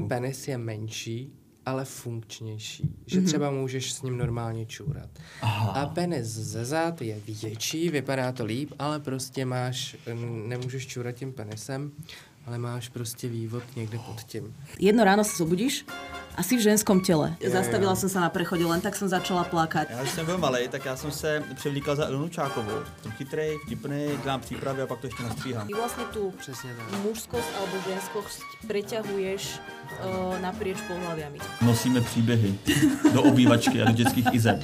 ten penis je menší, ale funkčnější. Že třeba můžeš s ním normálně čůrat. Aha. A penis ze zad je větší, vypadá to líp, ale prostě nemůžeš čůrat tím penisem, ale máš prostě vývod někde pod tím. Jedno ráno sa zobudíš a si v ženskom tele. Zastavila som sa na prechode, len tak som začala plakať. Já, když jsem byl malej, tak já jsem se převlíkal za Ilonu Čákovou. Jsem chytrej, vtipnej, dělám přípravy a pak to ještě nastříhám. Ty vlastne tú Přesně tak. mužskosť alebo ženskosť preťahuješ naprieč pohľaviami. Nosíme příběhy do obývačky a do dětských izeb.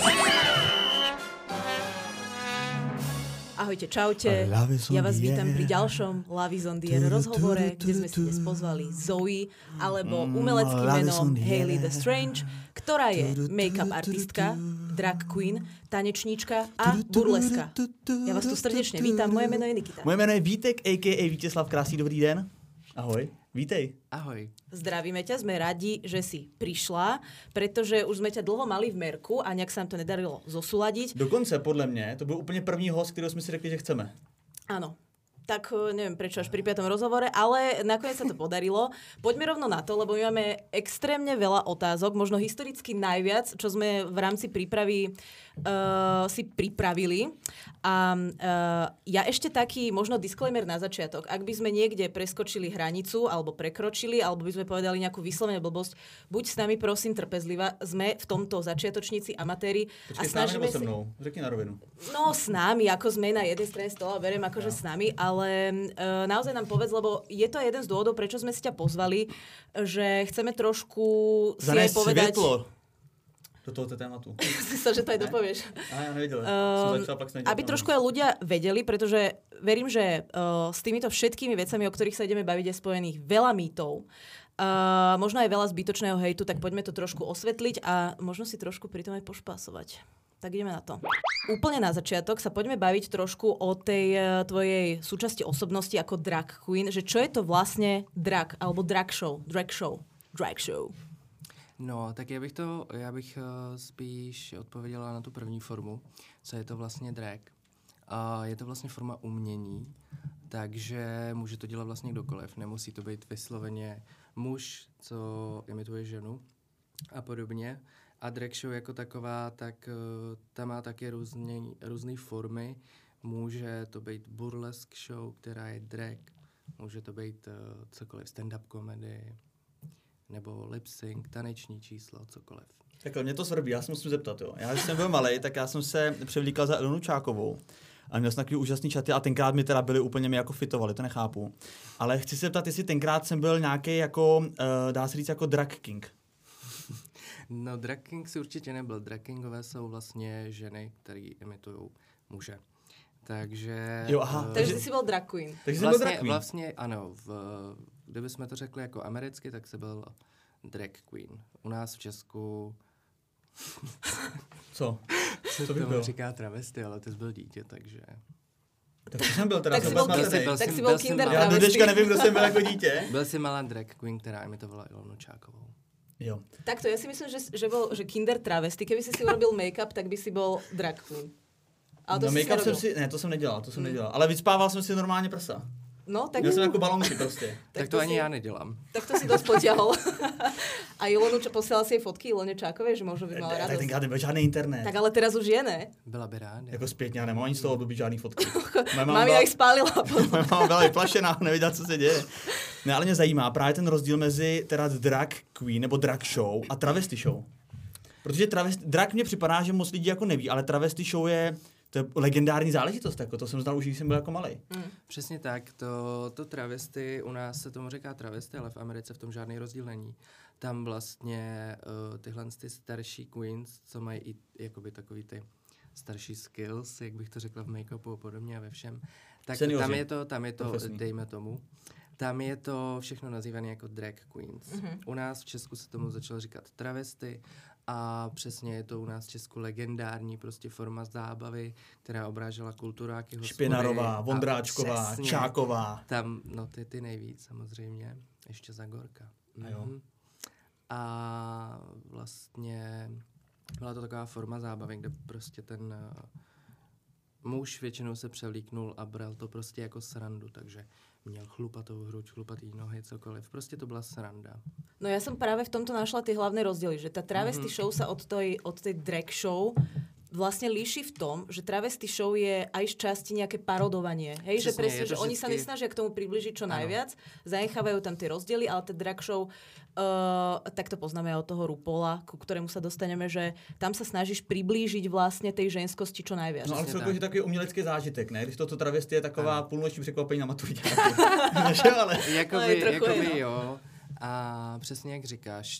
Ahojte, čaute. Ja vás vítam pri ďalšom Love is on the Air rozhovore, kde sme si dnes pozvali Zoe, alebo umeleckým menom Hailey the Strange, ktorá je make-up artistka, drag queen, tanečníčka a burleska. Ja vás tu srdečne vítam, moje meno je Nikita. Moje jméno je Vítek, a.k.a. Vítězslav. Krásný dobrý den. Ahoj, vítej. Ahoj. Zdravíme ťa, sme radi, že si prišla, pretože už sme ťa dlho mali v merku a nejak sa nám to nedarilo zosúladiť. Dokonce, podle mě, to byl úplně první host, kterého jsme si řekli, že chceme. Áno. Tak neviem prečo až pri 5. rozhovore, ale nakoniec sa to podarilo. Poďme rovno na to, lebo my máme extrémne veľa otázok, možno historicky najviac, čo sme v rámci prípravy si pripravili. A ja ešte taký možno disclaimer na začiatok. Ak by sme niekde preskočili hranicu, alebo prekročili, alebo by sme povedali nejakú vyslovenú blbosť, buď s nami prosím trpezliva, sme v tomto začiatočníci, amatéri. Počkej, a snažíme se mnou? Řekni na rovinu. No s nami, ako sme na jednej strane stola, beriem akože s nami, ale naozaj nám povedz, lebo je to jeden z dôvodov, prečo sme si ťa pozvali, že chceme trošku si aj povedať... Světlo do tohoto tématu. Myslel, že to aj dopovieš. Ja nevedel. Aby trošku aj ľudia vedeli, pretože verím, že s týmito všetkými vecami, o ktorých sa ideme baviť, je spojených veľa mýtov. Možno aj veľa zbytočného hejtu, tak poďme to trošku osvetliť a možno si trošku pri tom aj pošpásovať. Tak ideme na to. Úplne na začiatok sa poďme baviť trošku o tej tvojej súčasti osobnosti ako drag queen, že čo je to vlastne drag, alebo drag show. No, tak já bych spíš odpověděla na tu první formu, co je to vlastně drag. Je to vlastně forma umění, takže může to dělat vlastně kdokoliv. Nemusí to být vysloveně muž, co imituje ženu a podobně. A drag show jako taková, tak ta má také různé formy. Může to být burlesk show, která je drag. Může to být cokoliv, stand-up komedy, nebo lip-sync, taneční číslo, cokoliv. Takhle, mě to svrbí, já se musím zeptat, jo. Já, když jsem byl malej, tak já jsem se převlíkal za Ilonu Čákovou. A měl jsem takový úžasný čaty a tenkrát mi teda byli úplně mě jako fitovali, to nechápu. Ale chci se zeptat, jestli tenkrát jsem byl nějaký jako, dá se říct jako drag king. No, drag king si určitě nebyl. Drag kingové jsou vlastně ženy, které imitují muže. Takže... Jo, aha. Takže jsi byl drag queen. Takže jsem byl drag queen. Vlastně ano, kdybychom to řekli jako americky, tak se byl drag queen. U nás v Česku... Co? Co to tomu říká travesty, ale ty jsi byl dítě, takže... Tak to jsem byl teda. Tak jsi byl kinder já do dneška nevím, kdo jsem byl jako dítě. Byl jsi malá drag queen, která imitovala Ilonu Čákovou. Jo. Takto, ja si myslím, že kinder travesty. Keby si urobil make-up, tak by si bol drag queen. Ale to no make-up jsem si... Ne, to jsem nedělal. Ale vyspával jsem si normálně prsa. No, tak... Měl jsem jako balonky prostě. Tak to ani já nedělám. Tak to si dosť potiahol. A Ilonu, posielal si jej fotky Ilone Čákovej, že možno by mala radosť. Tak tenkrát nebyl žádný internet. Tak ale teraz už je, ne? Byla by ráda. Jako zpětně, já nemám ani z toho období žádný fotky. Mami ich spálila. Moje máma byla vyplašená, nevěděla, co se děje. Ne, ale mě zajímá právě ten rozdíl mezi teda drag queen nebo drag show a travesty show. Protože drag mně připadá, že moc lidí jako neví, ale travesty show je legendární záležitost, jako to jsem znal už, když jsem byl jako malej. Přesně tak, to travesty, u nás se tomu říká travesty, ale v Americe v tom žádný rozdíl není. Tam vlastně tyhle ty starší queens, co mají i jakoby takový ty starší skills, jak bych to řekla v make-upu a podobně a ve všem, tak tam je to dejme tomu, tam je to všechno nazývané jako drag queens. U nás v Česku se tomu začalo říkat travesty a přesně je to u nás v Česku legendární prostě forma zábavy, která obrážela kulturáky, hospody. Špinarová, Vondráčková, přesně, Čáková. Tam, no ty nejvíc samozřejmě, ještě Zagorka. A vlastně byla to taková forma zábavy, kde prostě ten muž většinou se převlíknul a bral to prostě jako srandu, takže měl chlupatou hruď, chlupatý nohy, cokoliv. Prostě to byla sranda. No ja som práve v tomto našla tie hlavné rozdiely, že tá travesty show sa od tej drag show vlastne líši v tom, že travesty show je aj z časti nejaké parodovanie. Hej, že Přesně, presne, je to že oni sa vždycky- nesnažia k tomu približiť čo najviac, zanechávajú tam tie rozdiely, ale tá drag show, tak to poznáme aj od toho RuPaula, ku ktorému sa dostaneme, že tam sa snažíš priblížiť vlastne tej ženskosti čo najviac. No ale Přesně celkově tak. takový umělecký zážitek, ne? Když to travesty je taková Ano. půlnoční překvapení na maturitě. ale... Ale trochu Jakoby jo. jo. A přesně jak říkáš,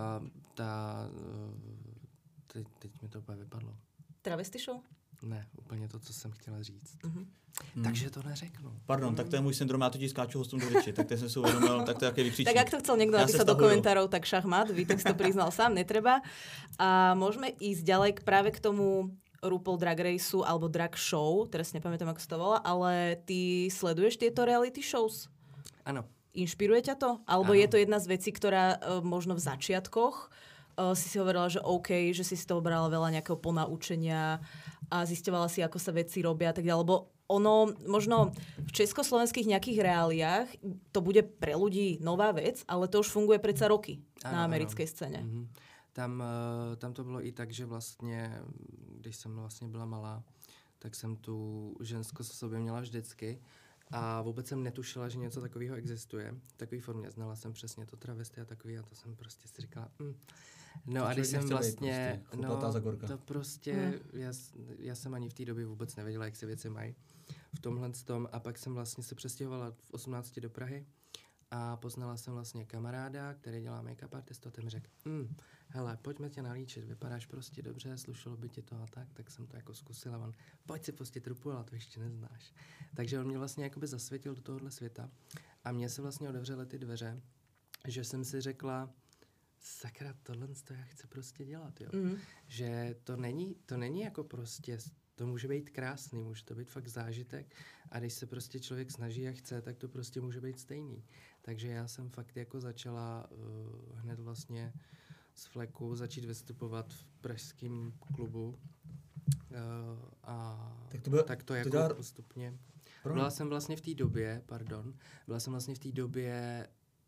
teď mi to úplně vypadlo. Travesty show? Ne, úplně to, co jsem chtěla říct. Mhm. Takže to neřeknu. Pardon, tak to je můj syndrom, já totiž skáču hostům do řeči, tak teď jsem si uvědomil, tak to je jaký vykřičník. Tak ak to chcel niekto Ja napísať sa do stahujú. komentárov, tak šachmat, Vítek to priznal sám, netreba. A môžeme ísť ďalej práve k tomu RuPaul Drag Raceu alebo Drag Show, teraz si nepamätám, ako sa to volá, ale ty sleduješ tieto reality shows? Ano. Inšpiruje ťa to? Alebo Áno. je to jedna z vecí, ktorá možno v začiatkoch si hovorila, že OK, že si z toho brala veľa nejakého ponaučenia a zisťovala si, ako sa veci robia a tak ďalej, lebo ono, možno v československých nejakých reáliách to bude pre ľudí nová vec, ale to už funguje predsa roky na Ano, americkej ano. scéne. Mhm. Tam to bylo i tak, že vlastně, když jsem vlastně byla malá, tak jsem tu ženskost v sobě měla vždycky a vůbec jsem netušila, že něco takového existuje. V takové formě znala jsem přesně to travesty a takový a to jsem prostě si říkala, No a když jsem vlastně, to prostě, já jsem ani v té době vůbec nevěděla, jak se věci mají v tomhle tom a pak jsem vlastně se přestěhovala v 18 do Prahy a poznala jsem vlastně kamaráda, který dělá make-up artistu a ten mi řekl, hele, pojďme tě nalíčit, vypadáš prostě dobře, slušelo by ti to a tak jsem to jako zkusila, on, pojď si pustit RuPaul, a to ještě neznáš. Takže on mě vlastně jakoby zasvětil do tohohle světa a mně se vlastně otevřely ty dveře, že jsem si řekla, sakra, tohle já chci prostě dělat, jo. Že to není jako prostě, to může být krásný, může to být fakt zážitek a když se prostě člověk snaží a chce, tak to prostě může být stejný. Takže já jsem fakt jako začala hned vlastně z fleku začít vystupovat v pražském klubu a tak to jako postupně. Byla jsem vlastně v té době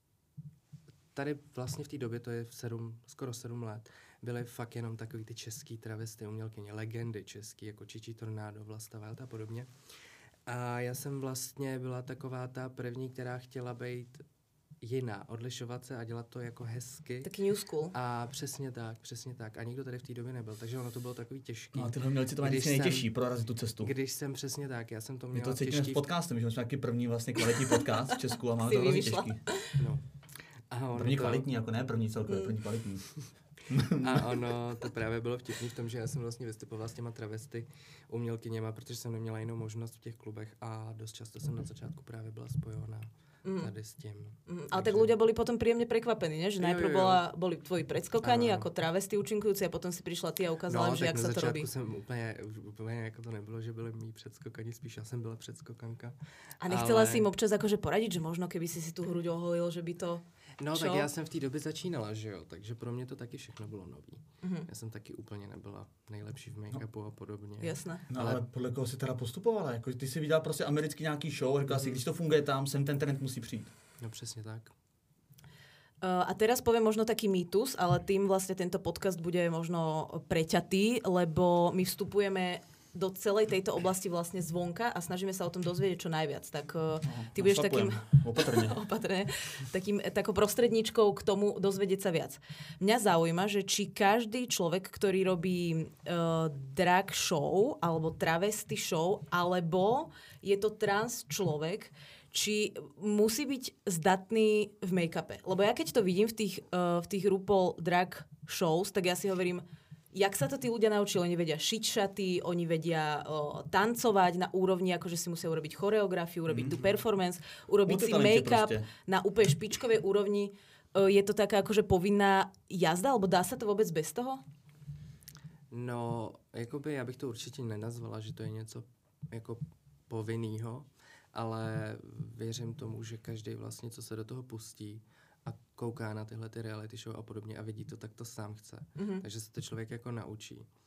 tady vlastně v té době, to je skoro 7 let, byly fakt jenom takový ty český travesty, umělkyně, legendy český, jako Čičí Tornádo, Vlasta Wild a podobně. A já jsem vlastně byla taková ta první, která chtěla být jiná, odlišovat se a dělat to jako hezky. Taky new school. A přesně tak. A nikdo tady v té době nebyl, takže ono to bylo takový těžký. No a tyhle umělci to mají nejtěžší prorazit tu cestu. Když jsem přesně tak, já jsem to měla těžký. My to cítíme s podcastem, že jsme taky první vlastně kvalitní podcast v Česku a máme Si to hrozně vymýšla. těžký. No. První kvalitní, jako ne první celkově, první kvalitní. A ono to právě bylo vtipný v tom, že já jsem vlastně vystupovala s těma travesty umělkyněma, protože jsem neměla jinou možnost v těch klubech a dost často jsem na začátku právě byla spojená tady s tím. Ale tak ľudia boli potom príjemne prekvapení, ne? Že najprv boli tvoji predskokani ano. ako travesty účinkujúci a potom si prišla ty a ukázala, že jak sa to robí. No, tak na začátku jsem úplně jako to nebylo, že byli mý předskokani, spíš já jsem byla předskokanka. A nechcela si im občas akože poradiť, že možno keby si tu hruď oholil, že by to... No čo? tak já jsem v té době začínala, že jo, takže pro mě to taky všechno bylo nový. Já jsem taky úplně nebyla nejlepší v make-upu a podobně. Jasné. No ale podle koho si teda postupovala? Jako, ty si viděla prostě americký nějaký show a řekla si, když to funguje tam, sem ten trend musí přijít. No přesně tak. A teraz poviem možno taký mýtus, ale tým vlastne tento podcast bude možno preťatý, lebo my vstupujeme do celej tejto oblasti vlastne zvonka a snažíme sa o tom dozvedieť čo najviac. Tak ty budeš takým... Opatrne. Takou prostredníčkou k tomu dozvedieť sa viac. Mňa zaujíma, že či každý človek, ktorý robí drag show alebo travesty show, alebo je to trans človek, či musí byť zdatný v make-upe. Lebo ja keď to vidím v tých RuPaul drag shows, tak ja si hovorím, jak sa to tí ľudia naučili? Oni vedia šiť šaty, oni vedia tancovať na úrovni, akože si musia urobiť choreografiu, urobiť tú performance, urobiť si make-up na úplne špičkovej úrovni. Je to taká akože povinná jazda, alebo dá sa to vôbec bez toho? No, jakoby já bych to určitě nenazvala, že to je něco jako povinnýho, ale věřím tomu, že každý vlastně, co se do toho pustí a kouká na tyhle ty reality show a podobně a vidí to, tak to sám chce. Takže se to člověk jako naučí.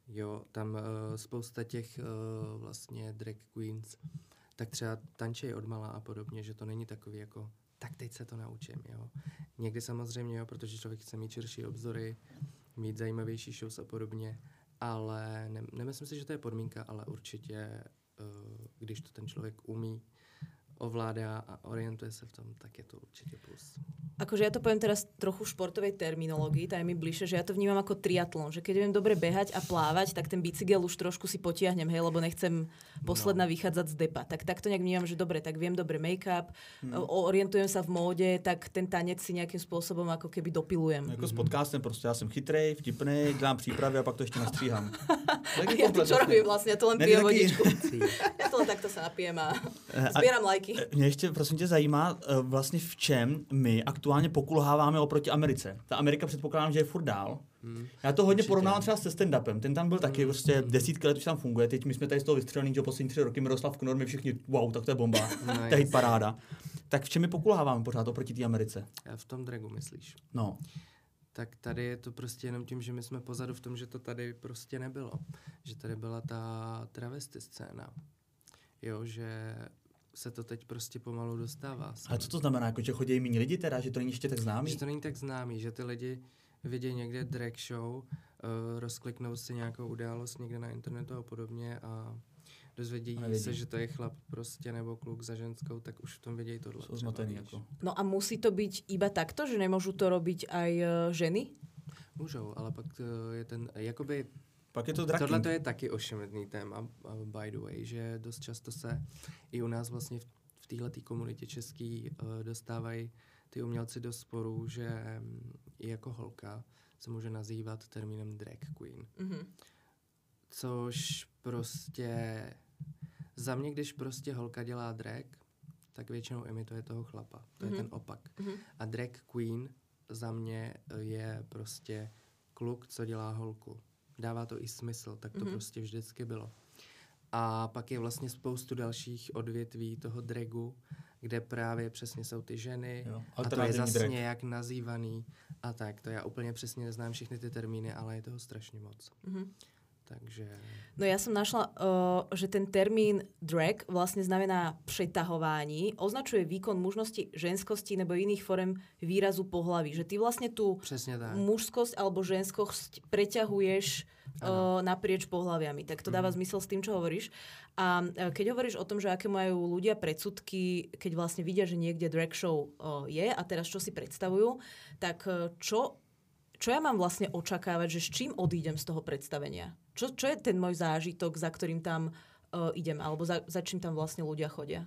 Jo, tam spousta těch vlastně drag queens, tak třeba tančej odmala a podobně, že to není takový jako, tak teď se to naučím, jo. Někdy samozřejmě, jo, protože člověk chce mít širší obzory, mít zajímavější shows a podobně, ale nemyslím si, že to je podmínka, ale určitě, když to ten člověk umí, ovládá a orientuje se v tom, tak je to určite plus. Akože ja to poviem teraz trochu športovej terminológii, tá je mi bližšie, že ja to vnímam ako triatlon, že keď viem dobre behať a plávať, tak ten bicykel už trošku si potiahnem, hej, lebo nechcem posledná vychádzať z depa. Tak takto nejak vnímam, že dobre, tak viem dobre make-up, orientujem sa v móde, tak ten tanec si nejakým spôsobom ako keby dopilujem. Jako s podcastem prostě já jsem chytrej, vtipnej, dělám přípravy a pak to ještě nastříhám. A ja to čo robím vlastne, ja to len pijem vodičku. Ja to len takto sa napijem a zbieram lajky. Mě ještě, prosím tě, zajímá vlastně v čem my aktuálně pokulháváme oproti Americe. Ta Amerika předpokládám, že je furt dál. Já to hodně porovnávám třeba se stand-upem. Ten tam byl taky prostě desítky let už tam funguje. Teď my jsme tady z toho vystřelený, že poslední 3 roky Miroslav Knor, my všichni, wow, tak to je bomba. To je hit paráda. Tak v čem my pokulháváme pořád oproti té Americe? V tom dragu myslíš? No. Tak tady je to prostě jenom tím, že my jsme pozadu v tom, že to tady prostě nebylo. Že tady byla ta travesty scéna. Jo, že se to teď prostě pomalu dostává. Ale co to znamená? Jako, že chodí méně lidi teda? Že to není ještě tak známý? Že to není tak známý, že ty lidi vidí někde drag show, rozkliknou si nějakou událost někde na internetu a podobně a dozvědí se, že to je chlap prostě nebo kluk za ženskou, tak už v tom vědějí tohle. Jsou zmatený jako. No a musí to byť iba takto, že nemôžu to robiť aj ženy? Můžou, ale pak je ten, jakoby pak je to drag tohle to je taky ošemetný téma, by the way, že dost často se i u nás vlastně v téhletý komunitě český dostávají ty umělci do sporu, že i jako holka se může nazývat termínem drag queen. Mm-hmm. Což prostě za mě, když prostě holka dělá drag, tak většinou imituje toho chlapa. To je ten opak. Mm-hmm. A drag queen za mě je prostě kluk, co dělá holku. Dává to i smysl, tak to prostě vždycky bylo. A pak je vlastně spoustu dalších odvětví toho dragu, kde právě přesně jsou ty ženy a to je zase nějak nazývaný a tak. To já úplně přesně neznám všechny ty termíny, ale je toho strašně moc. Mm-hmm. Takže... No ja som našla, že ten termín drag vlastne znamená přetahování, označuje výkon mužnosti, ženskosti nebo iných forem výrazu pohlaví. Že ty vlastne tú mužskosť alebo ženskosť preťahuješ naprieč pohlaviami. Tak to dáva zmysel s tým, čo hovoríš. A keď hovoríš o tom, že aké majú ľudia predsudky, keď vlastne vidia, že niekde drag show je a teraz čo si predstavujú, tak čo ja mám vlastne očakávať, že s čím odídem z toho predstavenia? Čo je ten môj zážitok, za ktorým tam idem, alebo za čím tam vlastne ľudia chodia?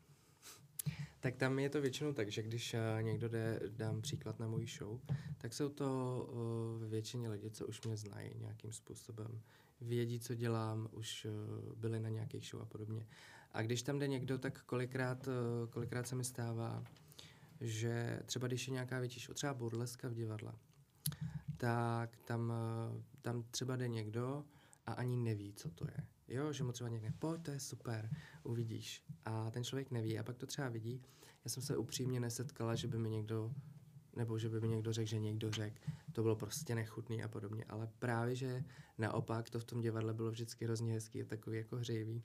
Tak tam je to většinou tak, že když někdo dám příklad na můj show, tak jsou to většině lidi, co už mě znají nějakým způsobem. Vědí, co dělám, už byli na nějakých show a podobně. A když tam jde někdo, tak kolikrát se mi stává, že třeba když je nějaká větší show, třeba burleska v divadle, tak tam třeba jde někdo a ani neví, co to je. Jo, že mu třeba někde, pojď, to je super, uvidíš. A ten člověk neví a pak to třeba vidí. Já jsem se upřímně nesetkala, že by mi někdo řekl, že někdo řekl. To bylo prostě nechutný a podobně. Ale právě, že naopak to v tom divadle bylo vždycky hrozně hezký a takový jako hřejivý.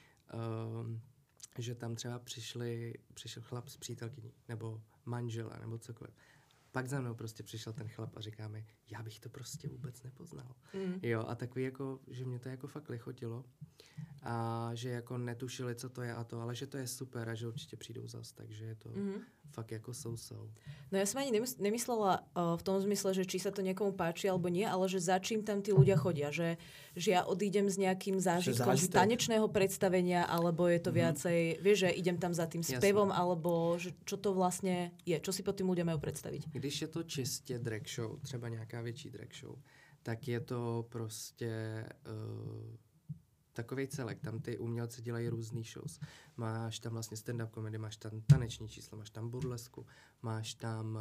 Že tam třeba přišel chlap s přítelkyní, nebo manžela, nebo cokoliv. Pak za mnou prostě přišel ten chlap a říká mi, já bych to prostě vůbec nepoznal. Jo, a takový jako, že mě to jako fakt lichotilo. A že jako netušili, co to je a to, ale že to je super a že určitě přijdou zas, takže je to fakt jako sousou. No ja som ani nemyslela v tom zmysle, že či sa to niekomu páči alebo nie, ale že za čím tam tí ľudia chodia. Že ja odídem s nejakým zážitkom z tanečného predstavenia, alebo je to viacej, vieš, že idem tam za tým spevom, alebo že čo to vlastne je, čo si pod tým ľudia majú predstaviť. Když je to čistě drag show, třeba nějaká větší drag show, tak je to prostě takovej celek. Tam ty umělci dělají různý shows. Máš tam vlastně stand-up komedy, máš tam taneční číslo, máš tam burlesku, máš tam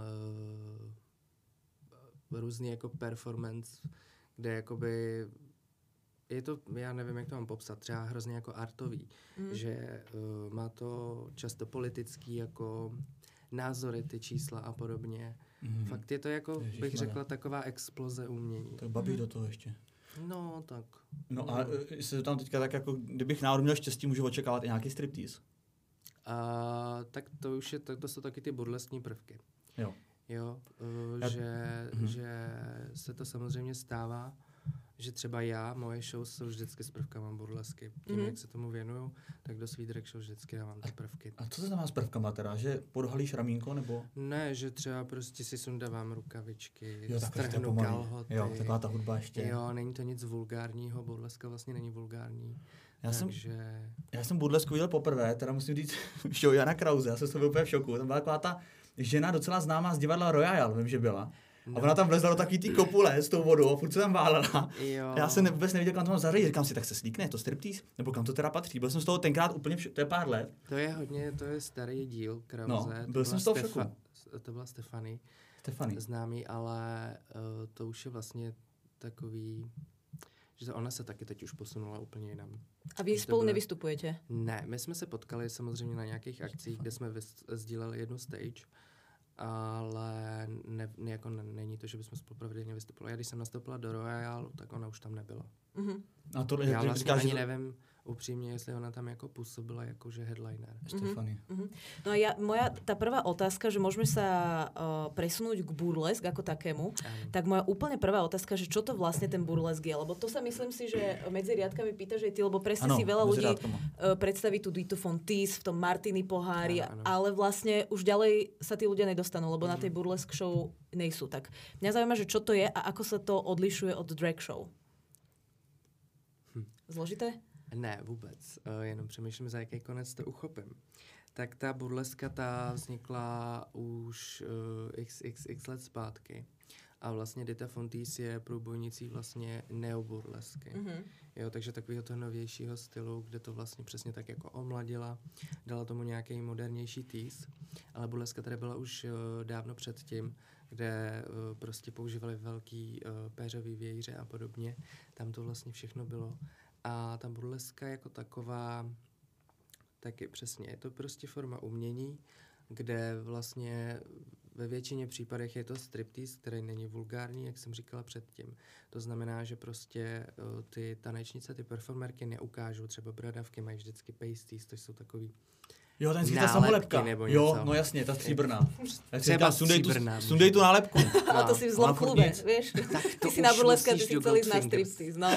různý jako performance, kde jakoby je to, já nevím, jak to mám popsat, třeba hrozně jako artový, že má to často politický jako názory, ty čísla a podobně. Fakt je to jako, bych řekla, taková exploze umění. Tak babí do toho ještě. No, tak. No a se tam teďka tak jako, kdybych náhodou měl štěstí, můžu očekávat i nějaký striptease. Tak to už je, to jsou taky ty burleskní prvky. Jo. Jo, že se to samozřejmě stává, že třeba moje show jsou vždycky s prvkama burlesky. Tím, jak se tomu věnuju, tak do svý drag show vždycky dávám ty prvky. A co to znamená s prvkama teda? Že podhalíš ramínko nebo? Ne, že třeba prostě si sundávám rukavičky, Jo, strhnu kalhoty. Jo, taková ta hudba ještě. Jo, není to nic vulgárního, burleska vlastně není vulgární. Já jsem burlesku viděl poprvé, teda musím říct show Jana Krause, já jsem z toho byl úplně v šoku. Tam byla taková ta žena docela známá z divadla Royal, vím, že byla. No. A ona tam vlezla do takový ty kopule s tou vodou a furt se tam válela. Jo. Já jsem vůbec neviděl, kam to mám zařadit. Říkám si, tak se slíkne, je to striptease? Nebo kam to teda patří? Byl jsem z toho tenkrát úplně to je pár let. To je starý díl Krause. No, byl jsem z toho v šoku. To byla Stefany. Stefany. Známý, ale to už je vlastně takový, že ona se taky teď už posunula úplně jinam. A vy spolu nevystupujete? Ne, my jsme se potkali samozřejmě na nějakých akcích, kde jsme sdíleli jednu stage, ale není to, že bychom spolu pravidelně vystupovali. Já když jsem nastoupila do Royalu, tak ona už tam nebyla. Mm-hmm. A to, já vlastně ani nevím upřímně, jestli ona tam jako působila jakože headliner. Stefany. Mm-hmm. No a tá prvá otázka, že môžeme sa presunúť k burlesk ako takému, tak moja úplne prvá otázka, že čo to vlastne ten burlesk je, lebo to sa myslím si, že medzi riadkami pýtaš aj ty, lebo presne si veľa ľudí predstaví tú Dito Fontis v tom Martini pohári, ale vlastne už ďalej sa tí ľudia nedostanú, lebo na tej burlesk show nejsú. Tak mňa zaujíma, že čo to je a ako sa to odlišuje od drag show. Zložité? Ne, vůbec. Jenom přemýšlím, za jaký konec to uchopím. Tak ta burleska vznikla už x let zpátky. A vlastně Dita Fontis je průbojnicí vlastně neoburlesky. Mm-hmm. Jo, takže takového toho novějšího stylu, kde to vlastně přesně tak jako omladila, dala tomu nějaký modernější tease. Ale burleska tady byla už dávno předtím, kde prostě používali velký péřový vějíře a podobně. Tam to vlastně všechno bylo. A ta burleska jako taková, taky přesně, je to prostě forma umění, kde vlastně ve většině případech je to striptease, který není vulgární, jak jsem říkala předtím. To znamená, že prostě ty tanečnice, ty performerky neukážou třeba bradavky, mají vždycky pasties, to jsou takový jo, ten ta samolepka. Jo, no jasně, ta stříbrná. Třeba stříbrná. Sundej tu nálepku. Ale to si v zlom klube, vieš. Ty si na burleska, ty si chcel ísť na striptease. No.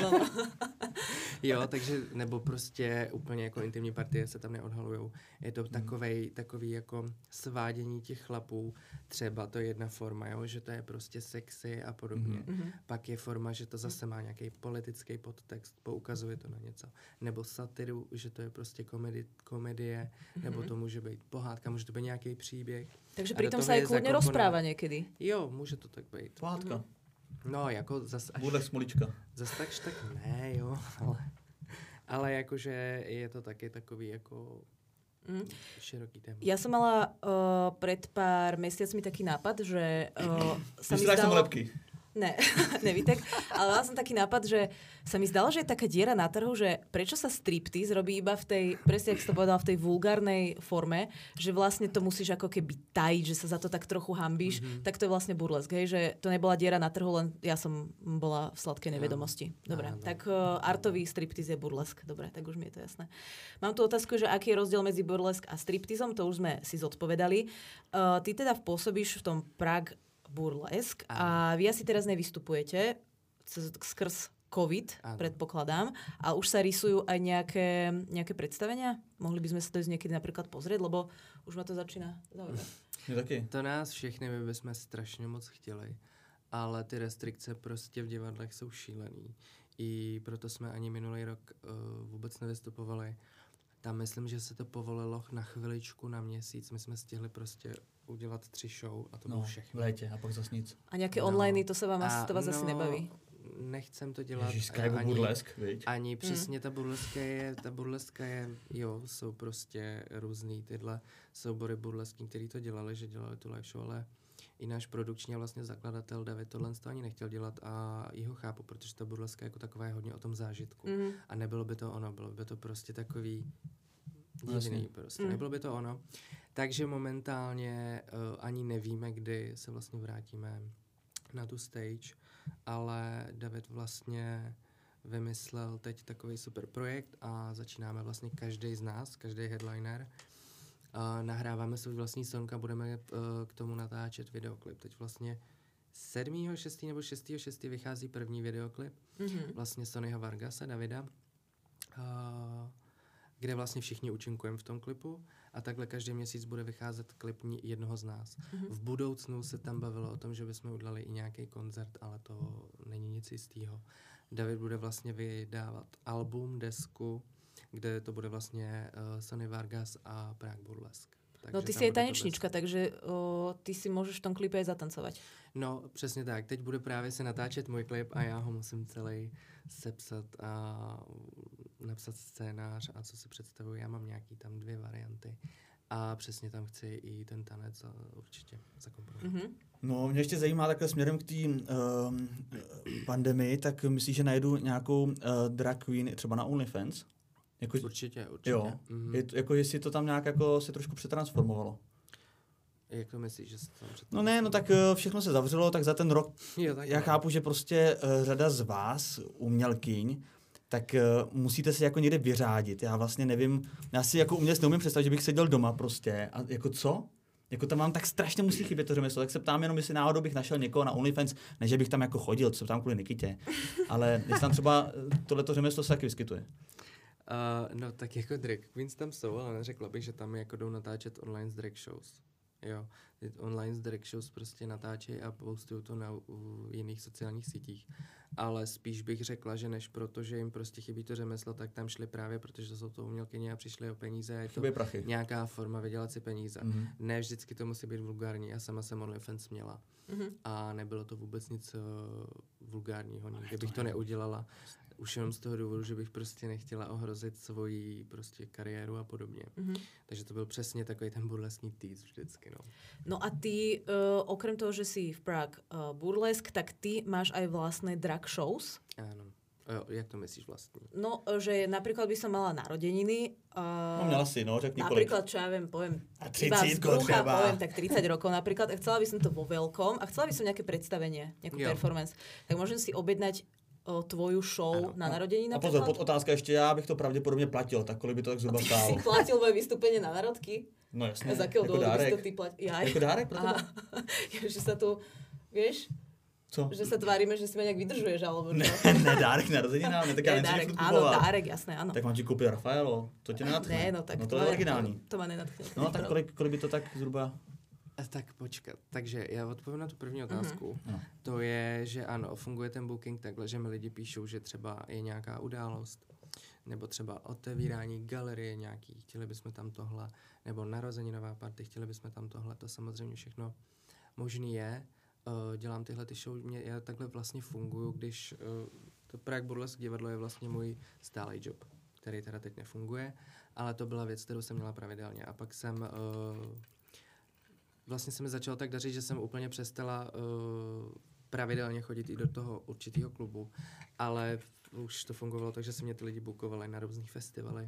Jo, takže, nebo prostě úplně jako intimní partie se tam neodhalujou. Je to takový jako svádění těch chlapů. Třeba to je jedna forma, jo, že to je prostě sexy a podobně. Mm-hmm. Pak je forma, že to zase má nějaký politický podtext, poukazuje to na něco. Nebo satiru, že to je prostě komedie, nebo to může být pohádka, může to být nějaký příběh. Takže pritom sa aj kľudne rozpráva niekedy. Jo, může to tak být. Pohádka. No, jako zase až... Burlesk Smolička. Zase tak ne, jo, ale jakože je to taky takový jako široký téma. Ja som mala pred pár mesiacmi taký nápad, že sa mi zdalo... samolepky. Ne, nevítek. Ale mala som taký nápad, že sa mi zdalo, že je taká diera na trhu, že prečo sa striptease robí iba v tej, presne jak si to povedal, v tej vulgárnej forme, že vlastne to musíš ako keby tajiť, že sa za to tak trochu hanbíš, tak to je vlastne burlesk, hej, že to nebola diera na trhu, len ja som bola v sladkej nevedomosti. Dobre, tak artový striptease je burlesk. Dobre, tak už mi je to jasné. Mám tu otázku, že aký je rozdiel medzi burlesk a stripteasom, to už sme si zodpovedali. Ty teda pôsobíš v tom Prague burlesk a vy asi teraz nevystupujete skrz COVID, predpokladám, a už sa rysujú aj nejaké predstavenia? Mohli by sme sa to ísť niekedy napríklad pozrieť, lebo už ma to začína zaujímať. To nás všechny my bychom strašně moc chtěli, ale ty restrikce prostě v divadlech jsou šílený. I proto jsme ani minulý rok vůbec nevystupovali. Tam myslím, že se to povolilo na chviličku, na měsíc. My jsme stihli prostě udělat 3 show a to bylo všechno. V létě a pak zas nic. A nějaké online, to se vám vás asi nebaví? Nechcem to dělat. Ježiš, ani burlesk, viď? Ani přesně ta burleska je, jo, jsou prostě různý tyhle soubory burleskní, který to dělali, že dělali tu live show, ale i náš produkční a vlastně zakladatel David tohle to ani nechtěl dělat a jeho chápu, protože ta burleska jako taková je hodně o tom zážitku. A nebylo by to ono, bylo by to prostě takový divný prostě, nebylo by to ono. Takže momentálně ani nevíme, kdy se vlastně vrátíme na tu stage, ale David vlastně vymyslel teď takový super projekt a začínáme vlastně každý z nás, každý headliner, nahráváme svůj vlastní song a budeme k tomu natáčet videoklip. Teď vlastně 7.6. nebo 6.6. vychází první videoklip, vlastně Sonnyho Vargasa, Davida, kde vlastně všichni účinkujeme v tom klipu a takhle každý měsíc bude vycházet klip jednoho z nás. V budoucnu se tam bavilo o tom, že bychom udělali i nějaký koncert, ale to není nic jistého. David bude vlastně vydávat album, desku, kde to bude vlastně Sonny Vargas a Prague Burlesque. No ty si je tanečnička, takže ty si můžeš v tom klipe aj zatancovat. No, přesně tak. Teď bude právě se natáčet můj klip a já ho musím celý sepsat a napsat scénář a co si představuji. Já mám nějaký tam 2 varianty a přesně tam chci i ten tanec určitě zakomponovat. No, mě ještě zajímá takhle směrem k té pandemii, tak myslíš, že najdu nějakou drag queen třeba na OnlyFans? Jako, určitě. Jo, jako jestli to tam nějak jako se trošku přetransformovalo. Jak to myslíš, že se tam No ne, no tak všechno se zavřelo, tak za ten rok, jo, tak já chápu, že prostě řada z vás, umělkyň, tak musíte se jako někde vyřádit. Já vlastně nevím, já si jako umělec neumím představit, že bych seděl doma prostě a jako co? Jako tam vám tak strašně musí chybět to řemeslo, tak se ptám jenom, jestli náhodou bych našel někoho na OnlyFans, ne, že bych tam jako chodil, co tam kvůli Nikitě, ale jestli tam třeba tohleto řemeslo se taky vyskytuje. No tak jako drag queens tam jsou, ale neřekla bych, že tam jako jdou natáčet online drag shows. Jo, online drag shows prostě natáčejí a postují to na jiných sociálních sítích. Ale spíš bych řekla, že než proto, že jim prostě chybí to řemeslo, tak tam šli právě, protože jsou to umělkyně a přišli o peníze a je to nějaká forma vydělat si peníze. Ne vždycky to musí být vulgární. Já sama jsem OnlyFans měla a nebylo to vůbec nic vulgárního. Nikdy bych to neudělala. Už jenom z toho důvodu, že bych prostě nechtěla ohrozit svoji prostě kariéru a podobně. Takže to byl přesně takový ten burleský tease vždycky, no. No a ty, okrem toho, že si v Prague burlesk, tak ty máš aj vlastné drag shows? Áno. Jak to myslíš vlastní? No, že napríklad by som mala narodeniny. No měla si, no, řekni kolik. Napríklad, čo ja viem, poviem, a 30 iba z brucha, poviem tak 30 rokov napríklad. A chcela by som to vo veľkom a chcela by som nejaké predstavenie, nejakú performance. Tak môžem si objednať tvoju show na narodeniny napríklad? napríklad? A pozor, otázka ještě, já bych to pravděpodobně platil, tak kolik by to tak zhruba stálo? Ty si platil moje vystúpenie na národky? No jasně, a z akého jako dôvodu by si to ty platil? Jako dárek pro tebe? Že sa tu, vieš? Co? Že sa tvárime, že si ma nejak vydržuješ, alebo čo? Ne, dárek narozeninám, ne, tak já nechci dárek, furt áno, kupovat. dárek, jasné, áno. Tak mám ti koupit Rafaelo, to tě nenadchne. Ne, no tak no to je originální. To má nenadchne. No tak kolik by to tak zhruba... Tak počkat, takže já odpovím na tu první otázku. To je, že ano, funguje ten booking takhle, že mi lidi píšou, že třeba je nějaká událost, nebo třeba otevírání galerie nějaký, chtěli bychom tam tohle, nebo narozeninová party, chtěli bychom tam tohle, to samozřejmě všechno možný je. Dělám tyhle ty show, já takhle vlastně funguju, když to Prague Burlesque divadlo je vlastně můj stálý job, který teda teď nefunguje, ale to byla věc, kterou jsem měla pravidelně. A pak jsem vlastně se mi začalo tak dařit, že jsem úplně přestala pravidelně chodit i do toho určitého klubu, ale už to fungovalo tak, že se mě ty lidi bookovali na různý festivaly,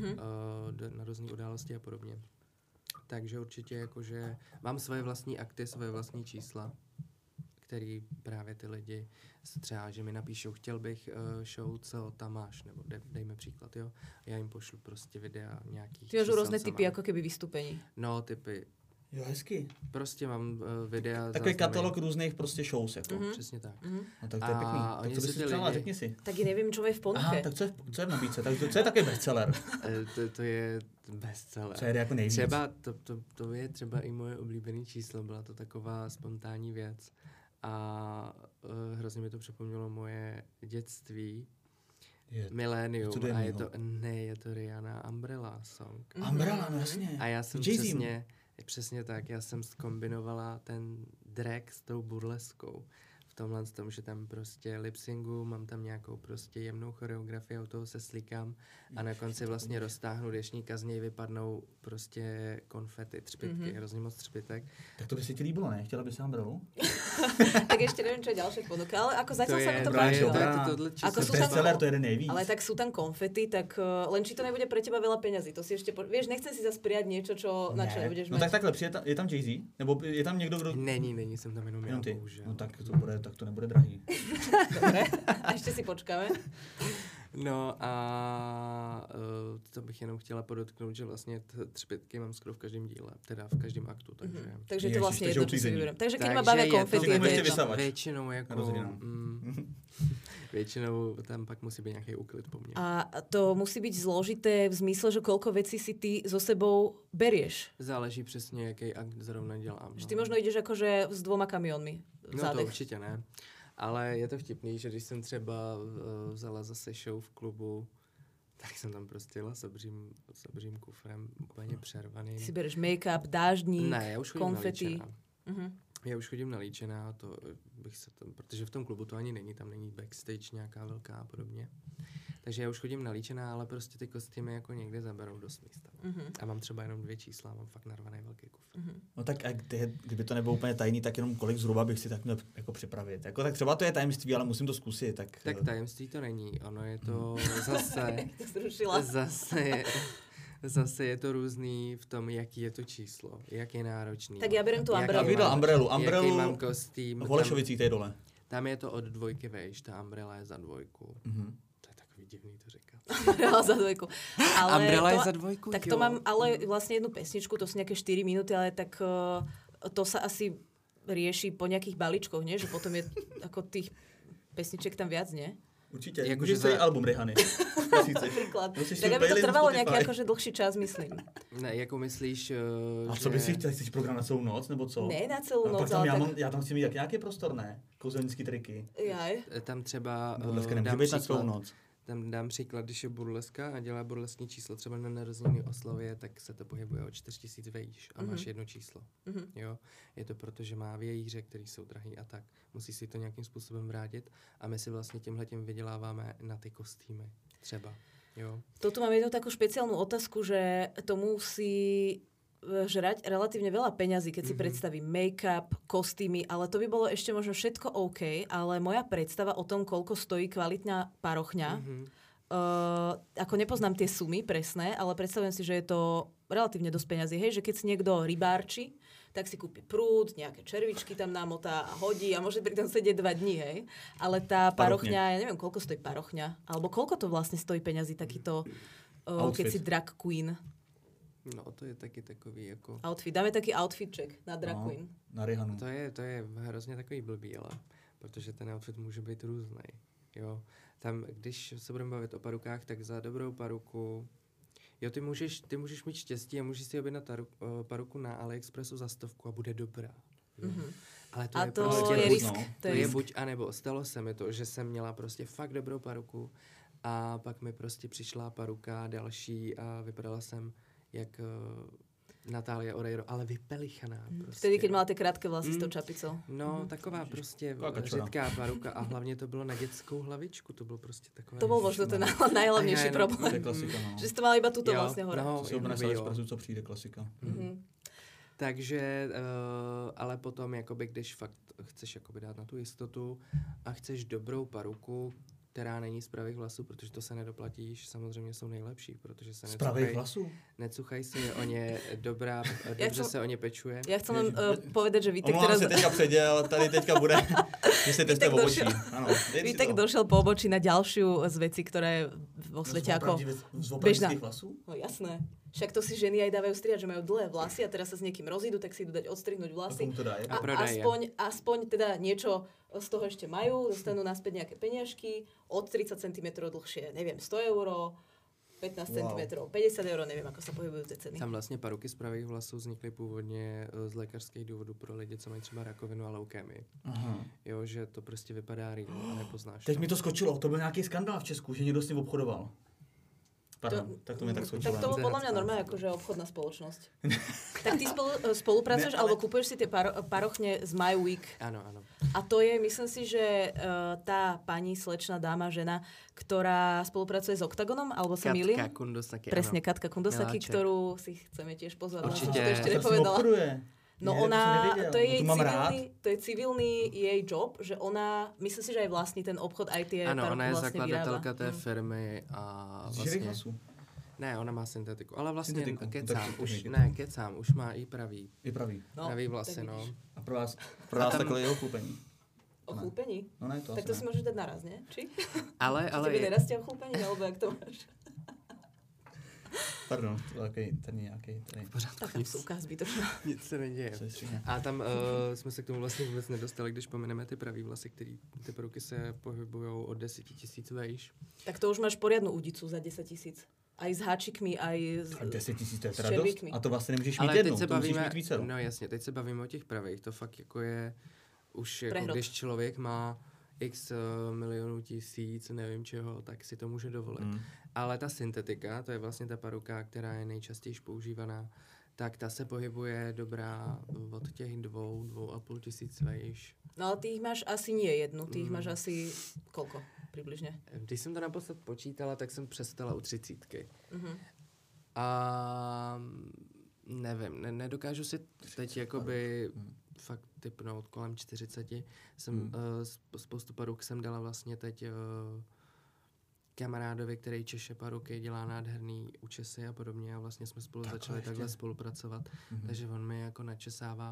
na různé události a podobně. Takže určitě jakože mám svoje vlastní akty, svoje vlastní čísla, který právě ty lidi třeba, že mi napíšou, chtěl bych show, co tam máš, nebo dejme příklad, jo. Já jim pošlu prostě videa nějakých. Ty máš různé typy, jako keby vystupení. No, typy. Jo, hezky. Prostě mám videa. Takový katalog různých prostě shows, jako. Přesně tak. No tak to je pěkný. Tak co bys si přála, řekni si. Taky nevím, čo je v ponuche. Aha, tak co je v nabídce? Tak co je takový bestseller? To je bestseller. Co je jako nejvíc? Třeba, to je třeba i moje oblíbené číslo, byla to taková spontánní věc. A hrozně mi to připomnělo moje dětství. Milénium. A je to Rihanna Umbrella song. Umbrella, no jasně. A já jsem přesně tak, já jsem zkombinovala ten drag s tou burleskou. V tomhle s tom, že tam prostě lip-syngu, mám tam nějakou prostě jemnou choreografii, u toho se slíkám a na konci vlastně roztáhnu dešník a z něj vypadnou prostě konfety, třpytky, hrozně moc třpytek. Tak to by si ti líbilo, ne? Chtěla by si Umbrellu? Tak ještě nevím, čo je ďalšie ponuka, ale ako zatiaľ sa mi to páčilo. Ako sú bestseller, to je jeden nejvíc. Ale tak sú tam konfety, tak len či to nebude pre teba veľa peňazí, to si ešte, vieš, nechcem si zase prijať niečo, čo, na čo nebudeš mať. No tak takhle, je tam Jay-Z? Nebo je tam někdo, kdo... Není, jsem tam jenom já, ty. bohužel. No tak to bude tak to nebude drahý. Dobre, a ešte si počkáme. No a to bych jenom chtěla podotknout, že vlastně třpětky mám skoro v každém díle, teda v každém aktu, takže... Takže je to Ježiš, vlastne takže jedno, čo si uklízení. vyberiem. Takže keď ma Takže bavia je to konfety, Všechno je to můžete jedno. vysavač. většinou jako... Rozhodně. Většinou tam pak musí být nějaký úklid po mně. A to musí byť zložité v zmysle, že koľko vecí si ty so sebou berieš. Záleží přesně, jaký akt zrovna dělám. Že ty možno ideš akože s 2 kamionmi v No to zádech. určitě ne. Ale je to vtipný, že když jsem třeba vzala zase show v klubu, tak jsem tam prostě jela s obřím kufrem, úplně přervaným. Si bereš make-up, dáždník, Ne, já už chodím konfety. nalíčená. Mhm. Já už chodím nalíčená, to bych se tam, protože v tom klubu to ani není, tam není backstage nějaká velká a podobně. Takže já už chodím nalíčená, ale prostě ty kostýmy jako někde zaberou dost místa. A mám třeba jenom 2 čísla, mám fakt narvaný velký kufr. No tak kdyby to nebylo úplně tajný, tak jenom kolik zhruba bych si tak měl jako připravit. Jako, tak třeba to je tajemství, ale musím to zkusit. Tak tajemství to není, ono je to zase... To zrušila. Zase je to různý v tom, jaký je to číslo, jak je náročný. Tak já berem tu jaký umbrelu. Já bych dal umbrelu. Jaký mám kostým. V Holešovicích tady dole. Tam je to od 2 vejš, ta umbrella je za 2. To je takový divný to říkat. Umbrella za 2. Ale Umbrella to je ma- za 2, Tak jo. to mám ale vlastne jednu pesničku, to sú nejaké 4 minúty, ale tak to sa asi rieši po nejakých balíčkoch, nie? Že potom je ako tých pesniček tam viac, nie? Určitě. Jako, Můžeš že celý za- album Rehany. Napríklad. Musíš Tak si aby to playlist na trvalo Spotify. nejaký akože dlhší čas, myslím. Ne, jako myslíš, A že... co bys si chtěl? Chceš program na celou noc, nebo co? Ne na celú A pak noc, tam ale tak... já tam chci mít nějaký prostor, ne? Kouzelnický triky. Jaj. Tam třeba Burleska dám nemůže být na celou příklad, noc. tam dám příklad, když je burleska a dělá burleskní číslo třeba na narozeniny oslavě, tak se to pohybuje o 4000 vejš a máš jedno číslo. Jo? Je to proto, že má vějíře, který jsou drahý a tak. Musí si to nějakým způsobem vrátit a my si vlastně tímhletím vyděláváme na ty kostýmy třeba. Jo? Toto mám jednu takú špeciálnu otázku, že to musí žrať relatívne veľa peňazí, keď si predstavím make-up, kostýmy, ale to by bolo ešte možno všetko OK, ale moja predstava o tom, koľko stojí kvalitná parochňa, ako nepoznám tie sumy presné, ale predstavujem si, že je to relatívne dosť peňazí. Hej, že keď si niekto rybárči, tak si kúpi prúd, nejaké červičky tam namotá a hodí a môže pri tom sedieť 2 dní, hej. Ale tá parochňa, ja neviem, koľko stojí parochňa, alebo koľko to vlastne stojí peňazí takýto, keď si drag queen. No to je taky takový jako... Outfit. Dáme taký outfitček na drag queen. Na Rehanu. To je hrozně takový blbý, ale protože ten outfit může být různý. Jo. Tam, když se budeme bavit o parukách, tak za dobrou paruku... Jo, ty můžeš mít štěstí a můžeš si objednat paruku na AliExpressu za 100 a bude dobrá. Jo. Ale to A je to prostě je buď- risk. To je buď a nebo. Stalo se mi to, že jsem měla prostě fakt dobrou paruku a pak mi prostě přišla paruka další a vypadala jsem jak Natália Oreiro, ale vypelichaná prostě. Vtedy, keď mala tie krátke vlasy s tou čapicou. No, taková prostě Kačora. řidká paruka a hlavně to bylo na dětskou hlavičku, to bylo prostě takové... To bol možno ten najhlavnejší A ja problém. To je klasika, no. Že si to mali iba tuto Jo, vlastne hore. no, To si objednáš jo. AliExpressu, co přijde, klasika. Takže, ale potom, jakoby, když fakt chceš jakoby dát na tu jistotu a chceš dobrou paruku, která není z pravých vlasů, protože to se nedoplatíš, samozřejmě jsou nejlepší, protože se Z pravých vlasů? necuchají se je o ně dobrá, dobře chcem- se o ně pečuje. Ja chcem len povedať, že Vítek Omlouvám teraz... se, teďka předěl, tady teďka bude, že se testé Vítek obočí. došiel. Ano, dej si Vítek to. došiel po obočí na ďalšiu z veci, ktoré vo svete ako... Z bežná. opravdických vlasů? No jasné. Však to si ženy aj dávajú strihať, že majú dlhé vlasy a teraz sa s niekým rozídu, tak si idú dať odstrihnúť A vlasy. komu to daje? A prodaje. Aspoň teda niečo z toho ešte majú, dostanú naspäť nejaké peniažky, od 30 cm dlhšie, neviem, 100 €, 15 cm, 50 €, neviem, ako sa pohybujú tie ceny. Tam vlastně paruky z pravých vlasů vznikly původně z lékařských důvodů pro lidi, co mají třeba rakovinu a leukémii. Jo, že to prostě vypadá rýlo a nepoznáš Teď to. mi to skočilo, to byl nějaký skandál v Česku, že někdo s ním obchodoval. Pardon, tak to mi tak skočilo. Tak to bol podľa mňa normálne akože obchodná spoločnosť. Tak ty spolupracuješ, Ne, ale- alebo kupuješ si tie parochne z My Week. Ano, ano. A to je, myslím si, že tá pani, slečná dáma, žena, ktorá spolupracuje s Octagonom, alebo sa milím? Katka Kundosaki, Presne, ano. Katka Kundosaki, Miláček. ktorú si chceme tiež pozvať. Určite. Som to ešte A tak s ním nepovedala. obchoduje. No Nie, to ona, som nevedel. to je No jej to mám rád. civilný jej job, že ona, myslím si, že aj vlastní ten obchod, aj tie Ano, paruky ona je vlastne vyrába. zakladatelka té firmy a Z živých vlastně... vlasů. Ne, ona má syntetiku, ale vlastně Syntetiku, no kecám, tak už, to ne, kecám, už má i pravý, Je pravý. pravý tak vlasy, no. vidíš. A pro vás takhle jeho koupení. O chlúpení? No ne, to Tak asi to ne. si môžeš dať naraz, nie? Či? Ale, Či ale tebe nerastia v chlúpení, alebo jak to máš? Pardon, to je tady nějaký. Taká vsuvka zbytočná. nic se neděje. A tam jsme se k tomu vlastně vůbec nedostali, když pomineme ty pravý vlasy, ty peruky se pohybují od 10 000 vejš. Tak to už máš poriadnu udicu za 10 000. Aj s háčikmi, aj s... A 10 000 to je s teda dost. červíkmi. A to vlastně nemůžeš mít Ale jednou, teď se to musíš bavíme, mít více. no jasně, teď se bavíme o těch pravých, to fakt jako je už jako Prehrot. když člověk má x milionů tisíc, nevím čeho, tak si to může dovolit. Ale ta syntetika, to je vlastně ta paruka, která je nejčastěji používaná, tak ta se pohybuje dobrá od těch 2,5 tisíc vejš. No ale ty ich máš asi nie jednu, ty ich máš asi koľko približne? Když jsem to naposled počítala, tak jsem přestala u 30. Mhm. A nevím, nedokážu si teď jakoby fakt typnout kolem 40. Jsem spoustu paruk jsem dala vlastně teď kamarádovi, který češe paruky, dělá nádherný účesy a podobně a vlastně jsme spolu začali takhle spolupracovat, takže on mi jako načesává.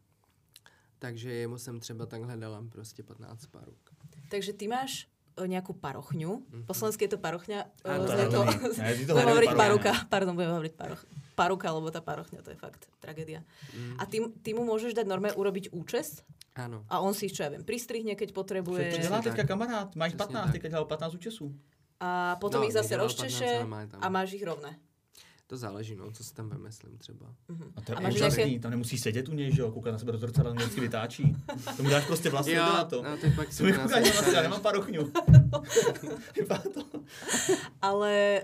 Takže jemu jsem třeba takhle dala prostě 15 paruk. Takže ty máš nejakú parochňu. Po slovensky je to parochňa. Áno, znie to, budem hovoriť paruka. Pardon, budem hovoriť paruka, lebo tá parochňa, to je fakt tragédia. A ty mu môžeš dať normálne urobiť účes Ano. a on si, čo ja viem, pristrihne, keď potrebuje. To dělá tak. teďka kamarád, máš Přesně 15, tak. teďka dělal 15 účesů. A potom No, ich zase nedělal rozčeše 15, ale má je tam. a máš ich rovné. To záleží, no, co si tam vymyslím třeba. A to je A máš úžasný, nějaké- tam nemusíš sedět u něj, že jo, koukat na sebe do zrcadla, on vždycky vytáčí. Tomu dáš prostě vlastně na to. no, ty pak Co si mi to koukáš na nasadíš. vlastně, já nemám parochňu. Vypadá to. Ale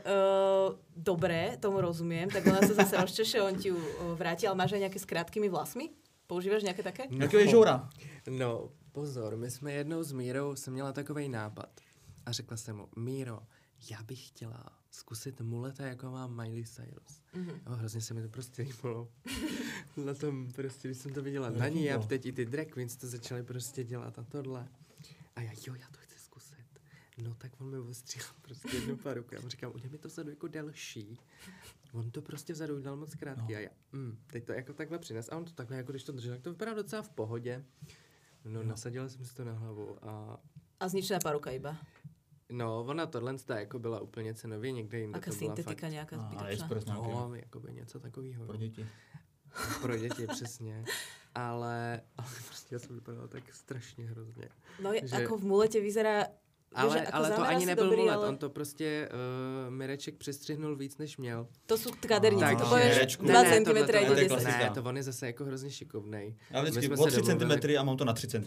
dobre, tomu rozumiem, tak ona sa zase rozčeše, on ti ju vráti, ale máš aj nejaké s krátkými vlasmi? Používáš nejaké také? Jakého ježoura? No, pozor, my jsme jednou s Mírou, jsem měla takovej nápad a řekla jsem mu, Míro, já bych chtěla zkusit muleta, jako má Miley Cyrus. Jo, hrozně se mi to prostě líbilo. Na tom prostě, když jsem to viděla na ní a teď i ty drag queens to začaly prostě dělat a tohle. A já to chci zkusit. No tak on mi ostříhal prostě jednu paruku. Já mu říkám, udělej mi to vzadu jako delší. On to prostě vzadu udělal moc krátký a já, teď to jako takhle přines. A on to takhle, jako když to držel, tak to vypadá docela v pohodě. No, nasadila jsem si to na hlavu A zničená paruka iba. no, ona tohle jako byla úplně cenově, někde jinde Aká to byla syntetika fakt, nejaká Ale je zbytočná. no, jakoby něco takového. pro děti. Pro děti, přesně. Ale prostě já jsem vypadala tak strašně hrozně. No je, že- ako v mulete vyzerá... Ale, vieš, ako ale to zamera ani si nebyl dobrý, mulet, ale on to prostě Mireček přestřihnul víc, než měl. To sú kaderníci, Tak, to no, povieš Mirečku. 2 Ne, cm a ide to je 10. klasika. Ne, to on je zase jako hrozně šikovnej. Já vždycky My jsme o se 3 domluvili- cm a mám to na 3 cm.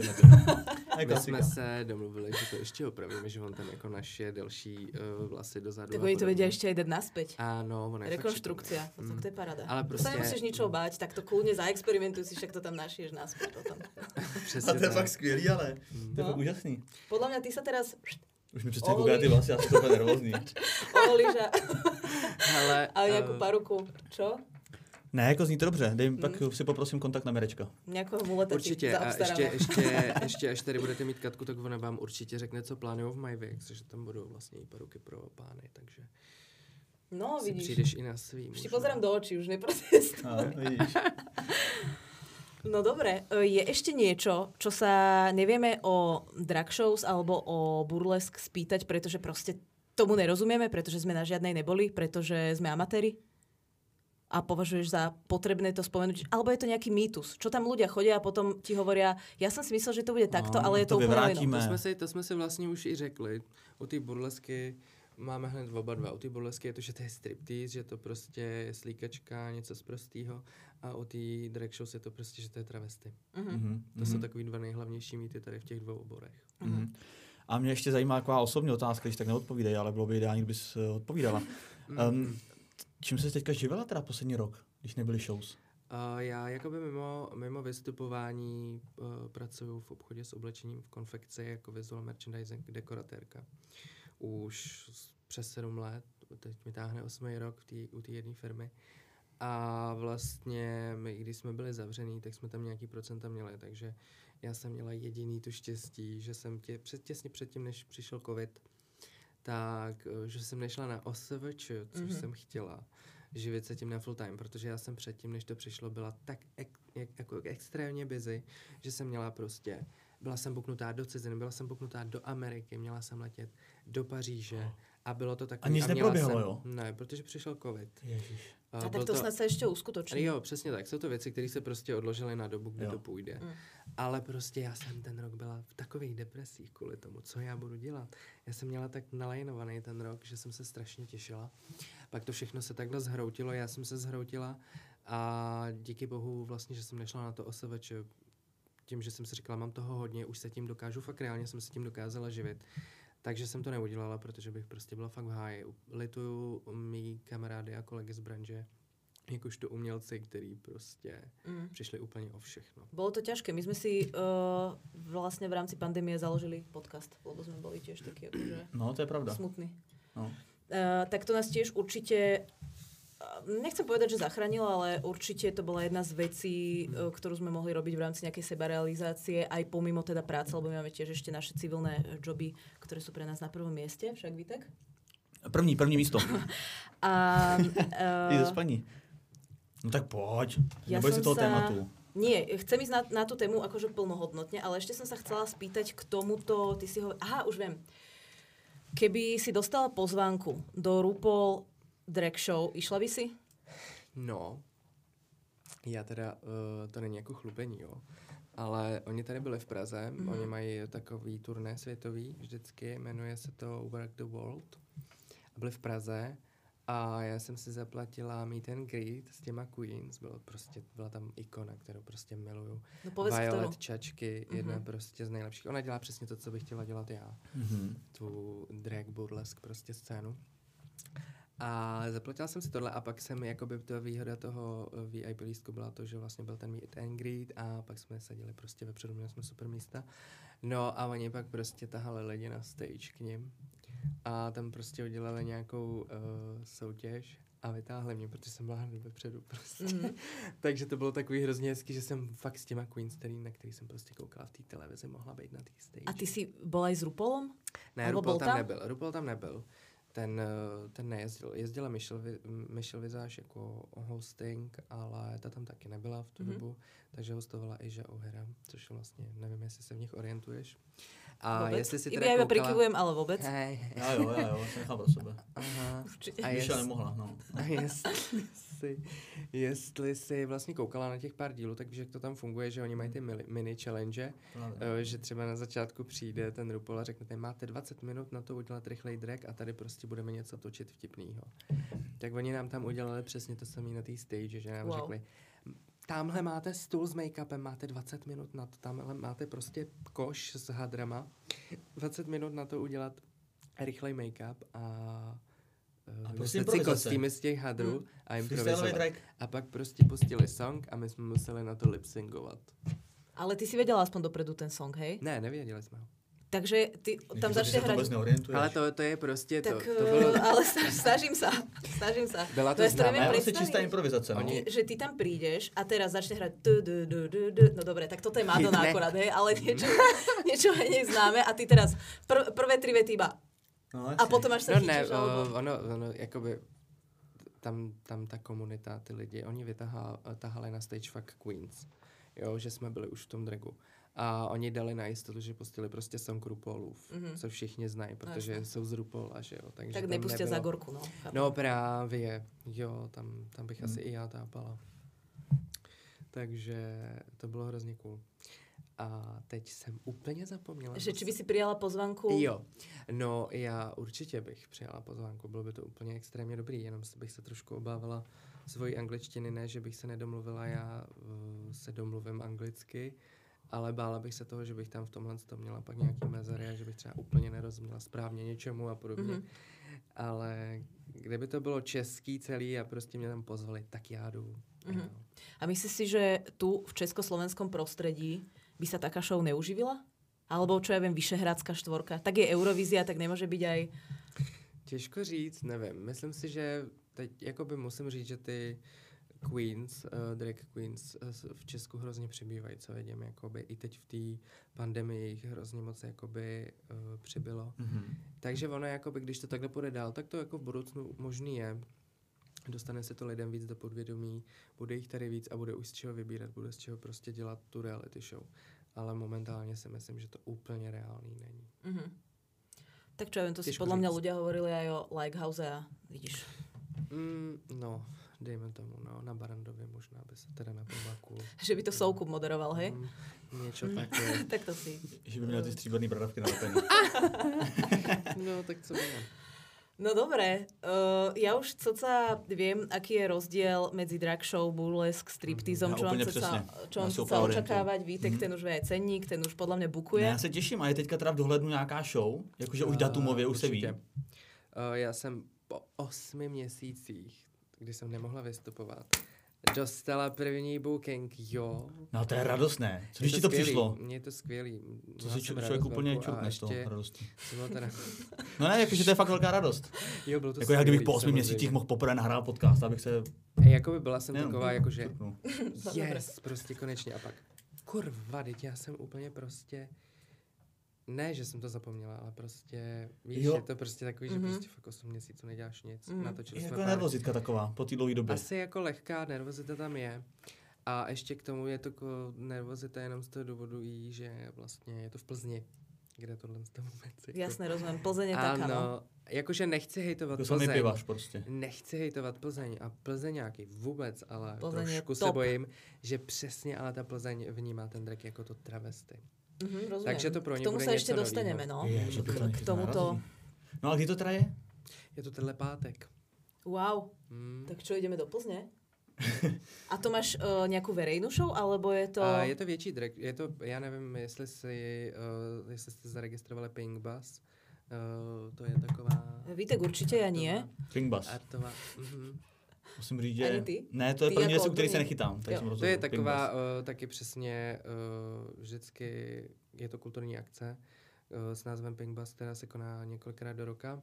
My jsme se domluvili, že to ještě opravíme, že on tam jako naše delší vlasy dozadu. Tak a oni to podobně. vedia ešte aj dať naspäť. Áno, on je fakt Rekonštrukcia, šikovnej. to je paráda. Ale To sa prostě- nemusíš ničoho báť, tak to kľudne zaexperimentuj si, však to tam našiješ naspäť potom. Přesně A to je tak. fakt skvělý, ale to je No. fakt úžasný. Podľa mňa ty sa teraz Už mi přece kouká ty vlasy, já jsem úplně nervózní. oholíš Ale, a nejakú paruku. Čo? Ne, jako zní to dobře, pak si poprosím kontakt na Mirečka. Nejakého muleta určitě, ti a zaobstaráme. ještě až tady budete mít Katku, tak ona vám určitě řekne, co plánují v MyVix, že tam budou vlastně i paruky pro pány, takže No, si vidíš. přijdeš i na svý. Už ti možná. pozerám do očí, už neprotestuj. Vidíš. No dobre, je ešte niečo, čo sa nevieme o drag shows alebo o burlesk spýtať, pretože proste tomu nerozumieme, pretože sme na žiadnej neboli, pretože sme amatéri? A považuješ za potrebné to spomenúť? Alebo je to nejaký mýtus? Čo tam ľudia chodia a potom ti hovoria, ja som si myslel, že to bude takto, No, ale je to to úplne vyvrátíme. iné. To jsme si vlastně už i řekli. U té burlesky máme hned oba dva. U té burlesky je to, že to je striptease, že to prostě je slíkačka, něco z prostýho. A u té drag shows je to prostě, že to je travesty. To jsou takový dva nejhlavnější mýty tady v těch dvou oborech. A mě ještě zajímá taková osobní otázka, když tak neodpovídej, ale bylo by ideální, kdybys odpovídala. Čím jsi teďka živila teda poslední rok, když nebyly shows? Já jakoby mimo vystupování pracuju v obchodě s oblečením v konfekci jako visual merchandising dekoratérka. Už přes 7 let, teď mi táhne 8. rok u té jedné firmy. A vlastně my, když jsme byli zavřený, tak jsme tam nějaký procenta měli, takže já jsem měla jediný to štěstí, že jsem těsně předtím, než přišel covid, tak že jsem nešla na OSVČ, což jsem chtěla, živit se tím na full time, protože já jsem předtím, než to přišlo, byla tak jako extrémně busy, že jsem měla prostě byla jsem buknutá do ciziny, byla jsem buknutá do Ameriky, měla jsem letět do Paříže a bylo to takový... A nic neproběhlo, jo? Ne, protože přišel covid. Ježiš. A tak to snad se ještě uskutoční. Jo, přesně tak. Jsou to věci, které se prostě odložily na dobu, kdy to půjde. Ale prostě já jsem ten rok byla v takových depresích kvůli tomu, co já budu dělat. Já jsem měla tak nalajnovaný ten rok, že jsem se strašně těšila. Pak to všechno se takhle zhroutilo, já jsem se zhroutila a díky bohu vlastně, že jsem nešla na to OSVČ, tím, že jsem si říkala, mám toho hodně, už se tím dokážu, fakt reálně jsem se tím dokázala živit. Takže jsem to neudělala, protože bych prostě byla fakt v háji. Lituju mý kamarády a kolegy z branže, jakožto umělci, který prostě přišli úplně o všechno. Bolo to ťažké. My sme si vlastne v rámci pandémie založili podcast, lebo sme boli tiež takí akože No, to je pravda. smutní. No. Tak to nás tiež určite, nechcem povedať, že zachránilo, ale určite to bola jedna z vecí, ktorú sme mohli robiť v rámci nejakej sebarealizácie, aj pomimo teda práce, lebo my máme tiež ešte naše civilné joby, ktoré sú pre nás na prvom mieste, však Vítek? První místo. A Ty to splní. No tak poď, neboj si toho tématu. Nie, chcem ísť na tú tému akože plnohodnotne, ale ešte som sa chcela spýtať k tomuto, ty si aha, už viem. Keby si dostala pozvánku do RuPaul Drag Show, išla by si? No, já teda, to není jako chlubení, jo, ale oni tady byli v Praze, oni mají takový turné světový vždycky, jmenuje se to Work the World, a byli v Praze a já jsem si zaplatila meet and greet s těma queens, byla tam ikona, kterou prostě miluju. No povedz, Violet ktorú. Čačky, jedna prostě z nejlepších. Ona dělá přesně to, co bych chtěla dělat já. Tu drag burlesk prostě scénu. A zaplatila jsem si tohle a pak jsem, jakoby ta výhoda toho VIP lístku byla to, že vlastně byl ten meet and greet a pak jsme seděli prostě vepředu, měli jsme super místa. No a oni pak prostě tahali lidi na stage k nim a tam prostě udělali nějakou soutěž a vytáhli mě, protože jsem byla hned vepředu prostě. Takže to bylo takový hrozně hezký, že jsem fakt s těma queens, na který jsem prostě koukala v té televizi, mohla být na té stage. A ty si bola aj s RuPaulom? Ne, RuPaul tam nebyl. Ten nejezdil. Jezdila Michelle Visage jako hosting, ale ta tam taky nebyla v tu dobu, takže hostovala i Ža O'Hara, což vlastně, nevím, jestli se v nich orientuješ. A vôbec? jestli si teda Iba koukala... prikyvujem, ale vôbec. Hej. Já jo, se nechám pro sebe. Aha. Určitě. Michelle nemohla, no. A jestli si vlastně koukala na těch pár dílů, tak víš, jak to tam funguje, že oni mají ty mini challenge, že třeba na začátku přijde ten RuPaul a řekne, máte 20 minut na to udělat rychlej drag a tady prostě budeme něco točit vtipnýho. Tak oni nám tam udělali přesně to samé na té stage, že nám řekli, tamhle máte stůl s make-upem, máte 20 minut na to, tamhle máte prostě koš s hadrama, 20 minut na to udělat rychlej make-up a prostě si kostýmy z těch hadrů a improvizovat. A pak prostě pustili song a my jsme museli na to lip-syngovat. Ale ty si vedela aspoň dopredu ten song, hej? Ne, nevěděli jsme ho. Takže ty tam začne hrať... Ale to je prostě tak, to bylo... ale snažím sa. Byla to je to neviem Ale predstaviť. čistá improvizace, no. Že ty tam prídeš a teraz začne hrať no dobre, tak toto je Madonna akorát, hej, ale niečo menej známe a ty teraz prvé 3 vety iba No, a potom až sa No ne, chytíš, alebo... ono jakoby tam ta komunita, ty lidi, oni tahali na stage fakt queens, jo, že jsme byli už v tom dragu. A oni dali na jistotu, že pustili prostě song RuPaulův, co všichni znají, protože jsou z RuPaula, že jo. Takže tak nepustia za gorku, no. No právě, jo, tam bych asi i já tápala. Takže to bylo hrozně cool. A teď jsem úplně zapomněla. Že či by si přijala pozvánku? Jo, no já určitě bych přijala pozvánku, bylo by to úplně extrémně dobrý, jenom bych se trošku obávala svojí angličtiny, ne, že bych se nedomluvila, já se domluvím anglicky, ale bála bych se toho, že bych tam v tomhle měla pak nějaký mezery a že bych třeba úplně nerozuměla správně něčemu a podobně. Ale kdyby to bylo český celý a prostě mě tam pozvali, tak já jdu. A myslíš si, že tu v československom prostredí by sa taká show neuživila? Alebo čo ja viem, Vyšehradská štvorka? Tak je Eurovízia, tak nemôže byť aj... Těžko říct, nevím. Myslím si, že teď jakoby musím říct, že ty queens, drag queens v Česku hrozně přibývají, co vidím, jakoby i teď v té pandemii jich hrozně moc jakoby přibylo. Takže ono jakoby, když to takhle půjde dál, tak to jako v budoucnu možný je. Dostane se to lidem víc do podvědomí, bude jich tady víc a bude už z čeho vybírat, bude z čeho prostě dělat tu reality show. ale momentálně si myslím, že to úplně reálný není. Tak čo ja viem, to si Těžko podľa mňa říct. ľudia hovorili aj o Likehouse a vidíš. No, dejme tomu, no, na Barandově možná by se teda naplnila cool. Že by to Soukup moderoval, hej? Niečo také. Tak to si. Že by měl ty stříbrný bradavky na lepení. No, tak co bude? No dobre, ja už coca viem, aký je rozdiel medzi drag show, burlesk, striptizom, Ja čo vám úplne chce presne. Ja si sa úplne očakávať. Vítek, ten už vie aj cenník, ten už podľa mňa bukuje. Ne, já se těším, a je teďka teda v dohlednu nějaká show, jakože už datumově už se ví. Určitě. Já jsem po 8 měsících, kdy jsem nemohla vystupovat, dostala první booking, jo. No to je radostné. Co Je když ti to skvělý, přišlo? Mně je to skvělý. Co Měla si jsem člověk radost úplně velkou a čurkne z toho ještě radosti. jsem byl teda... No ne, jakože to je fakt velká radost. Jo, bylo to Jako já kdybych skvělý, po 8 měsících samozřejmě. mohl poprvé nahrát podcast, abych se... Jakoby byla jsem Jenom taková, jakože čurknul. yes, prostě konečně. A pak, kurva, teď já jsem úplně prostě... Ne, že jsem to zapomněla, ale prostě, víš, Jo. je to prostě takový, že prostě fakt 8 měsíců neděláš nic. Natočili Je jsme jako pár- nervozitka taková, po té dlouhé době. Asi jako lehká nervozita tam je. A ještě k tomu je to nervozita jenom z toho důvodu, že vlastně je to v Plzni, kde tohle z toho vůbec jako... Jasné, rozumiem. Plzeň je taká, no. Ano, jakože nechci hejtovat Jako samý Plzeň. pivař prostě. Nechci hejtovat Plzeň a Plzeňáky vůbec, ale Plzeň je trošku se top. bojím, že přesně ale ta Plzeň vnímá ten drag jako to travesty. Rozumiem. Takže to pro ně K tomu bude sa něco ešte dostaneme, novýho. no. Ježiš, to je K tomuto. nárazný. No a kdy to teda je? Je to tenhle pátek. Wow. Hmm. Tak čo, ideme do Plzne? A to máš nejakú verejnú show, alebo je to... A je to větší drag. Je to, já nevím, jestli jste zaregistrovali Pink Bus. To je taková... Vítek určite, ja nie. Pink Bus. Artová. Musím říct, že... Ani ty? Ne, to je Ty první jako věc, u který se odborník? nechytám. Tak Jo. jsem To rozhodl. je Pink taková Bus. taky přesně vždycky je to kulturní akce s názvem Pink Bus, která se koná několikrát do roka.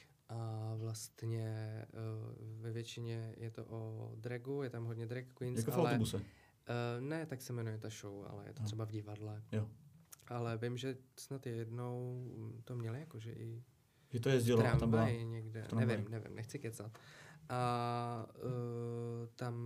A vlastně ve většině je to o dragu, je tam hodně drag queens, Jako v ale autobuse. ne, tak se jmenuje ta show, ale je to třeba v divadle. Jo. Ale vím, že snad jednou to měli jakože i Že to jezdilo, tam byla. tramvaj někde, tramvaj. nevím, nechci kecat. A tam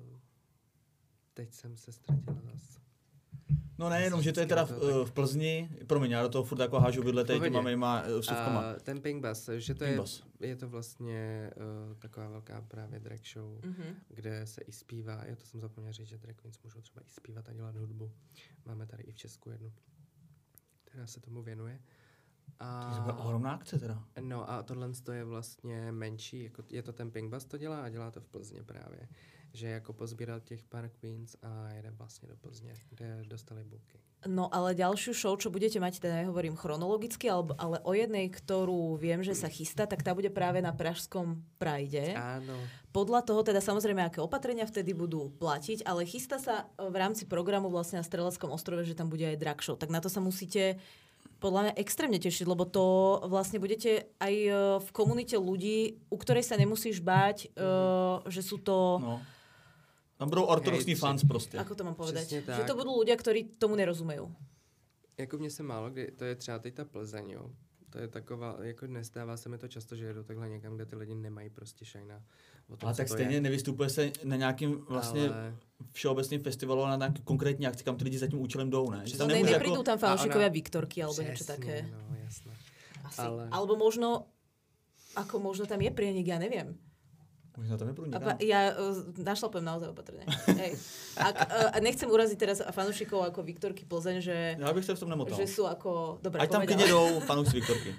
teď jsem se ztratila zase. No nejenom, že to je teda v Plzni, promiň, já do toho furt jako hážu vidle tady těma mýma vsuvkama. A ten Pink Bus, že to Pink Bus. je to vlastně taková velká právě drag show, kde se i zpívá, já to jsem zapomněl říct, že drag queens můžou třeba i zpívat a dělat hudbu. Máme tady i v Česku jednu, která se tomu věnuje. To je ohromná akce teda. No a tohle je vlastně menší, jako je to ten Pink Bus to dělá a dělá to v Plzně právě. Že jako pozbíral těch pár queens a jede vlastně do Plzně, kde dostali booking. No ale ďalšiu show, čo budete mať, teda nehovorím chronologicky, ale o jednej, ktorú viem, že sa chystá, tak tá bude práve na Pražskom Pride. Áno. Podľa toho teda samozrejme, aké opatrenia vtedy budú platiť, ale chystá sa v rámci programu vlastne na Streleckom ostrove, že tam bude aj drag show. Tak na to sa musíte podľa mňa extrémne tešiť, lebo to vlastne budete aj v komunite ľudí, u ktorej sa nemusíš báť, že sú to... No. Tam budou ortodoxní fans prostě. Ako to mám povedať? Přesně tak. Že to budú ľudia, ktorí tomu nerozumejú. Jako mně se málo kdy, to je třeba teď ta Plzeň, jo. To je taková, jako nestává se mi to často, že jedu takhle někam, kde ty lidi nemají prostě šajna. Ale tak stejně nevystupuje se na nějakým vlastně všeobecným festivalu, ale na nějaký konkrétní akci, kam ty lidi za tím účelem jdou, ne? Že tam No, nemůže neprídu tam fanúšikovia Viktorky alebo niečo Přesně, také. no jasné. Asi. Ale- Alebo možno, ako možno tam je prienik, ja neviem. Možná tam je průnik. Ja našlapem naozaj opatrne. Hej. Nechcem uraziť teraz fanúšikov ako Viktorky Plzeň, že, Já bych se v tom nemotal. že sú ako... Dobre, Ať tam povedal. klidně jdou fanoušci Viktorky.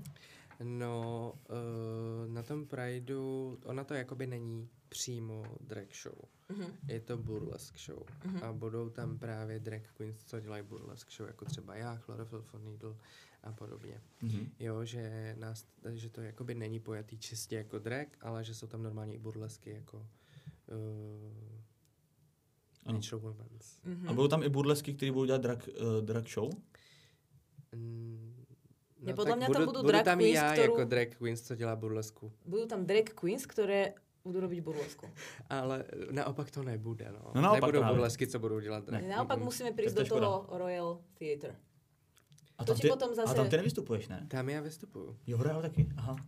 No, na tom Prideu, ona to jakoby není přímo drag show. Je to burlesk show. A budou tam právě drag queens, co dělají burlesk show, jako třeba já, Chlorophyll for Needle a podobně. Jo, že to jakoby není pojatý čistě jako drag, ale že jsou tam normálně i burlesky jako Natural Women's. A budou tam i burlesky, které budou dělat drag show? Nie, podľa tak mňa tam budú budu drag tam queens, já ktorú- jako drag queens, co dělá burlesku. Budú tam drag queens, ktoré budú robiť burlesku. Ale naopak to nebude, no. No naopak Nebudou právě. burlesky, co budou dělat drag. Naopak musíme prísť Tak do to je toho Royal Theatre. A To tam, ti potom zase- a tam ty nevystupuješ, ne? Tam já vystupuju. Jo, Royal taky, aha.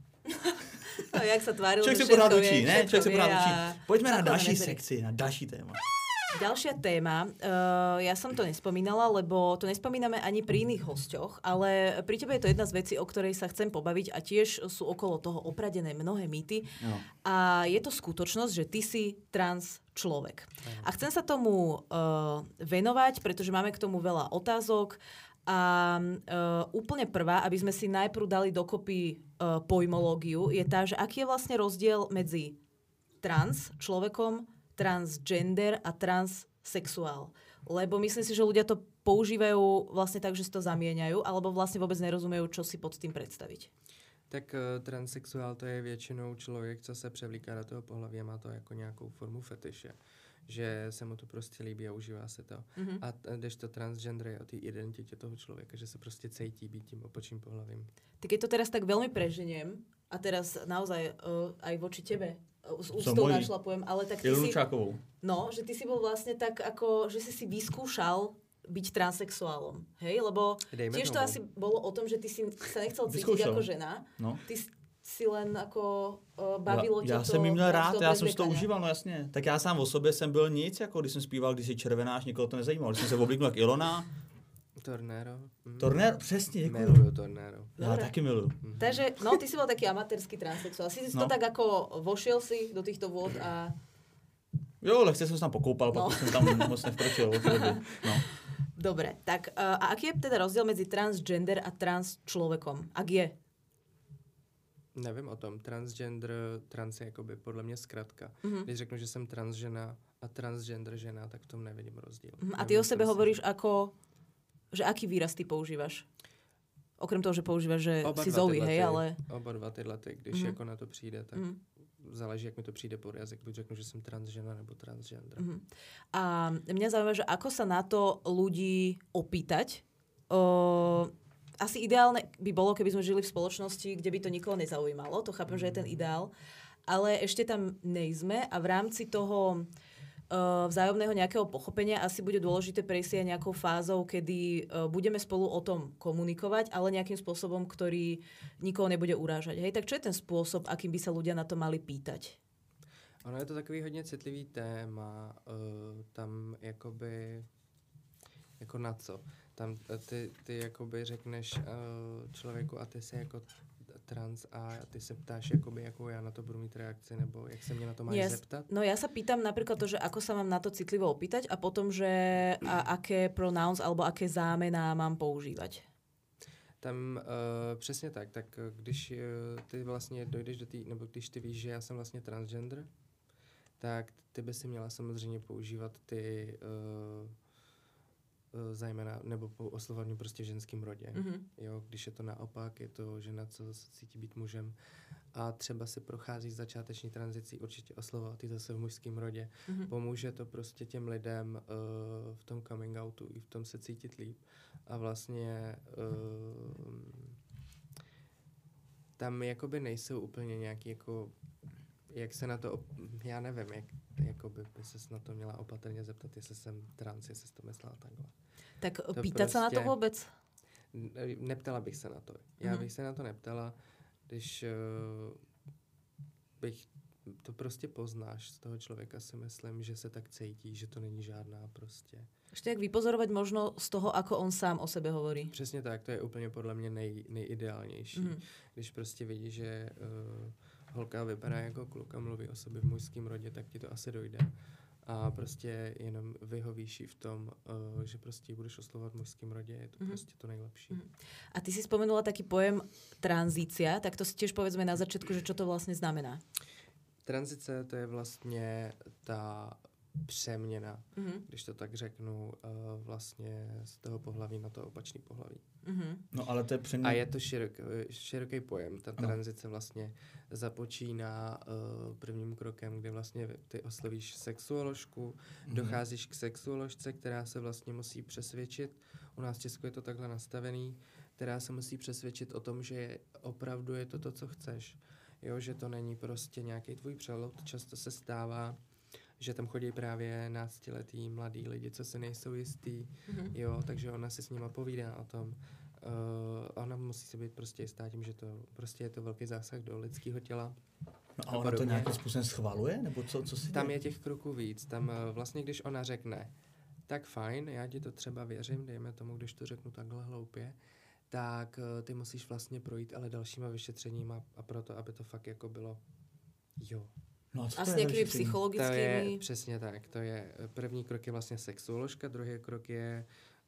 No, jak sa tváril, Člověk že se pořád všetko vie, učí, ne? všetko Člověk se vie pořád a- učí. Pojďme na Ako další neverí. sekci, na další téma. Ďalšia téma, ja som to nespomínala, lebo to nespomíname ani pri iných hosťoch, ale pri tebe je to jedna z vecí, o ktorej sa chcem pobaviť a tiež sú okolo toho opradené mnohé mýty. No. A je to skutočnosť, že ty si trans človek. A chcem sa tomu venovať, pretože máme k tomu veľa otázok a úplne prvá, aby sme si najprv dali dokopy pojmológiu, je tá, že aký je vlastne rozdiel medzi trans človekom, transgender a transsexuál. Lebo myslím si, že ľudia to používajú vlastne tak, že si to zamieňajú, alebo vlastne vôbec nerozumejú, čo si pod tým představit. Tak transsexuál to je většinou člověk, co se převlíká do toho pohlaví a má to jako nějakou formu fetiše. Že se mu to prostě líbí a užívá se to. Mm-hmm. A když to transgender je o té identitě toho člověka, že se prostě cítí být tím opačným pohlavím. Tak je to teraz tak veľmi preženiem a teraz naozaj aj voči tebe s ústou našlapujem, ale tak ty si... No, že ty si bol vlastne tak ako, že si vyskúšal byť transsexuálom, hej? Lebo tiež to asi bolo o tom, že ty si sa nechcel cítiť ako žena. No. Ty si len ako bavilo tě to. Já jsem jí měl rád, já jsem si to užíval, no jasně. Tak já sám o sobě jsem byl nic, jako když jsem zpíval, když jsi červenáš, nikoho to nezajímalo. Když jsem se oblíknul jak Ilona. Tornero. Tornero, přesně, děkuji. Miluju Tornero. Já taky miluju. Takže, no, ty si byl taký amatérský transsexuál. Si to tak jako vošiel si do týchto vôd a... Jo, lehce jsem se tam pokoupal, pak jsem tam moc nevkročil. No. Dobre, tak a aký je teda rozdiel mezi transgender a trans človekom? Ak je? Nevím o tom. Transgender, trans je jakoby podle mě zkratka. Mm-hmm. Když řeknu, že jsem transžena a transgender žena, tak v tom nevidím rozdíl. A ty o sebe hovoríš ako, že aký výraz ty používaš? Okrem toho, že používaš, že si Zoe, hej, ale... Oba dva tyhle, když jako na to přijde, tak záleží, jak mi to přijde pod jazyk. Buď řeknu, že jsem transžena nebo transgender. A mňa zaujíma, že ako sa na to ľudí opýtať. Asi ideálne by bolo, keby sme žili v spoločnosti, kde by to nikoho nezaujímalo. To chápem, že je ten ideál. Ale ešte tam nejsme a v rámci toho vzájomného nejakého pochopenia asi bude dôležité prejsť aj nejakou fázou, kedy budeme spolu o tom komunikovať, ale nejakým spôsobom, ktorý nikoho nebude urážať. Hej, tak čo je ten spôsob, akým by sa ľudia na to mali pýtať? Ono je to takový hodně citlivý téma. Tam jakoby jako na co? Tam ty jakoby řekneš člověku a ty se jako trans a ty se ptáš, jakoby, jakou já na to budu mít reakci, nebo jak se mě na to máš zeptat? No ja sa pýtam napríklad to, že ako sa mám na to citlivo opýtať a potom, že aké pronouns alebo aké zámená mám používať. Tam přesně tak. Tak když ty vlastně dojdeš do té, nebo když ty víš, že já jsem vlastně transgender, tak ty by si měla samozřejmě používat ty zejména, nebo oslovovat mě prostě v ženském rodě. Mm-hmm. Jo, když je to naopak, je to žena, co se cítí být mužem a třeba si prochází začáteční tranzicí, určitě oslovovat i zase v mužském rodě. Mm-hmm. Pomůže to prostě těm lidem v tom coming outu i v tom se cítit líp. A vlastně tam jakoby nejsou úplně nějaký jako, jak se na to, já nevím, jak jakoby by ses na to měla opatrně zeptat, jestli jsem trans, jestli jsi to myslela takhle. Tak to pýtat prostě, se na to vůbec? Neptala bych se na to. Já bych se na to neptala, když bych to prostě poznáš z toho člověka, si myslím, že se tak cítí, že to není žádná prostě. Ještě jak vypozorovať možno z toho, ako on sám o sebe hovorí. Přesně tak, to je úplně podle mě nejideálnější. Když prostě vidí, že holka vypadá jako kluk a mluví o sobě v mužském rodě, tak ti to asi dojde. A prostě jenom vyhovíš v tom, že prostě budeš oslovovat v mužském rodě, je to prostě to nejlepší. A ty si spomenula taký pojem tranzícia, tak to si tiež povedzme na začiatku, že čo to vlastně znamená. Tranzice to je vlastně ta přeměna, když to tak řeknu, vlastně z toho pohlaví na to opačný pohlaví. No ale to je přeměna. A je to široký pojem. Ta tranzice vlastně započíná prvním krokem, kdy vlastně ty oslovíš sexuoložku, docházíš k sexuoložce, která se vlastně musí přesvědčit, u nás v Česku je to takhle nastavený, která se musí přesvědčit o tom, že opravdu je to, co chceš. Jo, že to není prostě nějaký tvůj přelud. Často se stává, že tam chodí právě náctiletí mladí lidi, co se nejsou jistý, jo, takže ona si s nima povídá o tom. Ona musí se být prostě jistá tím, že to prostě je to velký zásah do lidského těla No a ona to nějakým způsobem schvaluje? Nebo co si Tam je těch kroků víc. Tam vlastně, když ona řekne, tak fajn, já ti to třeba věřím, dejme tomu, když to řeknu takhle hloupě, tak ty musíš vlastně projít ale dalšíma vyšetřeníma a proto, aby to fakt jako bylo jo. No a co A to s je nějakými vyšetření? To psychologickými... je přesně tak. To je první krok je vlastně sexuoložka, druhý krok je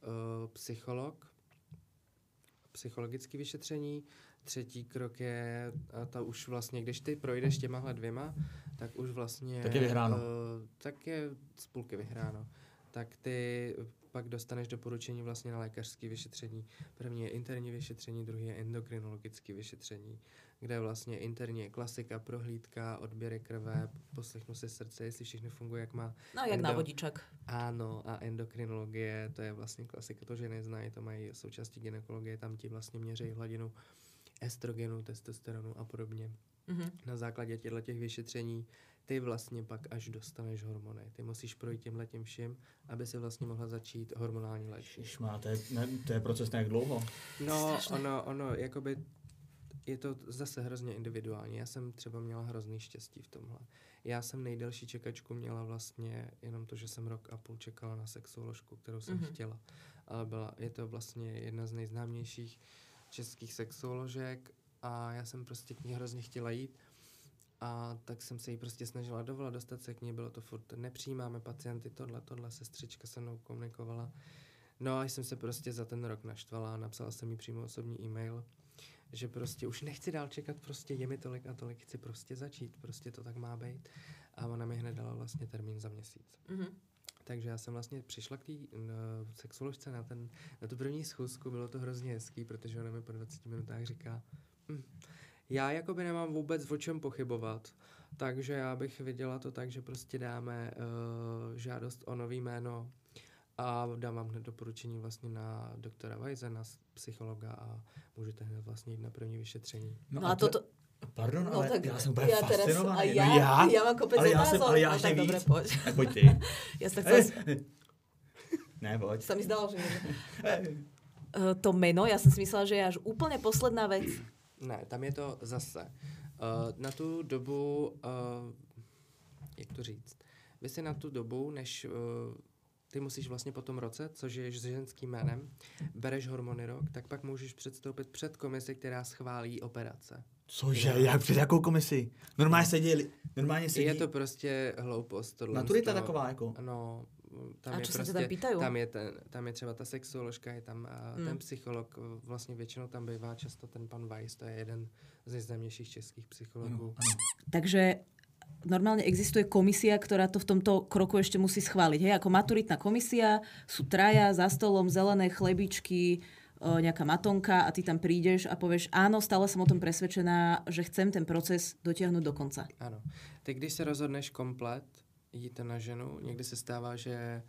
psychologické vyšetření, třetí krok je, a to už vlastně, když ty projdeš těmahle dvěma, tak už vlastně... Tak je vyhráno. Tak je z půlky vyhráno. Tak ty pak dostaneš doporučení vlastně na lékařské vyšetření. První je interní vyšetření, druhý je endokrinologické vyšetření, kde vlastně interní je klasika, prohlídka, odběry krve, poslechnu si srdce, jestli všechno funguje, jak má. No, jak na vodičak. Ano, a endokrinologie, to je vlastně klasika, to ženy znají, to mají součástí gynekologie, tam ti vlastně měří hladinu estrogenu, testosteronu a podobně. Mhm. Na základě těch vyšetření ty vlastně pak až dostaneš hormony. Ty musíš projít tímhletím vším, aby si vlastně mohla začít hormonální léčení. To je proces nějak dlouho. No, ono, jakoby je to zase hrozně individuální. Já jsem třeba měla hrozný štěstí v tomhle. Já jsem nejdelší čekačku měla vlastně jenom to, že jsem 1,5 roku čekala na sexuoložku, kterou jsem chtěla. Ale je to vlastně jedna z nejznámějších českých sexuoložek a já jsem prostě k ní hrozně chtěla jít. A tak jsem se jí prostě snažila dovolat, dostat se k ní, bylo to furt, nepřijímáme pacienty, tohle, sestřička se mnou komunikovala. No a jsem se prostě za ten rok naštvala a napsala jsem jí přímo osobní e-mail, že prostě už nechci dál čekat, prostě je mi tolik a tolik, chci prostě začít, prostě to tak má být. A ona mi hned dala vlastně termín za měsíc. Mhm. Takže já jsem vlastně přišla k té sexuoložce na tu první schůzku, bylo to hrozně hezký, protože ona mi po 20 minutách říká, já jakoby nemám vůbec o čem pochybovat, takže já bych viděla to tak, že prostě dáme žádost o nový jméno a dám vám hned doporučení vlastně na doktora Weise, na psychologa a můžete hned vlastně jít na první vyšetření. No a toto... Pardon, No, ale tak já jsem úplně fascinovaný. Já mám kopec otázok. Ale já no, tak víc. dobre, poď. Pojď ty. Ja sa chcela... Ne, pojď. Sa mi zdalo, že... To meno, ja som si myslela, že je až úplne posledná vec. Ne, tam je to zase. Na tu dobu, jak to říct, vy si na tu dobu, než ty musíš vlastně po tom roce, což je s ženským jménem, bereš hormony rok, tak pak můžeš předstoupit před komisi, která schválí operace. Cože, jak před jakou komisi? Normálně sedí. Je to prostě hloupost. Tohle Maturita taková jako? No, tam a je čo prostě, sa tam pýtajú? tam je třeba ta sexuoložka, je tam ten psycholog, vlastně většinou tam bývá často ten pan Weiss, to je jeden z nejznámějších českých psychologů. Ano. Takže normálne existuje komisia, ktorá to v tomto kroku ešte musí schváliť. Hej? Ako maturitná komisia, sú traja za stolom, zelené chlebičky, nejaká matonka a ty tam prídeš a povieš, áno, stále som o tom presvedčená, že chcem ten proces dotiahnuť do konca. Ano. Ty, když se rozhodneš komplet jít na ženu, někdy se stává, že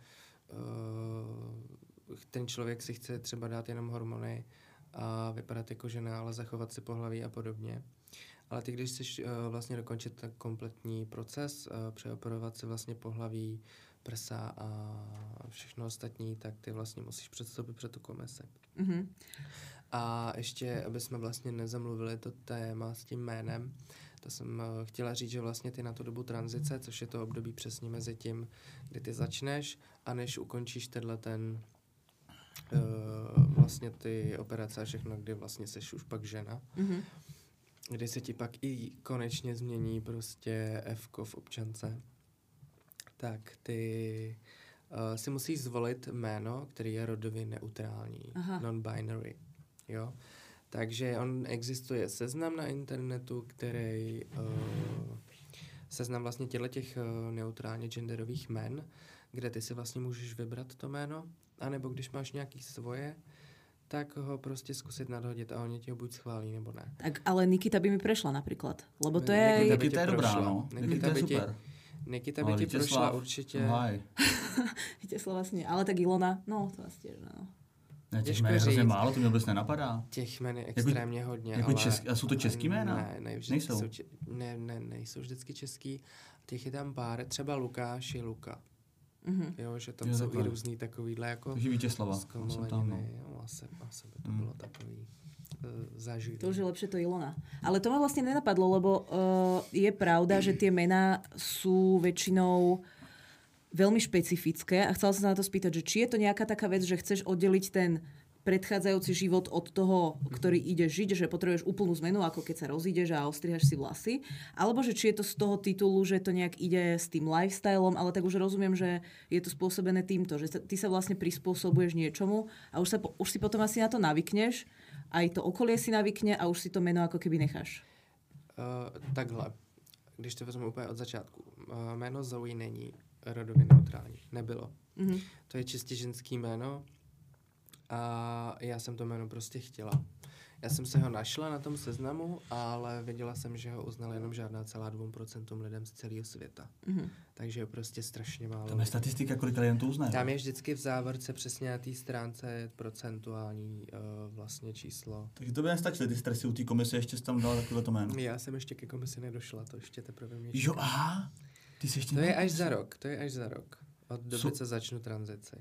ten člověk si chce třeba dát jenom hormony a vypadat jako žena, ale zachovat si pohlaví a podobně. Ale ty, když chceš vlastně dokončit ten kompletní proces, přeoperovat si vlastně pohlaví, prsa a všechno ostatní, tak ty vlastně musíš předstoupit před tu komisi. Mhm. A ještě, aby jsme vlastně nezamluvili to téma s tím jménem, to jsem chtěla říct, že vlastně ty na tu dobu tranzice, což je to období přesně mezi tím, kdy ty začneš a než ukončíš vlastně ty operace a všechno, kdy vlastně seš už pak žena, kdy se ti pak i konečně změní prostě F-ko v občance, tak ty si musíš zvolit jméno, který je rodově neutrální, non-binary, jo. Takže existuje seznam na internetu, který seznam vlastně těch neutrálně genderových jmen, kde ty si vlastně můžeš vybrat to jméno, anebo když máš nějaký svoje, tak ho prostě zkusit nadhodit a oni ti ho buď schválí, nebo ne. Tak ale Nikita by mi prešla napríklad, lebo to je... Nikita je dobrá, no. Nikita je super. Nikita by ti prošla určitě. Vítězslav vlastně, ale tak Ilona, no to vlastně tiež, no. Ne, těch jmen je hrozně málo, to mě vůbec nenapadá. Těch jmen je extrémně hodně, jako ale... A jsou to český jména? Ne, nejsou. Nejsou vždycky český. Těch je tam pár, třeba Lukáš je Luka. Jo, že tam jsou i různý takovýhle jako... Takže Vítězslava. Zkomoleniny, jo, asi by to bylo takový. zažili. To už je lepšie to Ilona. Ale to ma vlastne nenapadlo, lebo je pravda, že tie mená sú väčšinou veľmi špecifické a chcela som sa na to spýtať, že či je to nejaká taká vec, že chceš oddeliť ten predchádzajúci život od toho, ktorý ideš žiť, že potrebuješ úplnú zmenu, ako keď sa rozídeš a ostrihaš si vlasy, alebo že či je to z toho titulu, že to nejak ide s tým lifestylom, ale tak už rozumiem, že je to spôsobené týmto, že ty sa vlastne prispôsobuješ niečomu a už si potom asi na to navykneš, aj to okolie si navykne a už si to meno ako keby necháš. Takhle, když to vezmu úplně od začátku. Jméno Zoe není rodově neutrální. Nebylo. Mhm. To je čistě ženský jméno a já jsem to jméno prostě chtěla. Já jsem se ho našla na tom seznamu, ale věděla jsem, že ho uznala jenom žádná celá 2% lidem z celého světa. Mhm. Takže je prostě strašně málo. Tam je statistika, kolik lidem to uznají. Tam je vždycky v závorce přesně na té stránce procentuální vlastně číslo. Takže to by nestačily ty stresy u té komise, ještě jsi tam dal takovéto jméno. Já jsem ještě ke komisi nedošla, to ještě teprve mě Jo, aha. Ty jsi ještě To je až za rok, od doby, co začnu tranzici.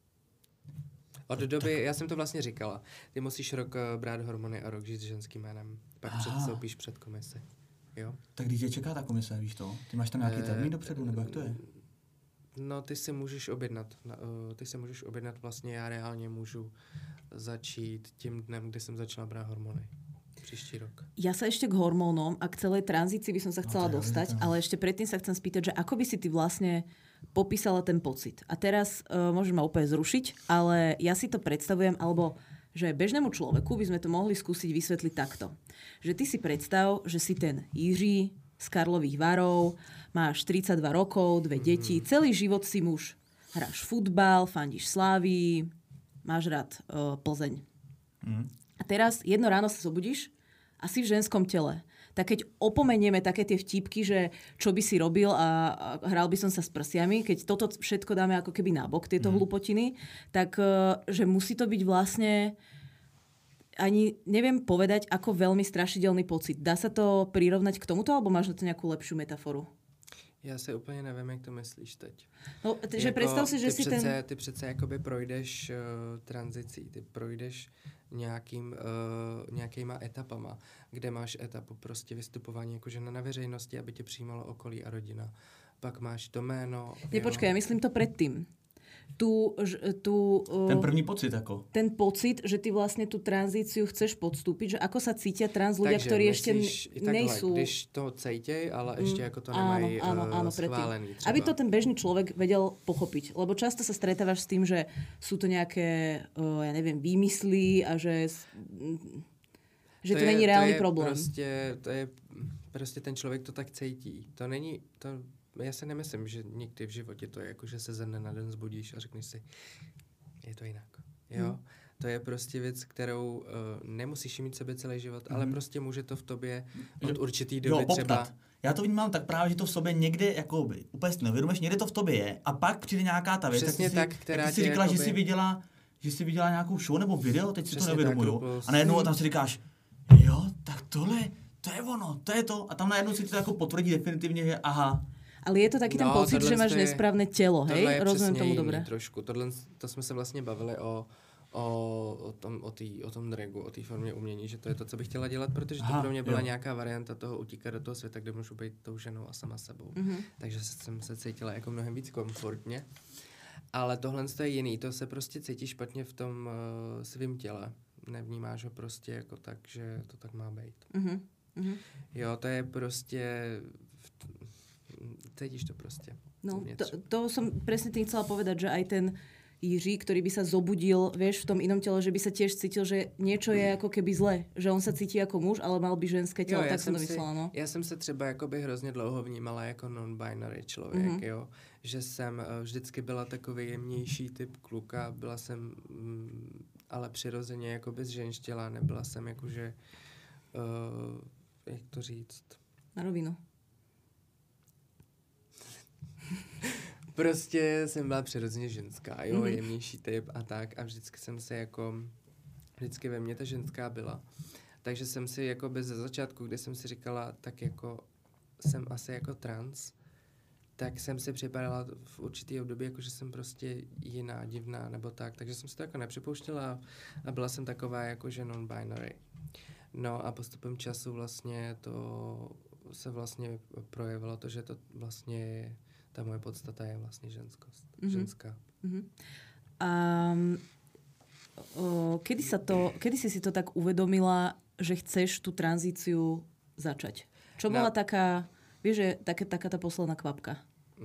Od doby, já jsem to vlastně říkala, ty musíš rok brát hormony a rok žít s ženským jménem, pak předstoupíš před komisi. Jo? Tak když tě čeká ta komise, víš to? Ty máš tam nějaký termín dopředu, nebo jak to je? No, ty si můžeš objednat, vlastně já reálně můžu začít tím dnem, kdy jsem začala brát hormony. Příští rok. Ja sa ešte k hormónom a k celej tranzícii by som sa chcela to je dostať, neuveriteľné. ale ešte predtým sa chcem spýtať, že ako by si ty vlastne popísala ten pocit. A teraz môžeš ma úplne zrušiť, ale ja si to predstavujem, alebo že bežnému človeku by sme to mohli skúsiť vysvetliť takto. Že ty si predstav, že si ten Jiří z Karlových Varov, máš 32 rokov, 2 deti, celý život si muž. Hráš futbal, fandíš Slávii, máš rád Plzeň. A teraz jedno ráno sa zobudíš a si v ženskom tele. Tak keď opomenieme také tie vtípky, že čo by si robil a hral by som sa s prsiami, keď toto všetko dáme ako keby nabok, tieto hlupotiny, tak že musí to byť vlastne ani neviem povedať, ako veľmi strašidelný pocit. Dá sa to prirovnať k tomuto, alebo máš na to nejakú lepšiu metaforu? Já si úplně nevím, jak to myslíš teď. No, že představ si, že si Ty přece jakoby projdeš tranzicí, ty projdeš nějakýma etapama, kde máš etapu prostě vystupování jako žena na veřejnosti, aby tě přijímalo okolí a rodina. Pak máš to jméno. Nepočkaj, ja myslím to predtým. Ten první pocit jako. Ten pocit, že ty vlastne tú tranzíciu chceš podstúpiť, že ako sa cítia trans ľudia, ktorí ešte nejsú... Když to cítěj, ale ještě jako to nemají schválený. Třeba. Aby to ten bežný človek vedel pochopiť. Lebo často sa stretávaš s tým, že sú to nejaké, ja neviem, výmysly a že to není reálny problém. To je prostě ten člověk to tak cítí. To není... Já si nemyslím, že někdy v životě to je jako, že se ze dne na den zbudíš a řekneš si, je to jinak. Jo? To je prostě věc, kterou nemusíš mít sebe celý život, ale prostě může to v tobě od určitý doby třeba... Já to vnímám tak právě, že to v sobě někde, jakoby, úplně si to neuvědomuješ, někde to v tobě je a pak přijde nějaká ta věc. Přesně tak, která ty si říkala, jakoby... že jsi viděla nějakou show nebo video, teď si to neuvědomuju. A najednou tam si říkáš, jo, tak tohle, to je ono, to je to. A tam najednou si to jako potvrdí definitivně, že aha. Ale je to taký ten pocit, že máš nesprávne telo, hej? Rozumiem tomu dobre. Trošku. To jsme se vlastně bavili o tom dragu, o té formě umění, že to je to, co bych chtěla dělat, protože to pro mě byla nějaká varianta toho utíkat do toho světa, kde můžu být tou ženou a sama sebou. Takže jsem se cítila jako mnohem víc komfortně. Ale tohle je jiný, to se prostě cítí špatně v tom svým těle. Nevnímáš ho prostě jako tak, že to tak má být. Jo, to je prostě... Cítiš to prostě. No, to som presne tým chcela povedať, že aj ten Jiří, ktorý by sa zobudil, vieš, v tom inom tele, že by sa tiež cítil, že niečo je ako keby zle. Že on sa cítí ako muž, ale mal by ženské telo, tak som to myslela, no. Já jsem se třeba jakoby hrozně dlouho vnímala jako non-binary člověk, jo. Že jsem vždycky byla takový jemnější typ kluka, byla jsem ale přirozeně jakoby zženštěla, nebyla jsem jakože, jak to říct? Na rovinu. Prostě jsem byla přirozeně ženská, jo, jemnější typ a tak a vždycky ve mně ta ženská byla. Takže jsem si jako ze začátku, kdy jsem si říkala, tak jako jsem asi jako trans tak jsem si připadala v určitý období, jako že jsem prostě jiná, divná nebo tak, takže jsem si to jako nepřipouštěla a byla jsem taková jako že non-binary. No a postupem času vlastně to se vlastně projevilo to, že to vlastně ta moje podstata je vlastně ženskost, ženská. Kedy si to tak uvedomila, že chceš tú tranzíciu začať? Čo bola taká, vieš, že taká ta posledná kvapka?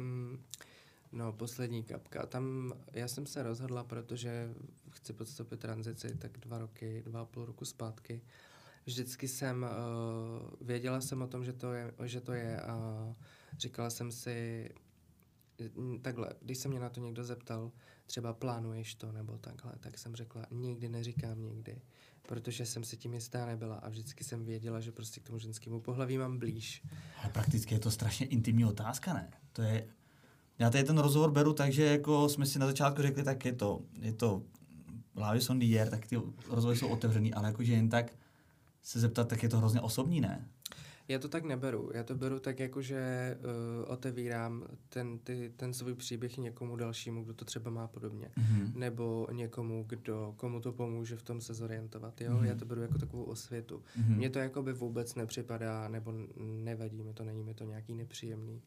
No, poslední kapka. Tam já jsem se rozhodla, protože chci podstoupit tranzici tak 2,5 roku zpátky. Vždycky jsem, věděla jsem o tom, že to je a říkala jsem si, takhle, když se mě na to někdo zeptal, třeba plánuješ to nebo takhle, tak jsem řekla, nikdy neříkám nikdy, protože jsem si tím jistá nebyla a vždycky jsem věděla, že prostě k tomu ženskému pohlaví mám blíž. Ale prakticky je to strašně intimní otázka, ne? To je... Já tady ten rozhovor beru tak, že jako jsme si na začátku řekli, tak je to Love is on the air, tak ty rozhovory jsou otevřený, ale jakože jen tak se zeptat, tak je to hrozně osobní, ne? Já to tak neberu. Já to beru tak, jako že otevírám ten svůj příběh někomu dalšímu, kdo to třeba má podobně. Nebo někomu, komu to pomůže v tom se zorientovat. Jo? Já to beru jako takovou osvětu. Mně to jakoby vůbec nepřipadá, nebo nevadí mi to, není mi to nějaký nepříjemný.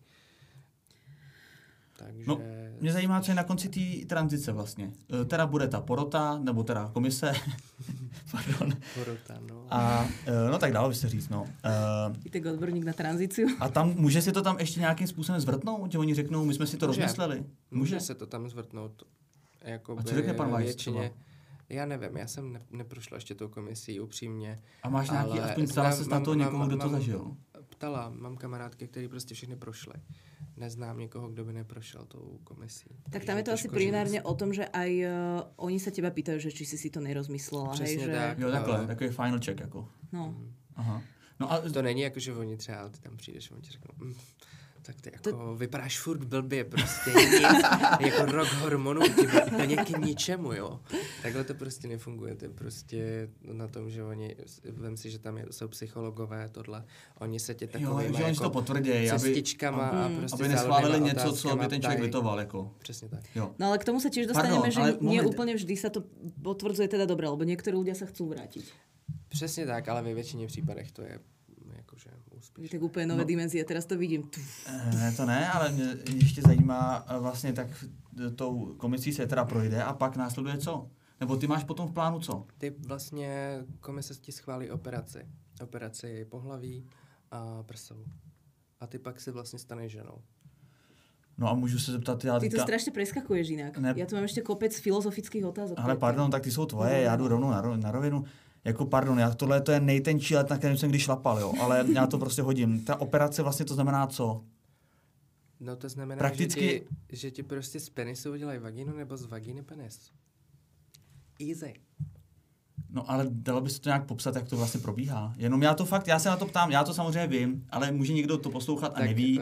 Takže... No, mě zajímá, co je na konci té tranzice vlastně. Teda bude ta porota, nebo teda komise. Pardon. Porota, no. A no tak dalo by se říct, no. I tak odborník na tranzíciu. A tam může si to tam ještě nějakým způsobem zvrtnout? Že oni řeknou, my jsme si to rozmysleli? Může se to tam zvrtnout. Jakoby a co řekne pan Weiss třeba? Já nevím, já jsem neprošla ještě tou komisí, upřímně. A máš nějaký, aspoň ptala se na to někoho, kdo to zažil? Ptala, mám kamarádky, který prostě všechny prošly. Neznám někoho, kdo by neprošel tou komisí. Tak tam je to asi primárne o tom, že aj oni sa teba pýtajú, že či si to nerozmyslela. Přesně hej, tak. Jo, takhle, takový final check jako. No. Aha. No a... To není jako, že oni třeba, ty tam přijdeš a oni ti řeknou, tak ty jako vypadáš furt blbě, prostě nic, jako rok hormonů, ty úplně k ničemu, jo. Takhle to prostě nefunguje, to je prostě na tom, že oni, vem si, že tam jsou psychologové, tohle, oni se tě takovýma že jako to potvrdějí, cestičkama a prostě aby neschválili něco, co by ten člověk litoval, jako. Přesně tak. Jo. No ale k tomu sa tiež dostaneme, že nie úplne vždy sa to potvrdzuje teda dobre, lebo niektorí ľudia sa chcú vrátiť. Přesně tak, ale ve většině případech to je jakože úspěšné. Tak úplně nové dimenzie, teraz to vidím. Ne, to ne, ale mě ještě zajímá vlastně, tak tou komisí se teda projde a pak následuje co? Nebo ty máš potom v plánu co? Ty vlastně komise ti schválí operaci pohlaví a prsou. A ty pak si vlastně staneš ženou. No a můžu se zeptat, já Ty to strašně preskakuješ jinak. Ne. Já tu mám ještě kopec filozofických otázok. Ale pardon, tak ty jsou tvoje, já jdu rovnou na rovinu. Jako pardon, tohle to je nejtenčí let, na kterém jsem kdy šlapal, jo, ale já to prostě hodím. Ta operace vlastně to znamená co? No to znamená, prakticky... že ti prostě z penisu udělají vagínu nebo z vagíny penis. Easy. No ale dalo by se to nějak popsat, jak to vlastně probíhá. Jenom já se na to ptám, já to samozřejmě vím, ale může někdo to poslouchat a neví.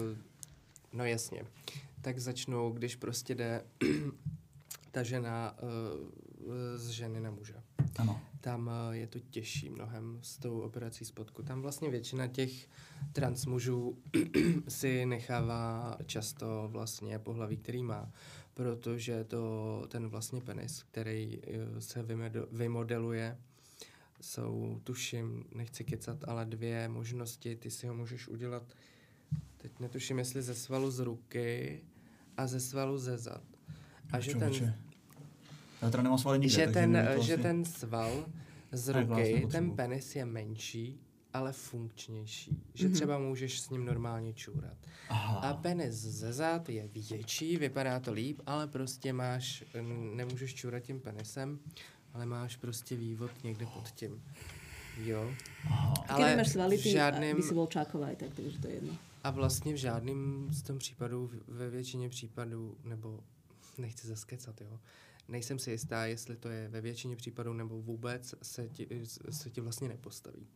No jasně. Tak začnu, když prostě jde ta žena z ženy na muže. Ano. Tam je to těžší mnohem s tou operací spodku. Tam vlastně většina těch trans mužů si nechává často vlastně pohlaví, který má, protože ten vlastně penis, který se vymodeluje, jsou, tuším, nechci kecat, ale 2 možnosti, ty si ho můžeš udělat, teď netuším, jestli ze svalu z ruky a ze svalu ze zad. A že já teda nemám svaly nikde, že ten sval z ruky, ten penis je menší, ale funkčnější. Že třeba můžeš s ním normálně čůrat. Aha. A penis ze zad je větší, vypadá to líp, ale prostě nemůžeš čůrat tím penisem, ale máš prostě vývod někde pod tím. Jo. Ale keď máš svaly, ty by si bol čáková aj tak, takže to je jedno. A vlastně v žádném z tom případu, ve většině případů, nebo nechci zaskecat, jo, nejsem si jistá, jestli to je ve většině případů nebo vůbec se ti vlastně nepostaví.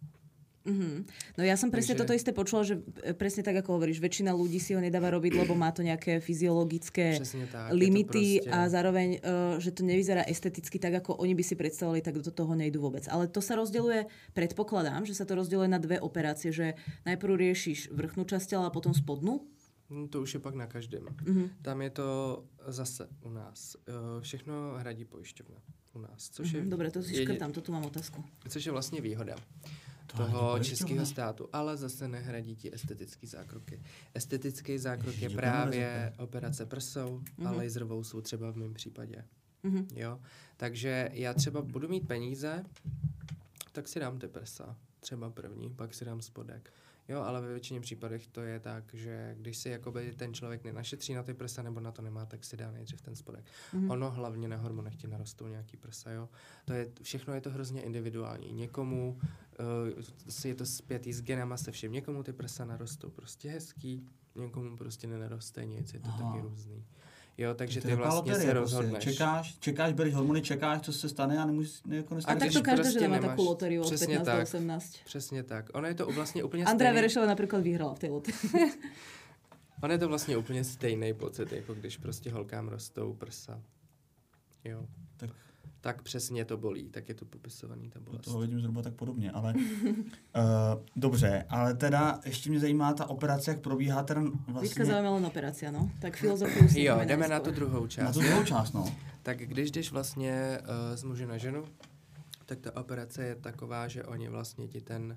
No ja som presne toto isté počula, že presne tak, ako hovoríš, väčšina ľudí si ho nedáva robiť, lebo má to nejaké fyziologické limity a zároveň, že to nevyzerá esteticky tak, ako oni by si predstavovali, tak do toho nejdu vôbec. Ale to sa rozdeľuje, predpokladám, že sa to rozdeľuje na 2 operácie, že najprv riešiš vrchnú časť tela a potom spodnú. To už je pak na každém. Tam je to zase u nás. Všechno hradí pojišťovna u nás. Což je Dobre, to si škrtám, to tu mám otázku. Což je vlastně výhoda toho českého státu, ale zase nehradí ti estetické zákroky. Estetický zákrok je právě operace prsou a laserovou jsou třeba v mém případě. Jo? Takže já třeba budu mít peníze, tak si dám ty prsa. Třeba první, pak si dám spodek. Jo, ale ve většině případech to je tak, že když si jakoby ten člověk nenašetří na ty prsa nebo na to nemá, tak si dá nejdřív ten spodek. Ono hlavně na hormonech ti narostou nějaký prsa, jo. Všechno je to hrozně individuální. Někomu je to spjatý s genama se všem. Někomu ty prsa narostou prostě hezký, někomu prostě nenaroste nic, je to taky různý. Jo, takže ty vlastně se rozhodneš. Čekáš, bereš hormony, čekáš, co se stane a nemůžeš jako A tak to každá žena má takú lotériu od 15 do 18. Přesně tak. Ono je to vlastně úplně Andrea Verešová například vyhrala v té lotérii. Ono je to vlastně úplně stejný pocit, jako když prostě holkám rostou prsa. Jo. Tak přesně to bolí, tak je to popisovaný ta bolest. To vidím zhruba tak podobně, ale dobře, ale teda ještě mě zajímá ta operace, jak probíhá ten vlastně... Víčka zaujala jen operace, no. Tak filozofii si jo, jdeme na tu druhou část. Na tu druhou část, no. Tak když jdeš vlastně z muže na ženu, tak ta operace je taková, že oni vlastně ti ten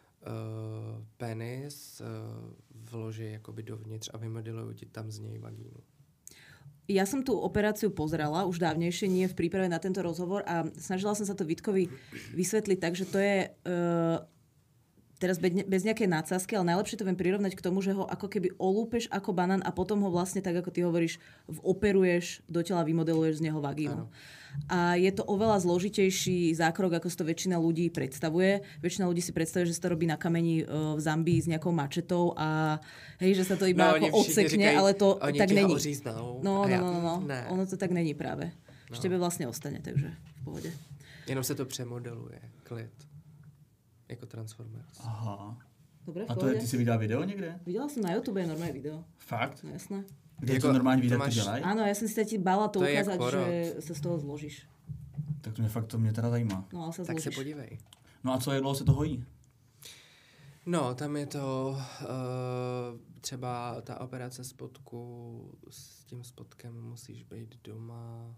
penis vloží jakoby dovnitř a vymodelují ti tam z něj vagínu. Ja som tú operáciu pozerala už dávnejšie, nie v príprave na tento rozhovor a snažila som sa to Vítkovi vysvetliť tak, že to je teraz bez nejakej nadsázky, ale najlepšie to viem prirovnať k tomu, že ho ako keby olúpeš ako banán a potom ho vlastne tak, ako ty hovoríš, operuješ do tela, vymodeluješ z neho vagínu. A je to oveľa zložitejší zákrok, ako si to väčšina ľudí predstavuje. Väčšina ľudí si predstavuje, že sa to robí na kameni v Zambii s nejakou mačetou a hej, že sa to iba ako odsekne, ale to tak není. No. Ono to tak není práve. Že tebe vlastne ostane, takže v pohode. Jenom se to přemodeluje. Klid. Jako Transformers. Aha. Dobre, v a pohode. Ty si viděla video někde? Viděla som na YouTube normálne video. Fakt? No jasné. Kde jako, to normálně videa ty dělají? Áno, ja som si ti bála to ukázať, že sa z toho zložíš. Tak to mě teda zajímá. No, ale sa tak zložíš. se podívej. No a co, jak dlouho se to hojí? No, tam je to třeba ta operace spodku, s tím spodkem musíš být doma.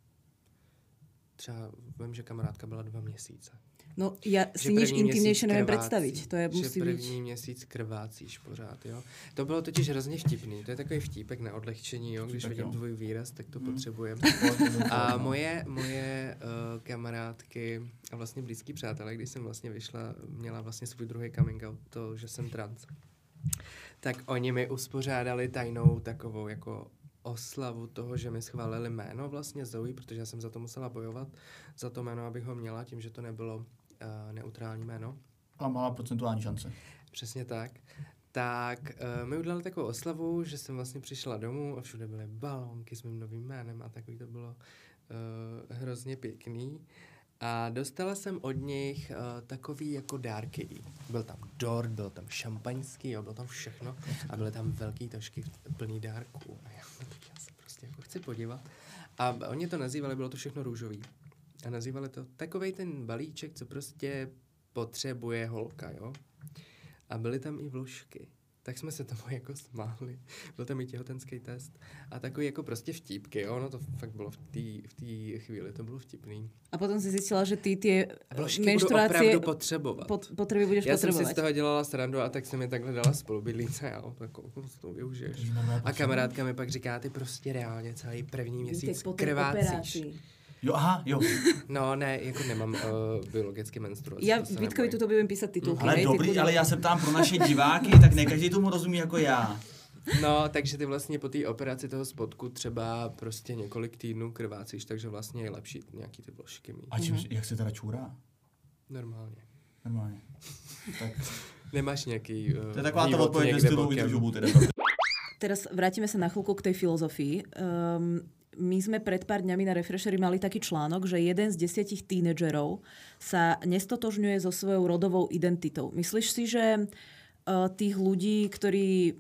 Třeba vím, že kamarádka byla 2 měsíce. No, ja si nič intimnejšie neviem predstaviť. To je, musí byť... První měsíc krvácíš pořád, jo. To bylo totiž hrozně vtipný. To je takový vtípek na odlehčení, jo. Když vidím tvůj výraz, tak to potřebujeme. A moje kamarádky a vlastně blízký přátelé, když jsem vlastně vyšla, měla vlastně svůj druhý coming out, to, že jsem trans. Tak oni mi uspořádali tajnou takovou jako oslavu toho, že mi schválili jméno vlastně Zoe, protože já jsem za to musela bojovat, za to jméno, abych ho měla, tím, že to nebylo neutrální jméno. A malá procentuální šance. Přesně tak. Tak mi udělali takovou oslavu, že jsem vlastně přišla domů a všude byly balónky s mým novým jménem a takový to bylo hrozně pěkný. A dostala jsem od nich takový jako dárky. Byl tam dort, byl tam šampaňský, jo, bylo tam všechno a byly tam velký tašky plný dárků. A já se prostě jako chci podívat. A oni to nazývali, bylo to všechno růžový. A nazývali to takovej ten balíček, co prostě potřebuje holka, jo. A byly tam i vložky. Tak jsme se tomu jako smáli. Byl tam i těhotenský test. A takový jako prostě vtípky, jo. No to fakt bylo v té chvíli, to bylo vtipný. A potom si zjistila, že ty menštruácie menštruácie budu potřebovat. Potreby budeš já potřebovat. Já jsem si z toho dělala srandu a tak jsem mi takhle dala spolubydlíce a jako to využiješ. A kamarádka mi pak říká, ty prostě reálně celý první měsíc krvácíš. Jo, aha, jo. No ne, jako nemám biologické menstruace. Já Vítkovi tuto budem písat titulky. Ale hej, dobrý, ale já se ptám pro naše diváky, tak ne každý tomu rozumí jako já. No, takže ty vlastně po té operaci toho spodku třeba prostě několik týdnů krvácíš, takže vlastně je lepší nějaký ty vložky mít. A jak se teda čůrá? Normálně. Tak. Nemáš nějaký to je taková ta odpověď, že tu vydržu teda. Teraz vrátime sa na chvíľku k tej filozofii. My sme pred pár dňami na Refresheri mali taký článok, že 1 z 10 tínedžerov sa nestotožňuje so svojou rodovou identitou. Myslíš si, že tých ľudí, ktorí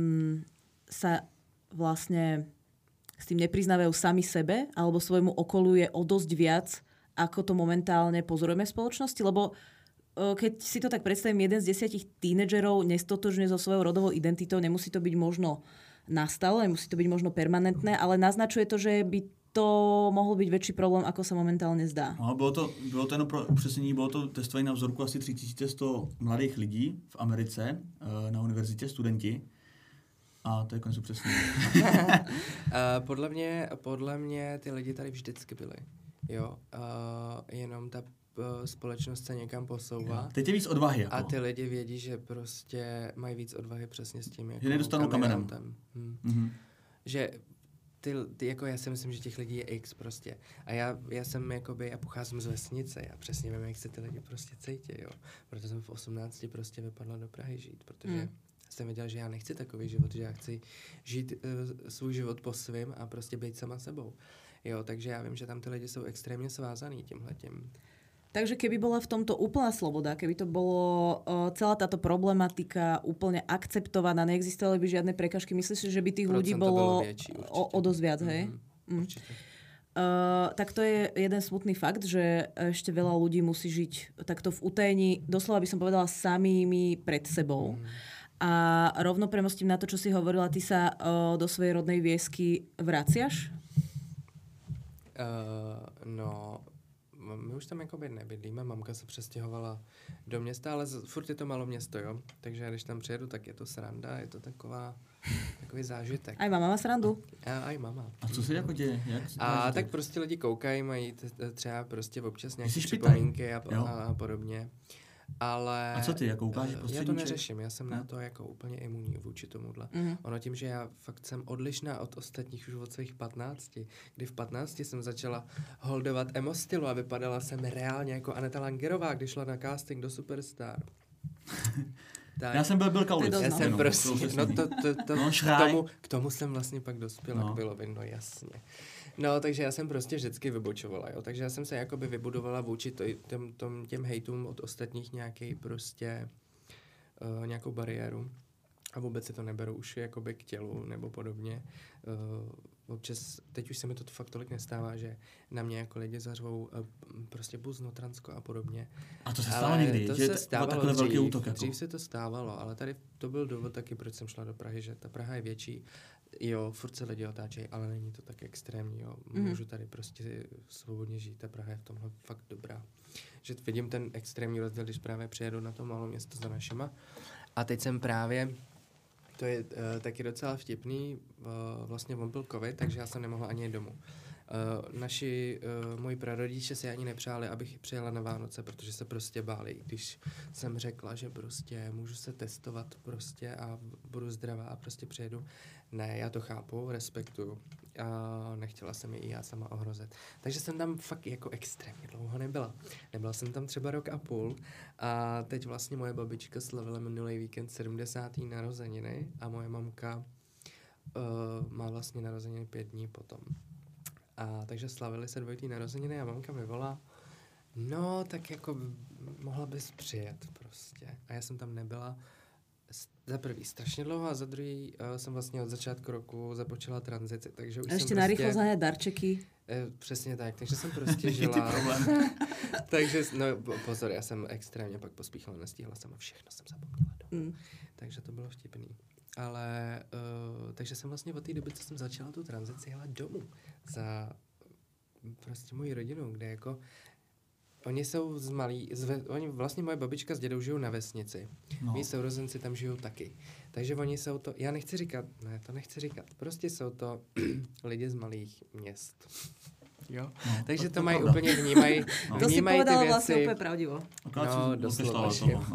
sa vlastne s tým nepriznávajú sami sebe alebo svojmu okoliu je o dosť viac, ako to momentálne pozorujeme v spoločnosti? Lebo keď si to tak predstavím, 1 z 10 tínedžerov nestotožňuje so svojou rodovou identitou, nemusí to byť možno nastále, nemusí to byť možno permanentné, ale naznačuje to, že by to mohl být větší problém, ako se momentálně zdá. No, bylo to jenom pro upřesnění, bylo to testování na vzorku asi 3100 mladých lidí v Americe na univerzitě, studenti. A to je konec upřesnění. Podle mě ty lidi tady vždycky byli. Jo, jenom ta společnost se někam posouvá. Teď je víc odvahy. Jako. A ty lidi vědí, že prostě mají víc odvahy přesně s tím. Jako že nedostanou kamenem. Že ty, jako já si myslím, že těch lidí je x prostě. A já jsem jakoby, já pocházím z vesnice, já přesně vím, jak se ty lidi prostě cítí, jo. Proto jsem v 18 prostě vypadla do Prahy žít, protože jsem věděla, že já nechci takový život, že já chci žít svůj život po svým a prostě být sama sebou. Jo, takže já vím, že tam ty lidi jsou extrémně svázaný tímhletím. Takže keby bola v tomto úplná sloboda, keby to bolo celá táto problematika úplne akceptovaná, neexistovali by žiadne prekažky, myslíš, že by tých ľudí bolo o dosť viac, hej? Určite. Tak to je jeden smutný fakt, že ešte veľa ľudí musí žiť takto v utajení, doslova by som povedala samými pred sebou. A rovno premostím na to, čo si hovorila, ty sa do svojej rodnej Viesky vraciaš? No... My už tam jakoby nebydlíme, mamka se přestěhovala do města, ale furt je to malo město, jo. Takže když tam přijedu, tak je to sranda, je to takový zážitek. Aj mama má srandu? Aj mama. A co se jako děje? Tak prostě lidi koukají, mají třeba prostě občas nějaké připomínky a podobně. Ale a co ty, jako ukážeš já to neřeším, já jsem na to jako úplně imunní vůči tomuhle. Ono tím, že já fakt jsem odlišná od ostatních už od svých 15, kdy v 15 jsem začala holdovat emo stylu a vypadala jsem reálně jako Aneta Langerová, když šla na casting do Superstar. Tak. Já jsem byl Kaulic. Já jsem prostě, k tomu jsem vlastně pak dospěla, k Billovi, no jasně. No, takže já jsem prostě vždycky vybočovala, jo. Takže já jsem se jakoby vybudovala vůči těm hejtům od ostatních nějakou bariéru. A vůbec si to neberu už jakoby k tělu nebo podobně. Občas, teď už se mi to fakt tolik nestává, že na mě jako lidi zařvou prostě buzno, transko a podobně. A to se stalo někdy? To se stávalo dřív se to stávalo, ale tady to byl důvod taky, proč jsem šla do Prahy, že ta Praha je větší. Jo, furt se lidi otáčejí, ale není to tak extrémní, jo. Můžu tady prostě svobodně žít, ta Praha je v tomhle fakt dobrá. Že vidím ten extrémní rozdíl, když právě přijedu na to malé město za našima. A teď jsem právě, to je taky docela vtipný, vlastně on byl covid, takže já jsem nemohla ani jít domů. Moji prarodiče si ani nepřáli, abych přijela na Vánoce, protože se prostě báli, když jsem řekla, že prostě můžu se testovat prostě a budu zdravá a prostě přijedu. Ne, já to chápu, respektuju. A nechtěla jsem ji i já sama ohrozit. Takže jsem tam fakt jako extrémně dlouho nebyla. Nebyla jsem tam třeba 1,5 roku a teď vlastně moje babička slavila minulý víkend 70. narozeniny a moje mamka má vlastně narozeniny 5 dní potom. A takže slavili se 2. narozeniny a mamka mi volá, no tak jako mohla bys přijet prostě. A já jsem tam nebyla za prvý strašně dlouho a za druhý jsem vlastně od začátku roku započala tranzici, takže už ještě jsem narychlo zaňať darčeky. Přesně tak, takže jsem prostě žila. Takže, no pozor, já jsem extrémně pak pospíchala, nestihla jsem a všechno jsem zapomněla doma. Takže to bylo vtipný. Ale, takže jsem vlastně od té doby, co jsem začala tu tranzici, jela domů za prostě moji rodinu, kde jako oni jsou oni vlastně moje babička s dědou žijou na vesnici. Mí sourozenci tam žijou taky. Takže oni jsou to, já nechci říkat, prostě jsou to lidi z malých měst. Jo? No, takže to mají úplně vnímají to si povedala vlastně úplně pravdivo. No, doslova.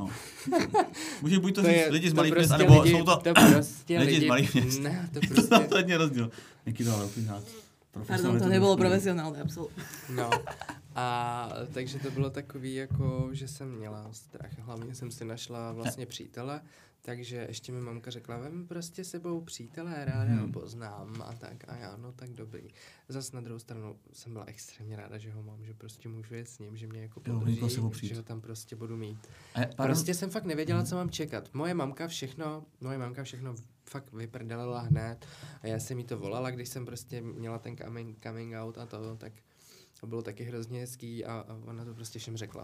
Může buď to říct lidi z malých měst, anebo jsou to lidi z malých měst. Ne, to prostě... to je rozdíl. Jaký to ale opínat. Pardon, to nebylo profesionálně, absolutně. No. A takže to bylo takový, jako, že jsem měla strach. Hlavně jsem si našla vlastně přítele, takže ještě mi mamka řekla, vem prostě sebou přítele, ráda ho poznám a tak. A já, no tak dobrý. Zas na druhou stranu jsem byla extrémně ráda, že ho mám, že prostě můžu jet s ním, že mě jako podrží, že ho tam prostě budu mít. Prostě jsem fakt nevěděla, co mám čekat. Moje mamka všechno fakt vyprdelila hned a já jsem jí to volala, když jsem prostě měla ten coming out a to, tak to bylo taky hrozně hezký a ona to prostě všem řekla.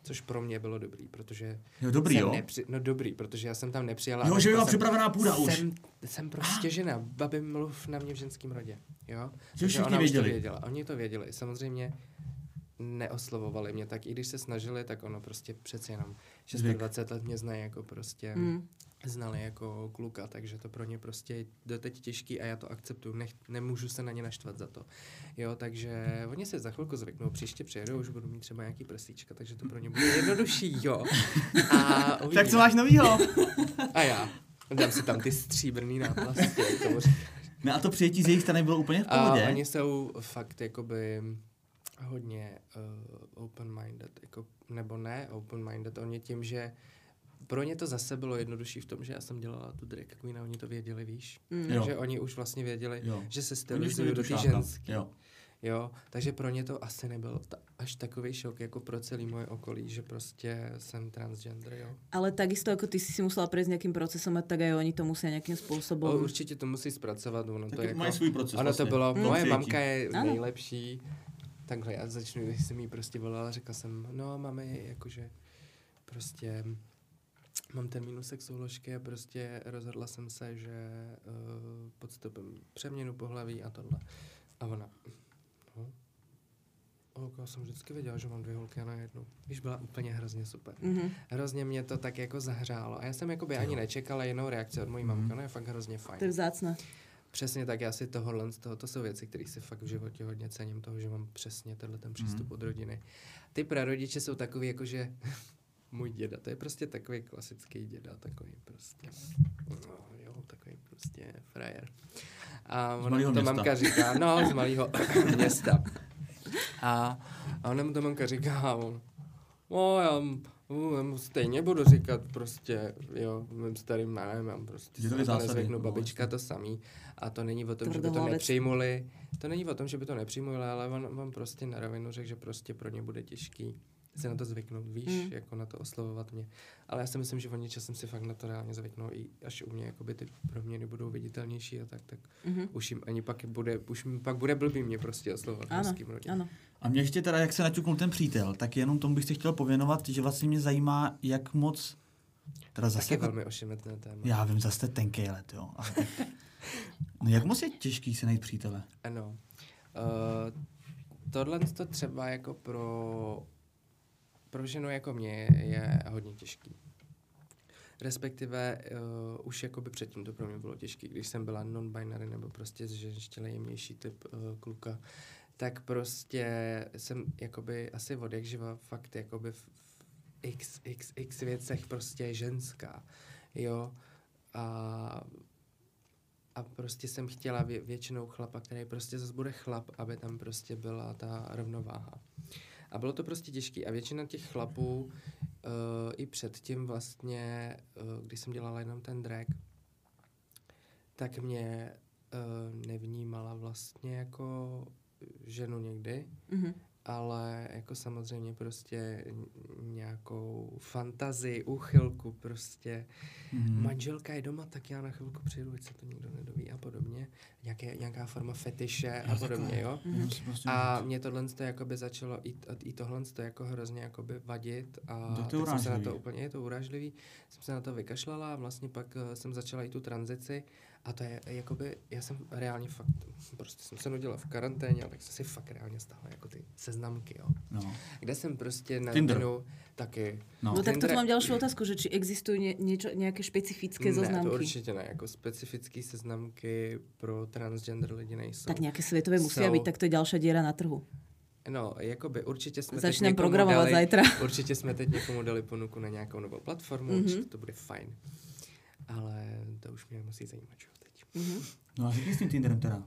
což pro mě bylo dobrý, protože dobrý, protože já jsem tam nepřijela. Jo, že byla připravená půda už. Jsem prostě žena, babi mluv na mě v ženském rodě, jo. Že všichni věděli. Oni to věděli, samozřejmě neoslovovali mě, tak i když se snažili, tak ono prostě přeci jenom 26 let mě znají jako prostě, znali jako kluka, takže to pro ně prostě doteď těžký a já to akceptuju, nemůžu se na ně naštvat za to. Jo, takže oni se za chvilku zvyknou, příště přijedou, už budu mít třeba nějaký prsíčka, takže to pro ně bude jednodušší, jo. A tak co máš novýho? A já. Dám si tam ty stříbrný náplasti. No a to přijetí z jejich strany bylo úplně v pohodě? Oni jsou fakt jakoby hodně open-minded, jako, nebo ne open-minded, oni tím, že pro ně to zase bylo jednodušší v tom, že já jsem dělala tu drag queen a oni to věděli, víš. Takže oni už vlastně věděli, že se stylizují do té ženský. Jo, takže pro ně to asi nebyl až takový šok jako pro celý moje okolí, že prostě jsem transgender, jo. Ale takisto jako ty si musela prejsť nejakým procesom a tak aj oni to musia nejakým spôsobom. Určitě to musí zpracovat, ono tak to jako. Mají svůj proces. Ono vlastně. to bylo, moje mamka je nejlepší. Takhle já začnu, když jsem jí prostě volala, řekla jsem, no mami, jakože prostě mám termínu sexuoložky a prostě rozhodla jsem se, že podstoupím přeměnu pohlaví a tohle. A ona, já jsem vždycky věděla, že mám 2 holky a najednou. Víš, byla úplně hrozně super. Hrozně mě to tak jako zahřálo. A já jsem jakoby ani nečekala jinou reakci od mojí mamky. Ona je fakt hrozně fajn. To je vzácné. Přesně tak, já si to jsou věci, které si fakt v životě hodně cením, toho, že mám přesně tenhle ten přístup od rodiny. Ty prarodiče jsou takový, jakože můj děda, to je prostě takový klasický děda, takový prostě, takový prostě frajer. A ona mu to mamka říká, z malého města. A ona mu to mamka říká, já stejně budu říkat prostě, mým starým jménem, já prostě neřeknu babička to samý. A to není o tom, že by to nepřijmuli. To není o tom, že by to nepřijmuli, ale on prostě na rovinu řekl, že prostě pro ně bude těžký se na to zvyknout, víš, jako na to oslovovat mě. Ale já si myslím, že oni časem si fakt na to reálně zvyknou, i až u mě jakoby ty proměny budou viditelnější a tak už jim ani pak bude blbý mě prostě oslovovat mužským rodinám. Ano. A mě ještě teda, jak se naťuknul ten přítel, tak jenom tomu bych se chtěl pověnovat, že vlastně mě zajímá, jak moc... Teda zase tak je velmi ošemetné téma. Já vím, zase tenkej let, jo. No jak moc je těžký se najít přítele? Ano. Tohle to třeba jako pro ženu jako mě je hodně těžký. Respektive už jakoby předtím to pro mě bylo těžký, když jsem byla non-binary nebo prostě ženštěle jemnější typ kluka, tak prostě jsem jakoby asi od jak živa fakt jakoby v x věcech prostě ženská, jo. A prostě jsem chtěla většinou chlapa, který prostě zase bude chlap, aby tam prostě byla ta rovnováha. A bylo to prostě těžký a většina těch chlapů i předtím vlastně, když jsem dělala jenom ten drag, tak mě nevnímala vlastně jako ženu někdy, ale jako samozřejmě prostě nějakou fantazii, úchylku prostě. Manželka je doma, tak já na chvilku přijdu, ať se to nikdo nedoví a podobně. Nějaká forma fetiše a podobně, jo. A mě tohle jakoby začalo i tohle jako hrozně jakoby vadit a tak jsem se na to úplně, je to urážlivý, jsem se na to vykašlala a vlastně pak jsem začala i tu tranzici a to je jakoby, já jsem reálně fakt, prostě jsem se nudila v karanténě, ale tak jsem si fakt reálně stáhla jako ty seznamky, jo. No. Kde jsem prostě na rovinu taky. No tak to mám ďalšiu otázku, že či existujú nejaké špecifické zoznamky? Ne, to určitě ne, jako specifické seznamky pro transgender lidi nejsou. Tak nějaké světové musí být, tak to je ďalšia diera na trhu. No, jakoby určitě jsme začnem programovat zajtra. Určitě jsme teď někomu dali ponuku na nějakou novou platformu, určitě to bude fajn. Ale to už mě nemusí zajímat, čo teď. No a řekni s tím Tinderem teda.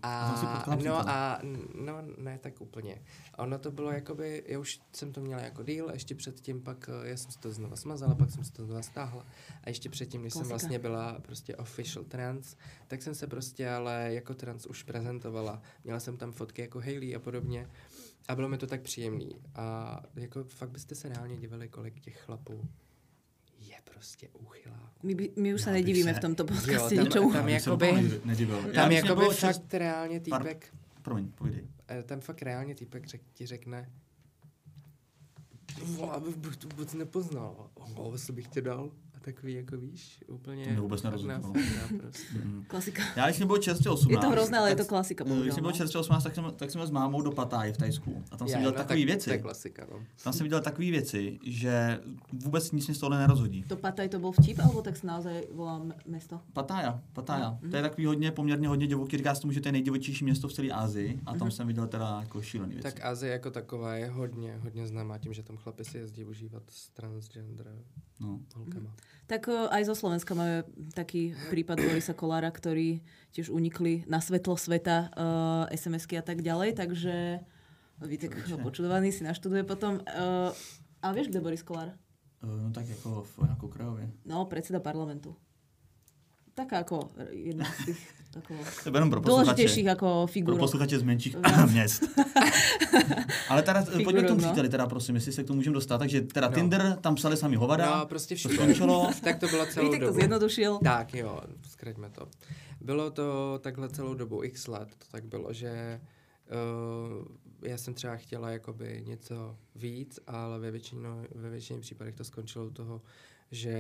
Ne, tak úplně. Ono to bylo jakoby, já už jsem to měla jako deal, a ještě předtím pak, já jsem si to znova smazala, pak jsem si to znova stáhla a ještě předtím, když jsem vlastně byla prostě official trans, tak jsem se prostě ale jako trans už prezentovala. Měla jsem tam fotky jako Hailey a podobně a bylo mi to tak příjemný a jako fakt byste se reálně divili, kolik těch chlapů je prostě úchylá. My už se nedivíme v tomto podcastu. Tam jakoby fakt reálně týpek... Promiň, povídej. Tam fakt reálně týpek ti řekne bych to vůbec nepoznal. Co bych tě dal? A takový, jako víš, úplně... To vůbec nerozumím. Prostě. Klasika. Já když jsem byl čerstvě 18. Je to hrozné, ale je to klasika. Když jsem byl čerstvě 18, tak jsem s mámou do Patáje v Tajsku. A tam jsem viděl takové věci. To je klasika, no. Tam jsem viděl takové věci, že vůbec nic mě z tohle nerozhodí. To Pataj to byl vtip, alebo tak se naozaj volá město? Patája. To je takový poměrně hodně divoký. Říká se tomu, že to je nejdivočejší město v celé Asii. A tam jsem viděl teda jako šílený věci. Tak Asie jako taková je hodně známá tím, že tam chlapi si jezdí užívat s transgender holkama. Tak aj zo Slovenska máme taký prípad Borisa Kollára, ktorí tiež unikli na svetlo sveta SMS-ky a tak ďalej, takže Vítek počudovaný si naštuduje potom. Ale vieš, kde Boris Kollár? No tak jako v Krajově. No, predseda parlamentu. Taká ako jedna z tých dôležitejších ako figurov. Pro posluchače z menších měst. Ale teda pojďme k tomu příteli, teda prosím, jestli se k tomu můžeme dostat. Takže teda Tinder, tam psali sami hovada. No, prostě všechno. Tak to bylo celou Vítek dobu. to zjednodušil. Tak jo, zkraťme to. Bylo to takhle celou dobu, x let to tak bylo, že já jsem třeba chtěla jakoby něco víc, ale ve většině případech to skončilo u toho, že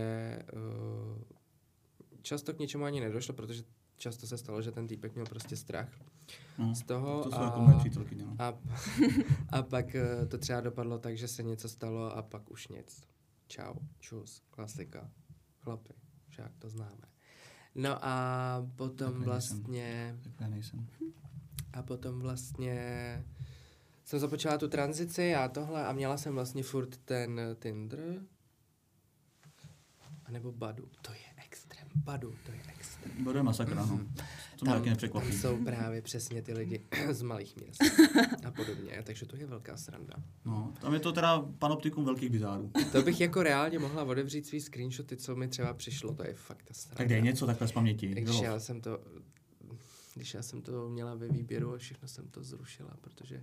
často k ničemu ani nedošlo, protože často se stalo, že ten týpek měl prostě strach z toho. To jsou jako moje přítelkyně. No. A pak to třeba dopadlo tak, že se něco stalo a pak už nic. Čau, čus, klasika, chlapi, však to známe. No a potom vlastně jsem započala tu tranzici a tohle a měla jsem vlastně furt ten Tinder a nebo Badu, to je extrém. Badu je masakra, no. To mě taky nepřekvapí. Tam jsou právě přesně ty lidi z malých měst a podobně, takže to je velká sranda. No, tam je to teda panoptikum velkých bizárů. To bych jako reálně mohla otevřít svý screenshoty, co mi třeba přišlo, to je fakt ta sranda. Tak dej něco takhle z paměti. Když já jsem to měla ve výběru a všechno jsem to zrušila, protože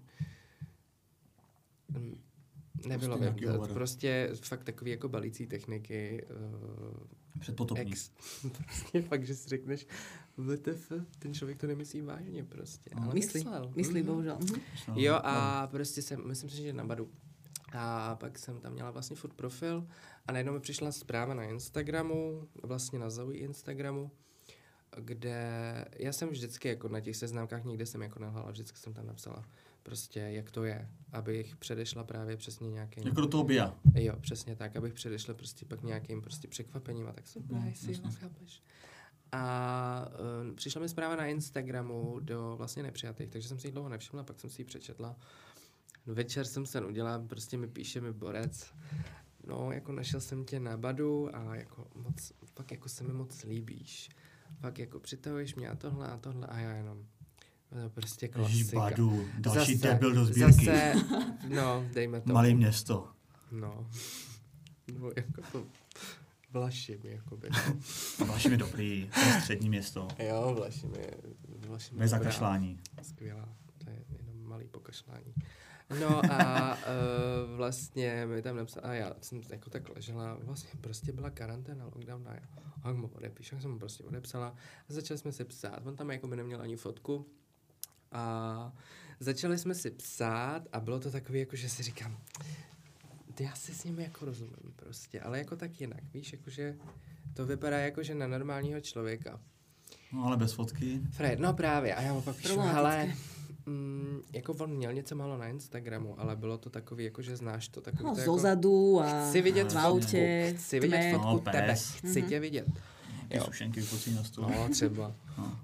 nebylo prostě fakt takový jako balící techniky. Předpotopní. Prostě fakt, že si řekneš, WTF, ten člověk to nemyslí vážně prostě. Ale myslí bohužel. Jo a prostě myslím si, že na Badu. A pak jsem tam měla vlastně furt profil a najednou mi přišla zpráva na Instagramu, vlastně na Zoe Instagramu, kde já jsem vždycky jako na těch seznamkách nikde jsem jako nelhala, vždycky jsem tam napsala prostě, jak to je, abych předešla právě přesně nějakým... Jako do toho bia. Jo, přesně tak, abych předešla prostě pak nějakým prostě překvapením a tak si chápeš. A přišla mi zpráva na Instagramu do vlastně nepřijatých, takže jsem si ji dlouho nevšimla, pak jsem si ji přečetla. Večer jsem se nudila, prostě mi píše mi borec, no jako našel jsem tě na Badu a jako moc, fakt jako se mi moc líbíš. Fakt jako přitahuješ mě a tohle a já jenom prostě klasika. Badu, další debil do sbírky. No, dejme to. Malé město. No jako to Vlašim, jakoby. Vlašim je dobrý, to je střední město. Jo, Vlašim je bez zakašlání. Skvělá, to je jenom malý pokašlání. No a vlastně mi tam napsal, a já jsem jako tak ležela, vlastně prostě byla karanténa, lockdown, a jak mu odepíšu, jsem mu prostě odepsala a začali jsme si psát, on tam jako by neměl ani fotku a začali jsme si psát a bylo to takový, jako že si říkám, já si s ním jako rozumím prostě, ale jako tak jinak, víš, jakože to vypadá jako, že na normálního člověka. No ale bez fotky. Fred, no právě, a já mu pak píšu, ale jako on měl něco málo na Instagramu, ale bylo to takový, jako že znáš to. Takový no, to zozadu jako, a chci vidět v autě, chci vidět fotku tebe, chci tě vidět. Ty sušenky vyfocí na stůl. No, třeba. No.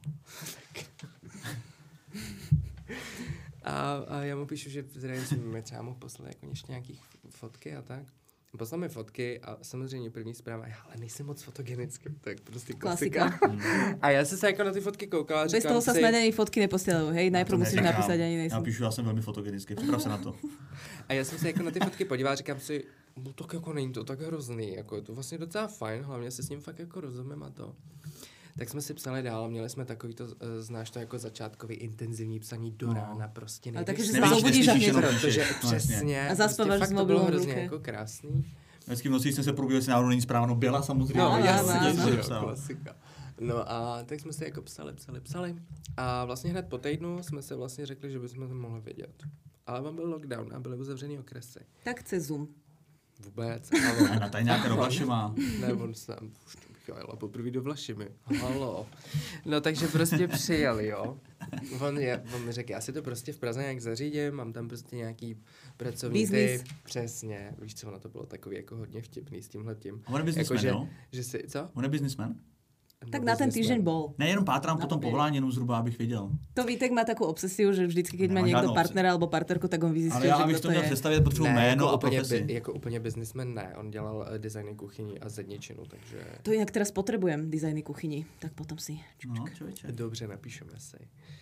A já mu píšu, že mi třeba mohl poslat jako ještě nějaký fotky a tak. Poslal mi fotky a samozřejmě první zpráva, ale nejsem moc fotogenický, tak prostě klasika. A já jsem se jako na ty fotky koukala a říkám si... Bez toho sa snad ani fotky neposílajú, hej? Najprv musíš napísať, ani nejsem. Já píšu, já jsem velmi fotogenický, připrav se na to. A já jsem se jako na ty fotky podíval a říkám si, no tak jako není to tak hrozný, jako je to vlastně docela fajn, hlavně se s ním fakt jako rozumím a to. Tak jsme si psali dál, měli jsme takový to, znáš to jako začátkový intenzivní psaní do rána, prostě nejdeš. Takže se zobudíš a hneď. Protože přesně, a zaspáváš prostě s fakt to bylo mobilem v hrozně ruke. jako krásný. Vždycky v noci jsem se probudil, jestli náhodou není zpráva, no byla samozřejmě. No, jasně, klasika. No a tak jsme si jako psali. A vlastně hned po týdnu jsme se vlastně řekli, že bychom to mohli vidět. Ale vám byl lockdown a byly uzavřený okresy. Tak cez Zoom. Vůbec, A na tajňáka do Vlašima. Ne, on sám, už to bych jela poprvé do Vlašimi. Halo. No takže prostě přijel, jo. On mi řekl, já si to prostě v Praze nějak zařídím, mám tam prostě nějaký pracovní typ. Přesně. Víš co, ono to bylo takový jako hodně vtipný s tímhletím. On je biznismen, jako, jo? Že si, co? On je biznismen? Tak na ten týždeň bol. Nejenom pátrám po tom povolání, jenom zhruba, abych věděl. To Vítek má takú obsesiu, že vždycky, keď má niekto partnera alebo partnerku, tak on vyzistí, že ale já bych to měl představit, potřebuji jméno a profesi. Jako úplně biznismen ne, on dělal designy kuchyní a zedničinu, takže... To jinak teraz potrebujem dizajny kuchyni, tak potom si... No, člověče. Dobře, napíšeme si.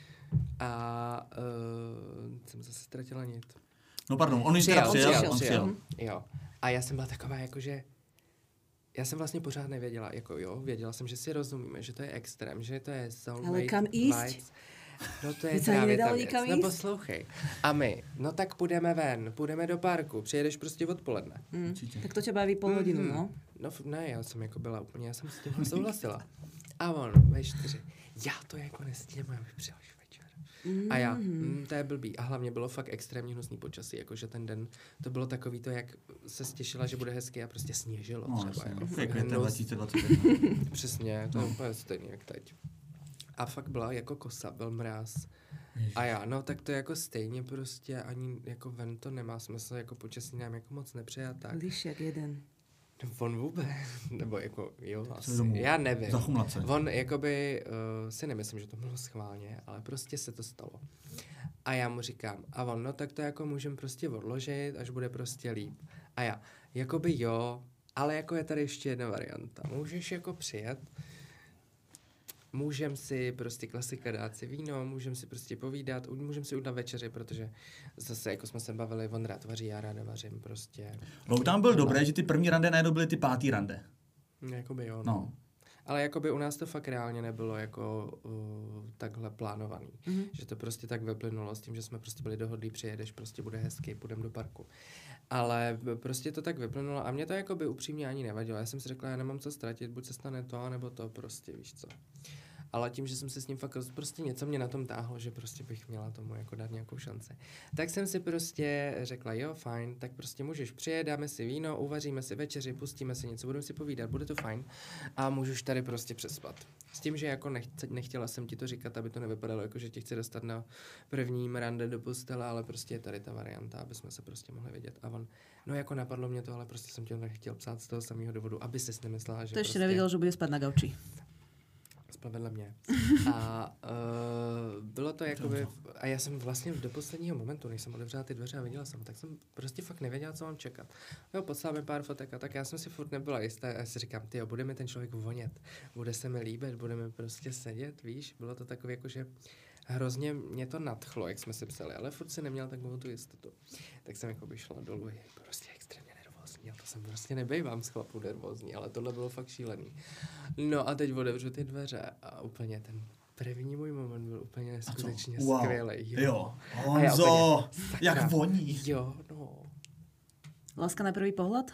A jsem zase ztratila nit. No pardon, on přijel. Jo. A já jsem byla taková jakože... Já jsem vlastně pořád nevěděla, jako jo, věděla jsem, že si rozumíme, že to je extrém, že to je soulmate. Ale kam jíst? No to je právě ta věc. No poslouchej. A my, no tak půjdeme ven, půjdeme do parku, přijedeš prostě odpoledne. Tak to tě baví půl hodinu, no? No ne, já jsem jako byla úplně, já jsem s tímhle souhlasila. A on ve 4, já to jako nestíhám, já bych přijel až večer. A já, to je blbý. A hlavně bylo fakt extrémně hnusný počasí, jakože ten den, to bylo takový to, jak se stěšila, že bude hezky a prostě sněžilo no, třeba. Jako 2021. Přesně, to je úplně stejný jak teď. A fakt byla jako kosa, byl mráz. A já, no tak to jako stejně prostě ani jako ven to nemá smysl, jako počasí nám jako moc nepřeje a tak. Lišek jeden. On vůbec, nebo jako jo, asi, já nevím. On jakoby, si nemyslím, že to bylo schválně, ale prostě se to stalo. A já mu říkám, a on, no tak to jako můžem prostě odložit, až bude prostě líp. A já, jakoby jo, ale jako je tady ještě jedna varianta. Můžeš jako přijet, můžem si prostě klasika dát si víno, můžem si prostě povídat, můžem si udělat večeři, protože zase jako jsme se bavili, on rád vaří, já ráda vařím prostě. Lockdown byl dobré, že ty první rande najednou byly ty pátý rande. Jakoby jo. No. Ale jakoby u nás to fakt reálně nebylo jako takhle plánovaný. Že to prostě tak vyplynulo s tím, že jsme prostě byli dohodlí, přijedeš, prostě bude hezky, půjdeme do parku. Ale prostě to tak vyplynulo a mě to jakoby upřímně ani nevadilo. Já jsem si řekla, já nemám co ztratit, buď se stane to, nebo to prostě, víš co. Ale tím, že jsem se s ním fakt prostě něco mě na tom táhlo, že prostě bych měla tomu jako dát nějakou šanci. Tak jsem si prostě řekla, jo, fajn, tak prostě můžeš přijet, dáme si víno, uvaříme si večeři, pustíme si něco, budeme si povídat, bude to fajn a můžeš tady prostě přespat. S tím, že jako nechtěla jsem ti to říkat, aby to nevypadalo jako, že tě chci dostat na prvním rande do postele, ale prostě je tady ta varianta, aby jsme se prostě mohli vidět. A on, no jako napadlo mě to, ale prostě jsem tě nechtěl psát z toho samého důvodu, aby ses nemyslela, že to ještě prostě... nevěděl, že bude spát na gauči. Spal vedle mě. A bylo to jakoby, a já jsem vlastně do posledního momentu, než jsem otevřela ty dveře a viděla jsem, tak jsem prostě fakt nevěděla, co mám čekat. Jo, poslal mi pár fotek a tak já jsem si furt nebyla jistá a já si říkám, tyjo, bude mi ten člověk vonět, bude se mi líbit, budeme prostě sedět, víš, bylo to takové jako, že hrozně mě to nadchlo, jak jsme si psali, ale furt si neměla takovou tu jistotu. Tak jsem jako by šla dolů, je prostě extrémně nervózní, a to jsem prostě nebejvám z chlapů nervózní, ale tohle bylo fakt šílený. No a teď otevřu ty dveře a úplně ten první můj moment byl úplně neskutečně skvělej. Jo, Honzo, jak voní. Jo, no. Láska na prvý pohled?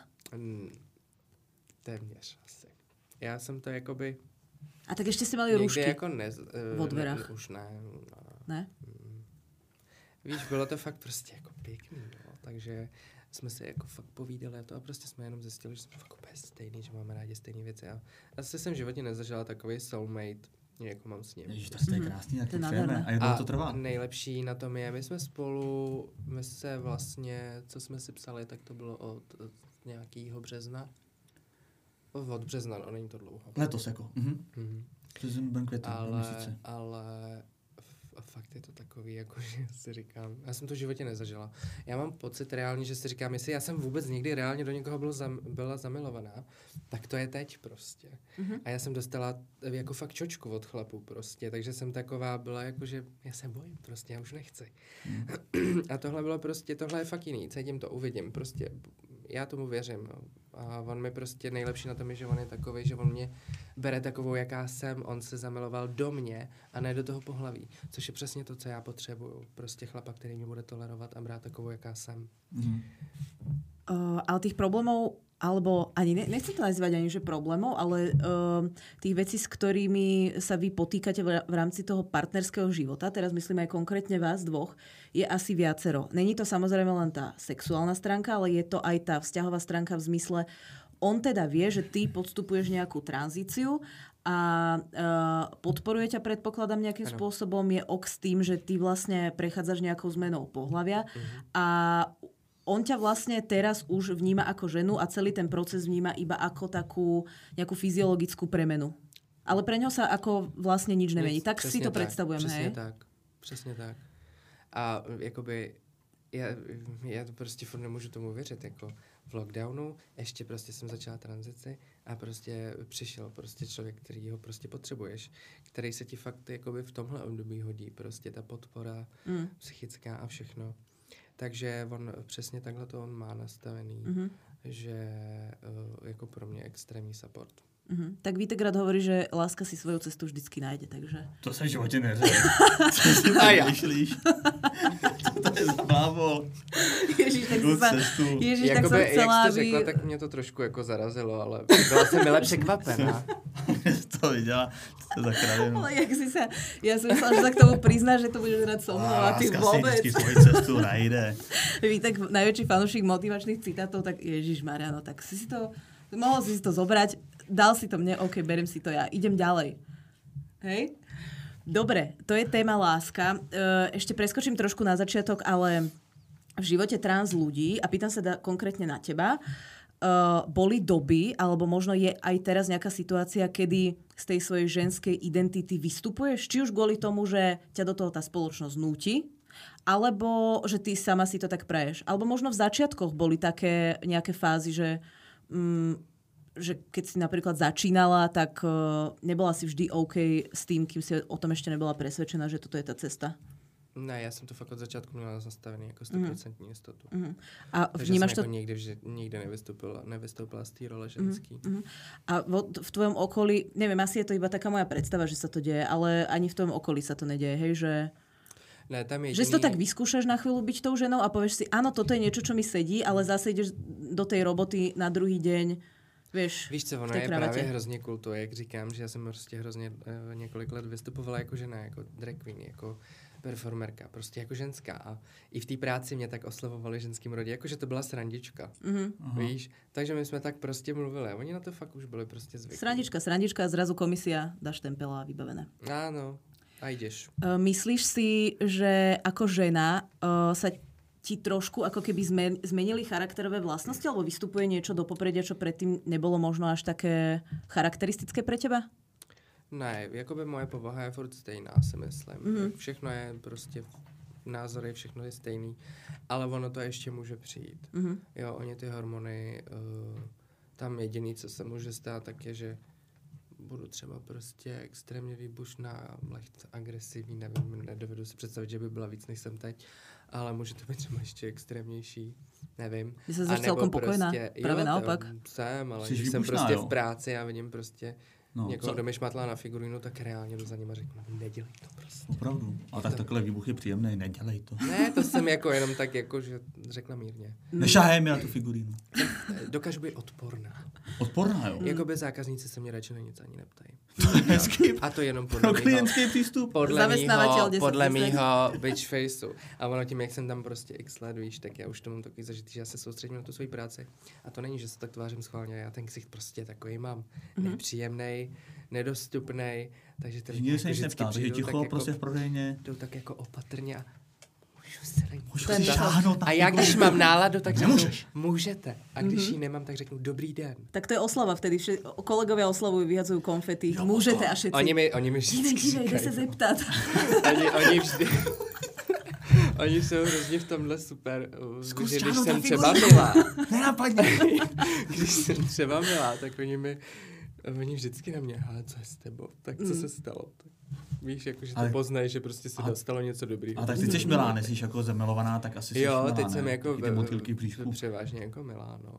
Téměř asi. Já jsem to jakoby... A tak ještě si mali růžky jako vo dverách. Už ne. Ne? Víš, bylo to fakt prostě jako pěkný, no. Takže jsme se jako fakt povídali a prostě jsme jenom zjistili, že jsme fakt úplně stejný, že máme rádi stejné věci. A asi jsem v životě nezažila takový soulmate, jako mám s ním. Ježiš, to je krásný, jak to přejeme. A jak dlouho to trvá? Nejlepší na tom je, my se vlastně, co jsme si psali, tak to bylo od nějakého března. Od března, no, není to dlouho. Letos jako. Březen, květen, měsíce. Ale fakt je to takový, jako že si říkám, já jsem to v životě nezažila. Já mám pocit reálně, že si říkám, jestli já jsem vůbec nikdy reálně do někoho byla zamilovaná, tak to je teď prostě. A já jsem dostala jako fakt čočku od chlapů prostě, takže jsem taková byla jako, že já se bojím prostě, já už nechci. A tohle bylo prostě, tohle je fakt jiný, cítím to, uvidím, prostě já tomu věřím. No. A on mi prostě nejlepší na tom je, že on je takový, že on mě bere takovou, jaká jsem, on se zamiloval do mě a ne do toho pohlaví, což je přesně to, co já potřebuju. Prostě chlapa, který mě bude tolerovat a brát takovou, jaká jsem. Ale tých problémov alebo ani nechcem to nazývať ani že problémov, ale tých vecí, s ktorými sa vy potýkate v rámci toho partnerského života, teraz myslím aj konkrétne vás dvoch, je asi viacero. Není to samozrejme len tá sexuálna stránka, ale je to aj tá vzťahová stránka v zmysle, on teda vie, že ty podstupuješ nejakú tranzíciu a podporuje ťa, predpokladám, nejakým spôsobom, je ok s tým, že ty vlastne prechádzaš nejakou zmenou pohlavia a on ťa vlastne teraz už vníma ako ženu a celý ten proces vníma iba ako takú nejakú fyziologickú premenu. Ale pre ňo sa ako vlastne nič nemení. Tak si to predstavujem, hej? Přesně tak. A jakoby já to prostě furt nemůžu tomu věřit, jako v lockdownu ještě prostě jsem začala tranzici a prostě přišel prostě člověk, který ho prostě potřebuješ, který se ti fakt jakoby v tomhle období hodí, prostě ta podpora psychická a všechno. Takže on přesně takhle to on má nastavený, že jako pro mě extrémní support. Tak Vítek rád hovorí, že láska si svoju cestu vždycky najde, takže... To jsem v životě neřekl. Co si myslíš? Co to je za blábol? Ježíš, tak Jakoby, som chcela, jak jste řekla, tak mě to trošku jako zarazilo, ale byla jsem milé překvapená. To viděla, to je za kravinu. Ale jak si sa... Ja som myslela, že sa k tomu prizná, že to budeš rád so mnou a ty vôbec. Láska si vždycky svoju cestu najde. Vítek, najväčší fanúšik motivačných citátov, tak Ježišmaria, no tak si to... Mohol si to zobrať, dal si to mne, OK, berem si to ja, idem ďalej. Hej? Dobre, to je téma láska. Ešte preskočím trošku na začiatok, ale v živote trans ľudí, a pýtam sa konkrétne na teba, boli doby, alebo možno je aj teraz nejaká situácia, kedy z tej svojej ženskej identity vystupuješ, či už kvôli tomu, že ťa do toho tá spoločnosť núti, alebo že ty sama si to tak praješ. Alebo možno v začiatkoch boli také nejaké fázy, že keď si napríklad začínala, tak nebola si vždy OK s tým, kým si o tom ešte nebola presvedčená, že toto je tá cesta. Ne, já jsem to fakt od začátku měla nastavený jako 100% jistotu. A vnímáš to... to... nikdy nevystoupila z té role ženský. A v tvojom okolí, neviem, asi je to iba taká moja predstava, že sa to deje, ale ani v tvojom okolí sa to nedeje, hej, že... Ne, tam je že si to tak vyskúšaš na chvíľu byť tou ženou a povieš si, áno, toto je niečo, čo mi sedí, ale zase ideš do tej roboty na druhý deň, víš co, ono je právě hrozně kultu, jak říkám, že já jsem prostě hrozně několik let vystupovala jako žena, jako drag queen, jako performerka, prostě jako ženská. A i v té práci mě tak oslovovali ženským rodě, jakože to byla srandička. Víš? Takže my jsme tak prostě mluvili a oni na to fakt už byli prostě zvyklí. Srandička, zrazu komisia, dáš štempel a vybavené. Áno, a ideš. Myslíš si, že ako žena sa ti trošku ako keby zmenili charakterové vlastnosti, alebo vystupuje niečo do popredia, čo predtým nebolo možno až také charakteristické pre teba? Ne, jakoby moje povaha je furt stejná, si myslím. Všechno je prostě, názory, všechno je stejný, ale ono to ještě může přijít. Jo, oni ty hormony, tam jediný, co se může stát, tak je, že budu třeba prostě extrémně výbušná, lehce agresivní, nevím, nedovedu si představit, že by byla víc, než jsem teď, ale může to být třeba ještě extrémnější, nevím. Ty jsi celkom pokojná, právě naopak. Jsem, ale když jsem prostě v práci a vidím prostě někoho, kdo mi šmatlá na figurínu, tak reálně jdu za ním a řeknu, nedělej to prostě. Opravdu. A tak takhle výbuch je příjemný, nedělej to. Ne, to jsem jako jenom tak jako, že řekla mírně. Nešahej mi na tu figurínu. Dokážu být odporná. Odporná, jo? Jakoby zákazníci se mě radši na nic ani neptají. Hezký. A to jenom pro klientský přístup. Podle mýho bitch faceu. A ono tím, jak jsem tam prostě x let, víš, tak já už to mám takový zažitý, že já se soustředím na tu svoji práci. A to není, že se tak tvářím schválně, já ten ksicht prostě takový mám. Nepříjemnej, nedostupnej, takže ten nikdy se nic neptá, takže ticho jako, prostě v prodejně. Jdou tak jako opatrně a a já když mám náladu, tak řeknu, můžete. A když ji nemám, tak řeknu, dobrý den. Tak to je oslava vtedy. Kolegovia oslavujú, vyhadzujú konfety. No, můžete a všetci. Oni mi vždycky říkají. Jde se zeptat. Oni vždy... Oni jsou hrozně v tomhle super. Zkus, když jsem třeba milá. Nenapadně. Když jsem třeba milá, tak oni vždycky na mě, ale co je s tebou? Tak co se stalo? Víš, jakože to poznají, že prostě se dostalo něco dobrýho. A tak ty jsi milá, nejsi jako zamilovaná, tak asi jsi milá, teď jsem jako převážně jako milá, no.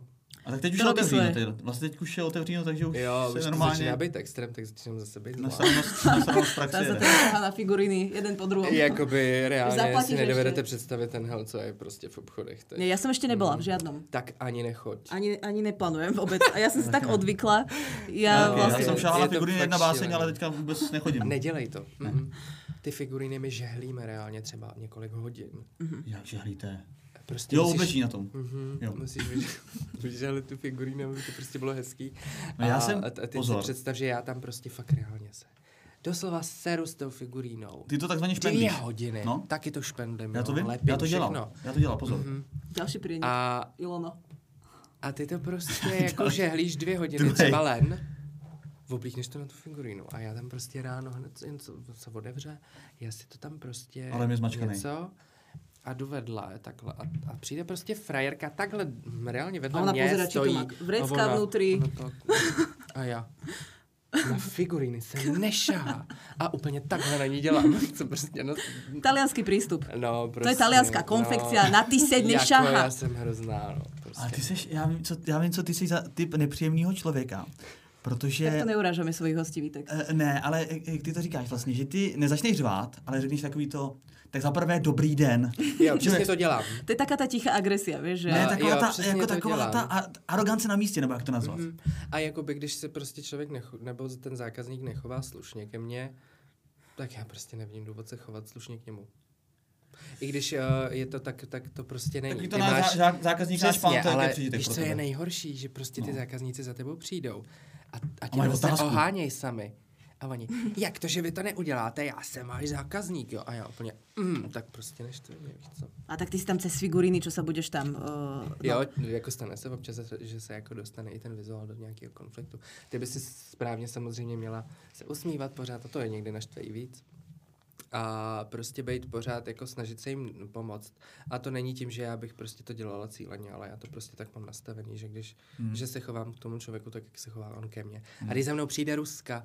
A tak teď už To je robí otevřeno. svoje. Vlastně teď už je otevřeno, takže už Jo, se už to normálně začíná být extrém, tak začínám zase být na zvlášť. srovnost praxi Tá sa jede. to nechá na figuriny, jeden po druhom. Jakoby reálně Zaplatíš si nedovedete ještě. představit ten hell, co je prostě v obchodech. Teď. Nie, ja som ešte nebola v žiadnom. Tak ani nechoď. Ani neplánujem vôbec. A ja som si tak odvykla. Já Vlastne... jsem šáhal je na to figuríny fakt jedna báseň, šílený. ale teďka vůbec nechodím. Nedělej to. Ty figuriny my žehlíme reálně třeba několik hodin. Jak žehlíte? Prostě Jo, musíš- oblečí na tom. Jo. Musíš vyžehlit tu figurínu, aby to prostě bylo hezký. No já jsem- a teď pozor. si představ, že já tam prostě fakt reálně se doslova seru s tou figurínou. Ty to takzvaně 2 špendlíš. hodiny. No. Taky to špendlím. Já to jo, vím, lepím já to dělám. všechno. Já to dělám, pozor. Ďalší prienik. A Ilono. A ty to prostě jako žehlíš 2 hodiny, Druhej. třeba len, oblíkneš to na tu figurínu a já tam prostě ráno hned jen co se otevře, já si to tam prostě Ale mě zmačkanej. něco a jdu vedle takhle a přijde prostě frajerka takhle reálně vedle A ona mě pozerá, či to stojí. má vrecka a ona- vnútri. ona tak- a já. Na figuríny se nešahá. A úplně takhle na ní dělám. Co prostě, no, Talianský prístup. no, prostě, To je talianská konfekcia, na ty se Jako nešahá. já jsem hrozná, no. Prostě. Ale ty seš, já vím, co ty jsi za typ nepříjemného člověka. Protože... Tak to neurážame svojich hostí, Vítek. Ne, ale jak ty to říkáš vlastně, že ty nezačneš řvát, ale řekneš takový to, tak za prvé dobrý den. Jo, přesně to dělám. To je taká tá tichá agresia, vieš, že... Ne, Jo, taková ta, přesně jako to taková dělám. ta arogance na místě, nebo jak to nazvat. A jakoby, když se prostě člověk nebo ten zákazník nechová slušně ke mně, tak já prostě nevím důvod se chovat slušně k němu. I když je to tak to prostě není. Taky to Ty na máš- zákazník náš Přesně, pán, to ale je přížitek víš, pro co je tebe. nejhorší, že prostě ty No. zákazníci za tebou přijdou a tě mají vlastně otázku. oháněj sami. A oni, jak to, že vy to neuděláte, já jsem váš zákazník, jo. A já úplně, tak prostě neštve mě, víš co. A tak ty si tam cez figuríny, čo sa budeš tam... Jo, jako stane se občas, že se jako dostane i ten vizuál do nějakého konfliktu. Ty by si správně samozřejmě měla se usmívat pořád, a to je někdy naštve i víc. A prostě být pořád, jako snažit se jim pomoct. A to není tím, že já bych prostě to dělala cíleně, ale já to prostě tak mám nastavený, že když že se chovám k tomu člověku tak, jak se chová on ke mně. A když za mnou přijde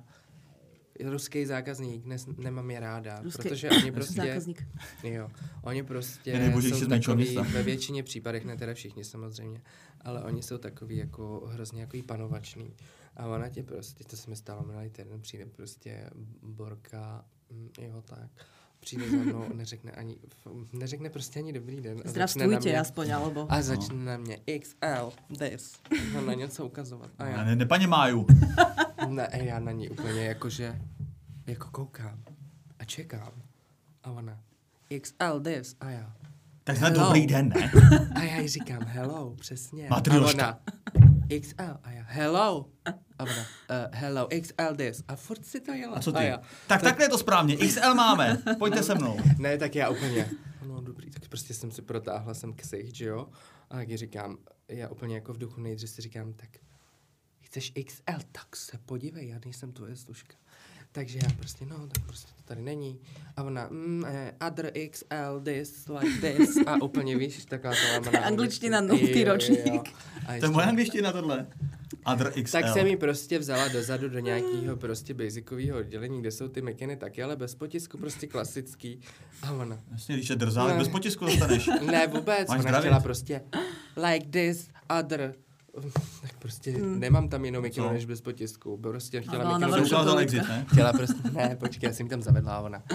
ruský zákazník, nemám je ráda, protože oni prostě... Zákazník. Jo, oni prostě Já nebože, jsou že jsme takový, čonista. ve většině případech, ne teda všichni samozřejmě, ale oni jsou takový jako hrozně jako panovačný. A ona tě prostě, to se mi stalo minulý týden, přijde prostě Borka, jo tak, přijde za mnou, neřekne prostě ani dobrý den. A Zdravstvujte aspoň, alebo... A začne na mě XL, this, a na něco ukazovat. A já, Ne, paně Máju. ne, já na ní úplně jakože, jako koukám a čekám. A ona, XL, this, a já. Tak jsme Hello. dobrý den, ne? A já jí říkám hello, přesně. Matrioška. A ona, XL, a já hello. A ona, hello, XL this. A furt si to jela. A co A ty? já, Tak takhle je to správně, XL máme, pojďte se mnou. ne, tak já úplně, no dobrý, tak prostě jsem si protáhla jsem ksicht, že jo. A tak jí říkám, já úplně jako v duchu nejdřív si říkám, tak chceš XL, tak se podívej, já nejsem tvoje služka. Takže já prostě, no, tak prostě to tady není. A ona, other XL, this, like this. A úplně, víš, taková ta lámaná Angličtina, angličtina. nultý Jo, ročník. jo. A To je ještě- moje angličtina tohle. Other XL. tak jsem ji prostě vzala dozadu do nějakého prostě basicového oddělení, kde jsou ty mikiny taky, ale bez potisku, prostě klasický. A ona, Jasně, když je drzá, tak Ne. bez potisku dostaneš. ne vůbec, Máš ona zdravit. chtěla prostě like this, other. Tak prostě nemám tam jinou mikinu Co? než bez potisku. Prostě chtěla dala na mikinu. Jsem vršku ukázal polička. exit, ne? Chtěla prostě, ne, počkej, já jsem ji tam zavedla a ona.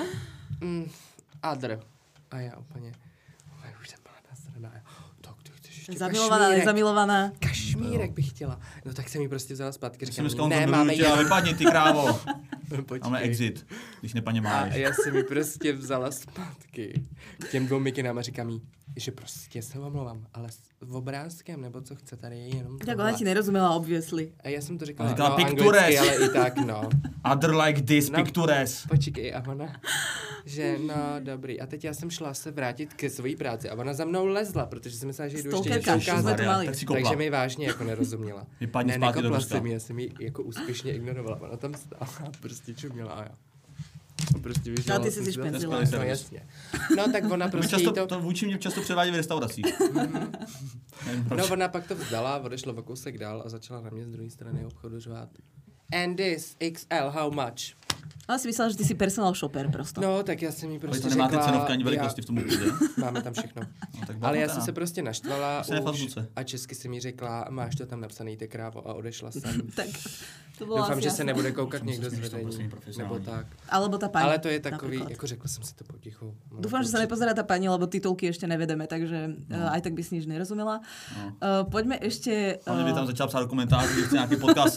Other. A já úplně, už jsem byla nasraná. Tak ty chceš ještě Zamilovaná, kašmírek. nezamilovaná. Kašmírek bych chtěla. No tak jsem ji prostě vzala zpátky. Jsem Říkám, dneska on ne, to máme tě, ale jen... vypadni ty krávo. Počkej. Máme exit, když nepaně A máš. já jsem ji prostě vzala zpátky k těm 2 mikinám a říkám jí, že prostě se omlouvám, ale s obrázkem, nebo co chce, tady je jenom Tak tohle. ona ti nerozumela, obviously. A já jsem to říkala, Ona říkala no, pictures. anglicky, ale i tak, no. Other like this, No. pictures. Počkej, a ona, že no, dobrý. A teď já jsem šla se vrátit ke své práci a ona za mnou lezla, protože jsem myslela, že jdu ještě něco Stalkerka, jsme ukázat. to mali. Tak si kopla. Takže mi vážně jako nerozuměla. Vypadni Ne, zpátky do nekopla Ruska. jsem ji, já jsem ji jako úspěšně ignorovala. Ona tam stála a prostě čuměla a já. A prostě vyžala No, ty jsem jsi si špenzila. No jasně. No tak ona prostě jí To vůči mě často předvádí v restauracích. Nevím proč. No ona pak to vzdala, odešla o kousek dál a začala na mě z druhé strany obchodu řvát. And this XL, how much? Ale si myslela, že ty si personal shopper prostě. No, tak já jsem jí Ale prostě to nemáte řekla, cenovka ani velikosti v tom obchodě? Máme tam všechno. No, tak Ale já teda. jsem se prostě naštvala Jsi na už Facebooce. a česky si mi řekla, máš to tam napsaný, ty krávo, a odešla jsem. Tak to bylo Doufám, asi že se jasné. nebude koukat Jsem někdo si z myslel, že to vedení, prostě profesionální. nebo tak. Alebo tá pani. Ale to je takový, napríklad. jako řekla jsem si to potichu. No, Dúfam, že sa nepozerá tá pani, lebo titulky ešte nevedeme, takže aj tak by si nič nerozumela. No. Poďme ešte... Hlavně by tam začal psát do komentářů, že chce nějaký podcast.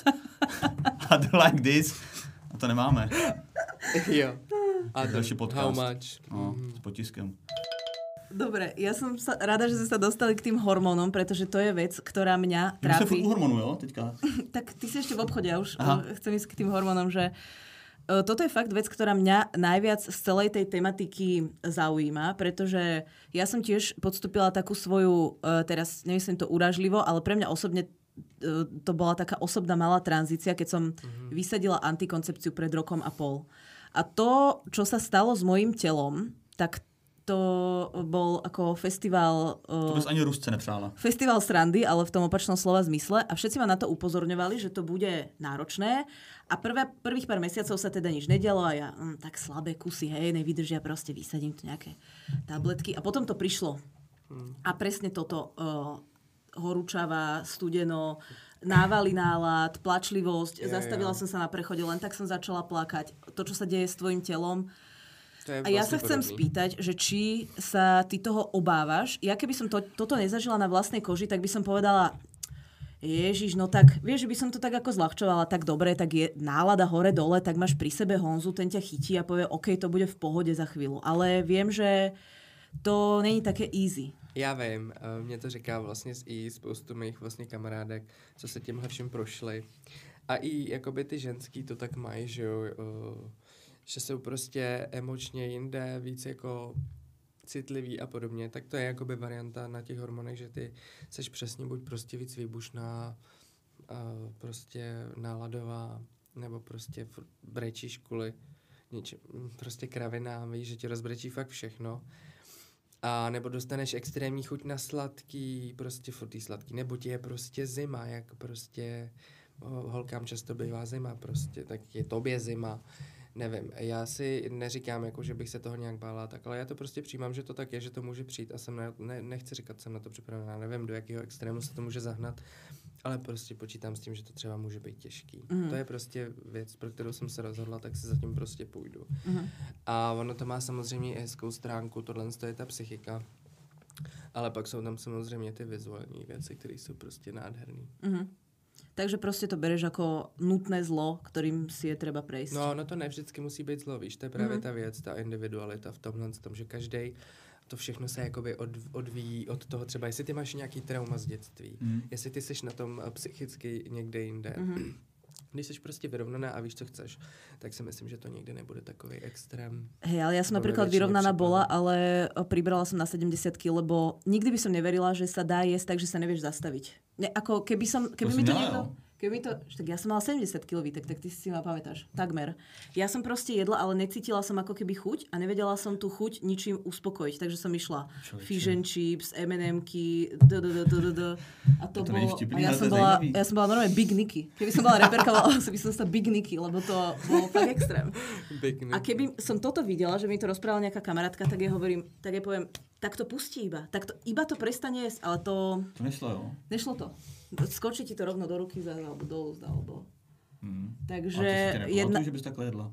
I do like this. A to nemáme. Jo. A Další ten, podcast. how much? No, s potiskem. Dobre, ja som sa rada, že sme sa dostali k tým hormónom, pretože to je vec, ktorá mňa My jsme furt trápi. u hormonů, jo, teďka. Tak ty si ešte v obchode, ja už Aha. chcem ísť k tým hormónom, že toto je fakt vec, ktorá mňa najviac z celej tej tematiky zaujíma, pretože ja som tiež podstúpila takú svoju, teraz nemyslím to urážlivo, ale pre mňa osobne to bola taká osobná malá tranzícia, keď som vysadila antikoncepciu pred rokom a pol. A to, čo sa stalo s mojím telom, tak to bol ako festival... To bys ani Rusce nepřála. Festival srandy, ale v tom opačnom slova zmysle. A všetci ma na to upozorňovali, že to bude náročné. A prvých pár mesiacov sa teda nič nedialo a ja, tak slabé kusy, hej, nevydržia, proste vysadím tu nejaké tabletky. A potom to prišlo. A presne toto horúčava, studeno, návaly nálad, plačlivosť. Zastavila som sa na prechode, len tak som začala plakať. To, čo sa deje s tvojim telom. To je A ja vlastne sa chcem podobný. spýtať, že či sa ty toho obávaš. Ja keby som toto nezažila na vlastnej koži, tak by som povedala, Ježiš, no tak, vieš, že by som to tak ako zľahčovala, tak dobre, tak je nálada hore-dole, tak máš pri sebe Honzu, ten ťa chytí a povie, OK, to bude v pohode za chvíľu. Ale viem, že to není také easy. Já vím, mě to říká vlastně i spoustu mých vlastně kamarádek, co se tímhle všem prošli. A i jakoby ty ženský to tak mají, že jo, že jsou prostě emočně jinde, víc jako citlivý a podobně, tak to je jakoby varianta na těch hormonech, že ty seš přesně buď prostě víc výbušná, prostě náladová, nebo prostě brečíš kvůli něčem, prostě kravina, víš, že ti rozbrečí fakt všechno. A nebo dostaneš extrémní chuť na sladký, prostě furt tý sladký, nebo ti je prostě zima, jak prostě holkám často bývá zima prostě, tak je tobě zima. Nevím, já si neříkám, jako, že bych se toho nějak bála, tak, ale já to prostě přijímám, že to tak je, že to může přijít a jsem nechci říkat, jsem na to připravená, nevím, do jakého extrému se to může zahnat, ale prostě počítám s tím, že to třeba může být těžký. To je prostě věc, pro kterou jsem se rozhodla, tak si zatím prostě půjdu. A ono to má samozřejmě i hezkou stránku, tohle je ta psychika, ale pak jsou tam samozřejmě ty vizuální věci, které jsou prostě nádherný. Takže prostě to bereš jako nutné zlo, kterým si je třeba prejsť. No to ne vždycky musí být zlo, víš, to je právě ta věc, ta individualita v tomhle, tom, že každej, to všechno se jakoby odvíjí od toho třeba, jestli ty máš nějaký trauma z dětství, jestli ty jsi na tom psychicky někde jinde. Když jsi prostě vyrovnaná a víš, co chceš, tak si myslím, že to nikdy nebude takový extrém. Hej, ale ja som napríklad vyrovnaná bola, ale pribrala som na 70 kg, lebo nikdy by som neverila, že sa dá jesť tak, že sa nevieš zastaviť. Ne, ako keby mi to niekto... tak ja som mala 70 kg, tak ty si ma pamätáš. Takmer. Ja som proste jedla, ale necítila som ako keby chuť a nevedela som tú chuť ničím uspokojiť. Takže som išla fish and chips, M&Mky, a to bolo... A ja som bola normálne Big Nicky. Keby som bola reperka, by som sa Big Nicky, lebo to bolo fakt extrém. A keby som toto videla, že mi to rozprávala nejaká kamarátka, tak ja poviem, tak to pustí iba to prestane jesť, ale to... To nešlo, jo? Nešlo to. Skočí ti to rovno do ruky alebo dolu, alebo... Takže že bys takhle jedla.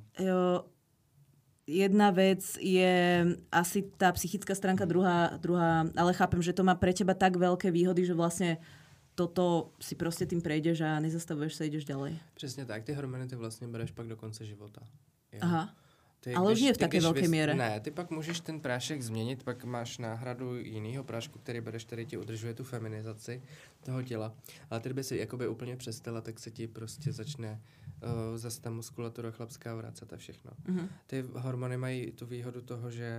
Jedna vec je asi tá psychická stránka, druhá, ale chápem, že to má pre teba tak veľké výhody, že vlastne toto si prostě tým prejdeš a nezastavuješ sa, ideš ďalej. Přesně tak, ty hormony ty vlastně bereš pak do konce života. Jo? Aha. Ale už nie v také veľké miere. Ne, ty pak můžeš ten prášek změnit, pak máš náhradu jinýho prášku, který bereš, který ti udržuje tu feminizaci toho těla. Ale ty by si jakoby úplně přestala, tak se ti prostě začne zase ta muskulatura chlapská vracet a všechno. Ty hormony mají tu výhodu toho, že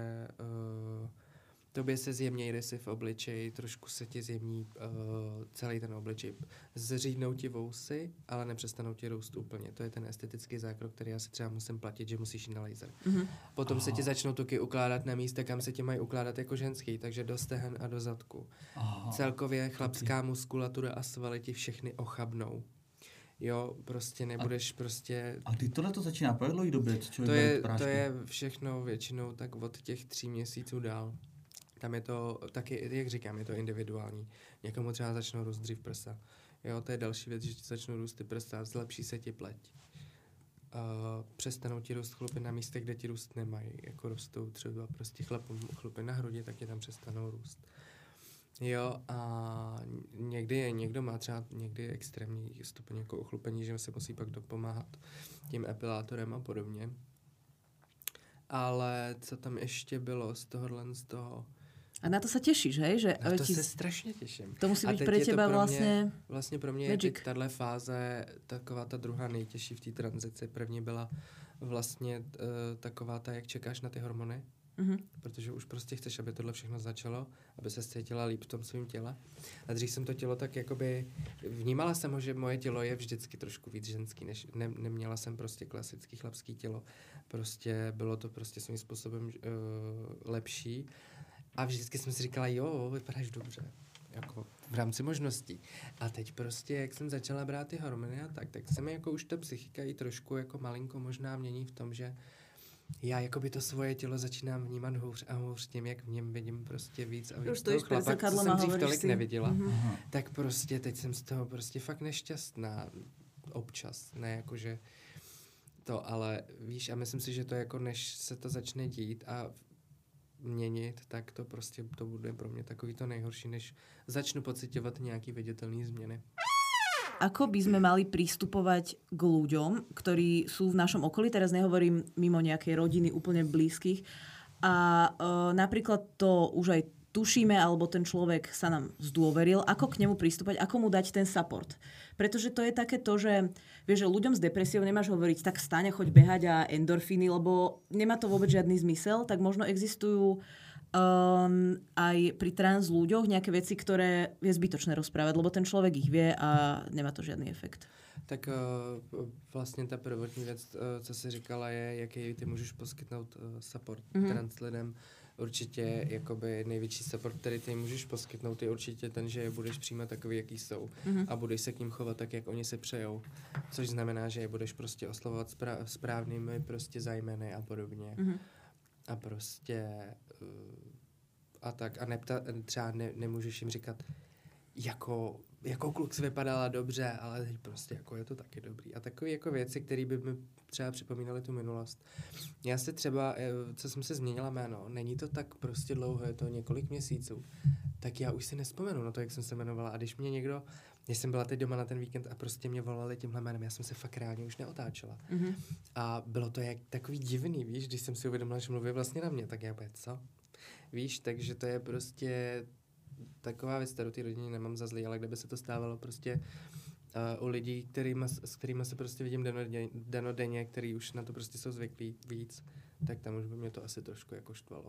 tobě se zjemnějí rysy v obličeji, trošku se ti zjemní celý ten obličej. Zřídnou ti vousy, ale nepřestanou ti růst úplně. To je ten estetický zákrok, který já si třeba musím platit, že musíš jít na laser. Potom se ti začnou tuky ukládat na místa, kam se ti mají ukládat jako ženský, takže do stehen a do zadku. Celkově chlapská muskulatura a svaly ti všechny ochabnou. Jo, prostě nebudeš prostě... A ty tohle to začíná po jak dlouhé době, co člověk To je všechno většinou tak od těch 3 měsíců dál. Tam je to taky, jak říkám, je to individuální. Někomu třeba začnou růst dřív prsa. Jo, to je další věc, že ti začnou růst ty prsa, zlepší se ti pleť. Přestanou ti růst chlupy na místech, kde ti růst nemají. Jako rostou třeba prostě chlupy na hrudi, tak ti tam přestanou růst. Jo, a někdo má třeba někdy extrémní stupeň jako ochlupení, že se musí pak dopomáhat tím epilátorem a podobně. Ale co tam ještě bylo z toho... A na to sa tešíš, hej? Že na to se strašně těším. To musí být pre teba Vlastně pro mě je teď tahle fáze taková ta druhá nejtěžší v té tranzici. První byla vlastně taková ta, jak čekáš na ty hormony. Protože už prostě chceš, aby tohle všechno začalo, aby se cítila líp v tom svém těle. A dřív jsem to tělo tak jakoby... Vnímala jsem ho, že moje tělo je vždycky trošku víc ženský, než neměla jsem prostě klasický chlapský tělo. Prostě bylo to prostě svým způsobem lepší. A vždycky jsem si říkala, jo, vypadáš dobře. Jako v rámci možností. A teď prostě, jak jsem začala brát ty hormony a tak se mi jako už ta psychika i trošku jako malinko možná mění v tom, že já jakoby to svoje tělo začínám vnímat hůř a hůř tím, jak v něm vidím prostě víc a víc toho chlapa, co jsem dřív tolik neviděla. Tak prostě teď jsem z toho prostě fakt nešťastná občas. Ne jakože to, ale víš, a myslím si, že to jako než se to začne dít a měnit, tak to prostě to bude pro mě takový to nejhorší, než začnu pociťovat nějaký viditeľný změny. Ako by sme mali pristupovať k ľuďom, ktorí sú v našom okolí, teraz nehovorím mimo nejakej rodiny úplne blízkych, a napríklad to už aj tušíme, alebo ten človek sa nám zdôveril, ako k nemu pristúpať, ako mu dať ten support. Pretože to je také to, že vieš, že ľuďom s depresiou nemáš hovoriť, tak vstane, choď behať a endorfíny, lebo nemá to vôbec žiadny zmysel, tak možno existujú aj pri trans ľuďoch nejaké veci, ktoré je zbytočné rozprávať, lebo ten človek ich vie a nemá to žiadny efekt. Tak vlastně ta prvotní věc, co jsi říkala, je, jaký ty můžeš poskytnout support trans lidem. Určitě jakoby největší support, který ty můžeš poskytnout, je určitě ten, že je budeš přijímat takový, jaký jsou. A budeš se k ním chovat tak, jak oni si přejou. Což znamená, že je budeš prostě oslovovat správnými prostě zájmeny a podobně. A prostě a tak. A třeba nemůžeš jim říkat, jako kluk jsi vypadala dobře, ale teď prostě jako je to taky dobrý. A takové jako věci, které by mi třeba připomínaly tu minulost. Já si třeba, co jsem se změnila jméno, není to tak prostě dlouho, je to několik měsíců, tak já už si nespomenu na to, jak jsem se jmenovala. A když mě někdo, když jsem byla teď doma na ten víkend a prostě mě volali tímhle jménem, já jsem se fakt reálně už neotáčela. A bylo to jak takový divný, víš, když jsem si uvědomila, že mluví vlastně na mě, tak já bude, co? Víš, takže to je prostě taková věc, kterou ty rodině nemám za zlý, ale kdyby se to stávalo prostě u lidí, s kterými se prostě vidím denodenně, který už na to prostě jsou zvyklí víc, tak tam už by mě to asi trošku jako štvalo.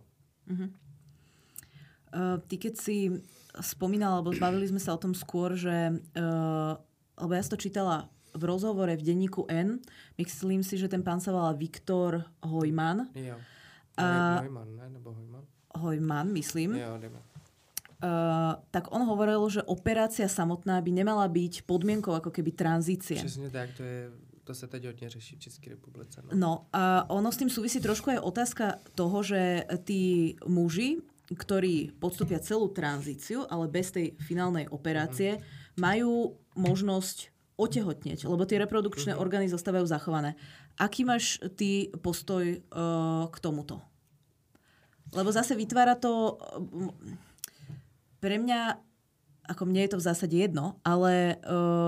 Ty keď si spomínala, alebo bavili sme sa o tom skôr, že lebo ja som to čítala v rozhovore v denníku N, myslím si, že ten pán sa volá Viktor Hojman. Jo. Hojman, ne? Nebo Hojman? Hojman, myslím. Jo, jdeme. Tak on hovoril, že operácia samotná by nemala byť podmienkou ako keby tranzície. Přesně tak, to se teď hodně řeší v České republice. No a ono s tým súvisí trošku aj otázka toho, že tí muži, ktorí podstúpia celú tranzíciu, ale bez tej finálnej operácie, majú možnosť otehotnieť, lebo tie reprodukčné orgány zostávajú zachované. Aký máš ty postoj k tomuto? Lebo zase vytvára to... Pre mňa, ako mne je to v zásade jedno, ale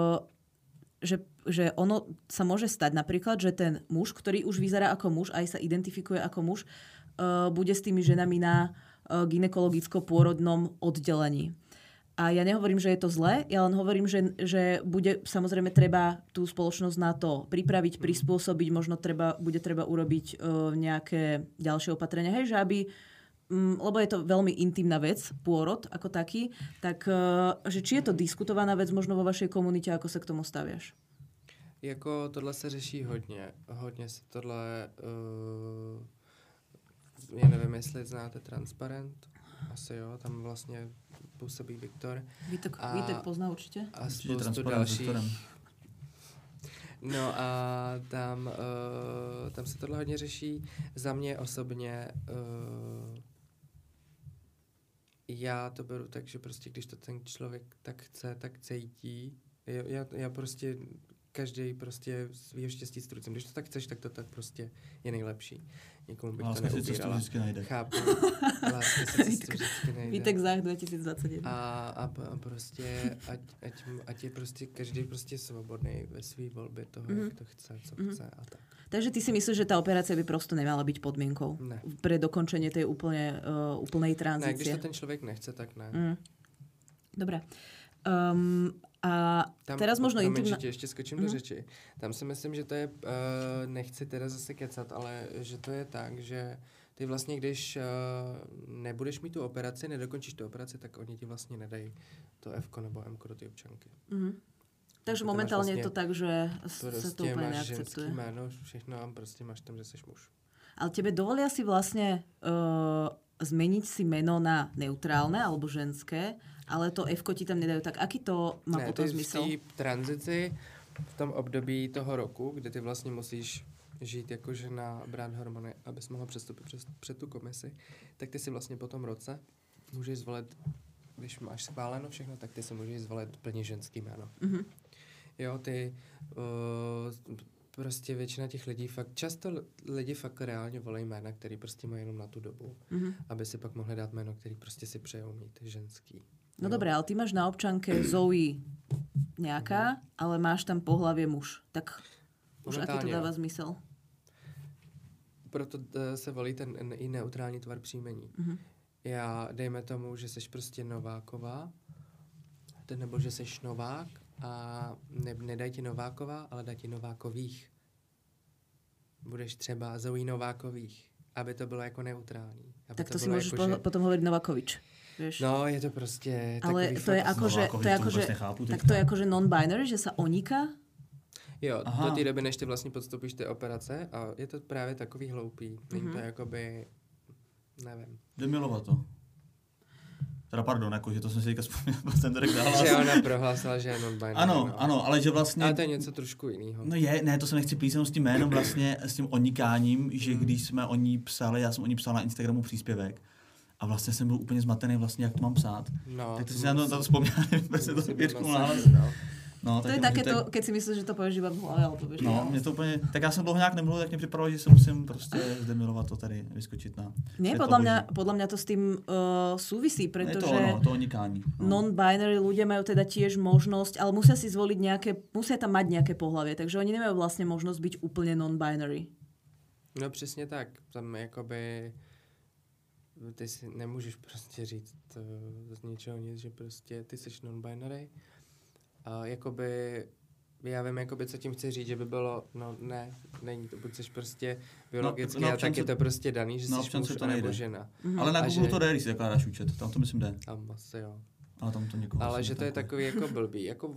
že ono sa môže stať napríklad, že ten muž, ktorý už vyzerá ako muž, aj sa identifikuje ako muž, bude s tými ženami na gynekologicko-pôrodnom oddelení. A ja nehovorím, že je to zlé, ja len hovorím, že bude samozrejme treba tú spoločnosť na to pripraviť, prispôsobiť, možno bude treba urobiť nejaké ďalšie opatrenia, hej, že aby lebo je to veľmi intimná vec, pôrod ako taký, tak že či je to diskutovaná vec možno vo vašej komunite, ako sa k tomu staviaš? Jako tohle se řeší hodně. Hodně se tohle... já nevím, jestli znáte Transparent. Asi jo, tam vlastně působí Viktor. Vítek pozná určitě. A spoustu dalších. No a tam se tohle hodně řeší. Za mě osobně já to beru tak, že prostě když to ten člověk tak chce, tak cítí. Já prostě každý prostě svýho štěstí strucem. Když to tak chceš, tak to tak prostě je nejlepší. Někomu bych to neubírala. Vždycky najde. Chápu. Láska se cestu vždycky najde. Vítek Zách 2021. A prostě, ať je prostě každý prostě svobodný ve své volbě toho, jak to chce, co chce a tak. Takže ty si myslíš, že tá operácia by prosto nemala byť podmienkou Ne. pre dokončenie tej úplnej Ne, tranzície? když to ten člověk nechce, tak ne. Dobre. A teraz možno intimná... intimná... ještě skočím do řeči. Tam si myslím, že to je, nechci teda zase kecat, ale že to je tak, že ty vlastně, když nebudeš mít tu operaci, nedokončíš tu operaci, tak oni ti vlastně nedají to F-ko nebo M-ko do ty občanky. Takže To momentálne máš je to tak, že sa to Prostě úplne máš neakceptuje. ženský jméno, všechno a prostě máš tam, že jsi muž. Ale tebe dovolia si vlastne zmeniť si meno na neutrálne alebo ženské, ale to F-ko ti tam nedajú. Tak aký to má potom zmysel? Ne, ty v té tranzici, v tom období toho roku, kdy ty vlastně musíš žít jako žena, brát hormony, abys mohla přestupit před tu komisi, tak ty si vlastně po tom roce můžeš zvolit, když máš schváleno všechno, tak ty si můžeš zvolit plně ženský jméno. Jo, ty prostě většina těch lidí často lidi fakt reálně volí jména, který prostě mají jenom na tu dobu, aby si pak mohli dát jméno, který prostě si přejou mít, ženský. No dobré, ale ty máš na občanke Zoe nejaká, ale máš tam pohlavie muž. Tak už aký to dáva zmysel? Proto se volí ten i neutrální tvar příjmení. Já, dejme tomu, že jsi prostě Nováková, nebo že jsi Novák a nedaj ti Nováková, ale daj ti Novákových. Budeš třeba Zoe Novákových, aby to bylo jako neutrální. Tak to si můžeš jako, potom hovoriť Novakovič. Vieš? No, je to prostě ale takový to je akože, tak to je akože non-binary, že sa oniká? Jo, do té doby, než ty vlastně podstoupíš ty operace a je to právě takový hloupý. Není to jakoby, nevím. Demilovat to. Teda pardon, jakože to jsem si teďka vzpomněl, jsem to řekl. Že ona prohlásila, že je non-binary. Ano, ale že vlastně... Ale to je něco trošku jiného. No ne, to se nechci písat s tím jménem vlastně, s tím onikáním, že když jsme o ní psali, já jsem o ní psal na Instagramu příspěvek a vlastně jsem byl úplně zmatený vlastně, jak to mám psát. No, tak to si na to vzpomněl, se to vyřknul nález. No, to je takéto, keď si myslíš, že to povieš iba v hlave, ale povieš. No, mě to úplně, tak já jsem dlouho nějak nemluvil, tak mě připadalo, že se musím prostě zdemilovat to tady, vyskočit na... Nie, podľa mňa to s tým súvisí, pretože to onikání. Non-binary ľudia majú teda tiež možnosť, ale musia si zvoliť musia tam mať nejaké pohlavie, takže oni nemajú vlastne možnosť byť úplne non-binary. No přesně tak, tam jakoby ty si nemůžeš prostě říct z ničeho nic, že prostě ty jsi non-binary. A jakoby, já vím, jakoby, co tím chci říct, že by bylo, no ne, není to, buď jsi prostě biologicky, a tak je to prostě daný, že jsi muž nebo žena. Ale na Google to jde, když si zakládáš účet, tam to myslím jde. Tam asi jo. Ale tam to někoho ale že to je takový jako blbý, jako...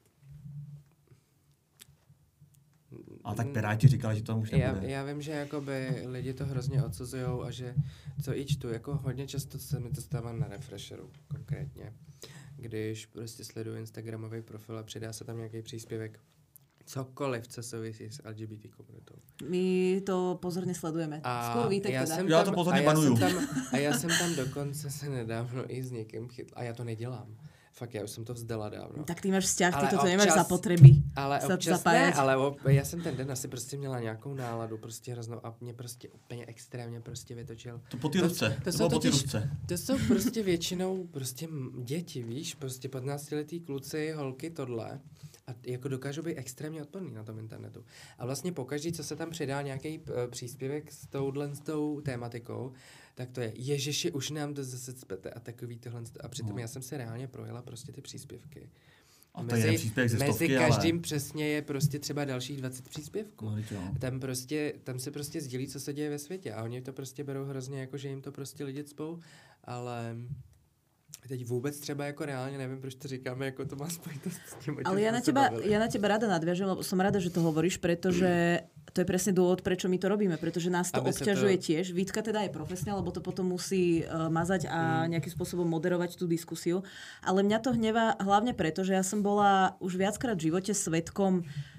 A tak Piráti říkali, že to už nebude. Já vím, že jakoby lidi to hrozně odsuzujou a že co i čtu, jako hodně často se mi to stává na Refresheru konkrétně. Když prostě sleduju Instagramový profil a přidá se tam nějaký příspěvek. Cokoliv, co souvisí s LGBT komunitou. My to pozorně sledujeme. Skoro víte, teda. Já to pozorně banuju. A já jsem tam dokonce se nedávno i s někým chytl. A já to nedělám. Fakt, já už jsem to vzdala dávno. Tak ty máš vzťah, ty to nemáš zapotřebí. Ale občas ne, ale já jsem ten den asi prostě měla nějakou náladu, prostě hroznou a mě prostě úplně extrémně prostě vytočil. To po ty ruce, to jsou prostě většinou prostě děti, víš, prostě 15letý kluci, holky, tohle. A jako dokážou být extrémně odporný na tom internetu. A vlastně pokaždý, co se tam přidá nějaký příspěvek s tou tématikou, tak to je, ježiši, už nám to zase cpete a takový tohle. A přitom já jsem se reálně projela prostě ty příspěvky. A to je příspěvek ze stovky, mezi každým přesně je prostě třeba dalších 20 příspěvků. No, tam se prostě sdílí, co se děje ve světě. A oni to prostě berou hrozně jako, že jim to prostě lidi cpou, ale... Teď vůbec třeba jako reálně nevím, proč to říkáme, jako to má spojitost s tím. Ale ja na teba rada nadviažem, lebo som rada, že to hovoríš, pretože to je presne dôvod, prečo my to robíme, pretože nás to obťažuje tiež. Vítka teda je profesná, lebo to potom musí mazať a nejakým spôsobom moderovať tú diskusiu. Ale mňa to hnevá hlavne preto, že ja som bola už viackrát v živote svedkom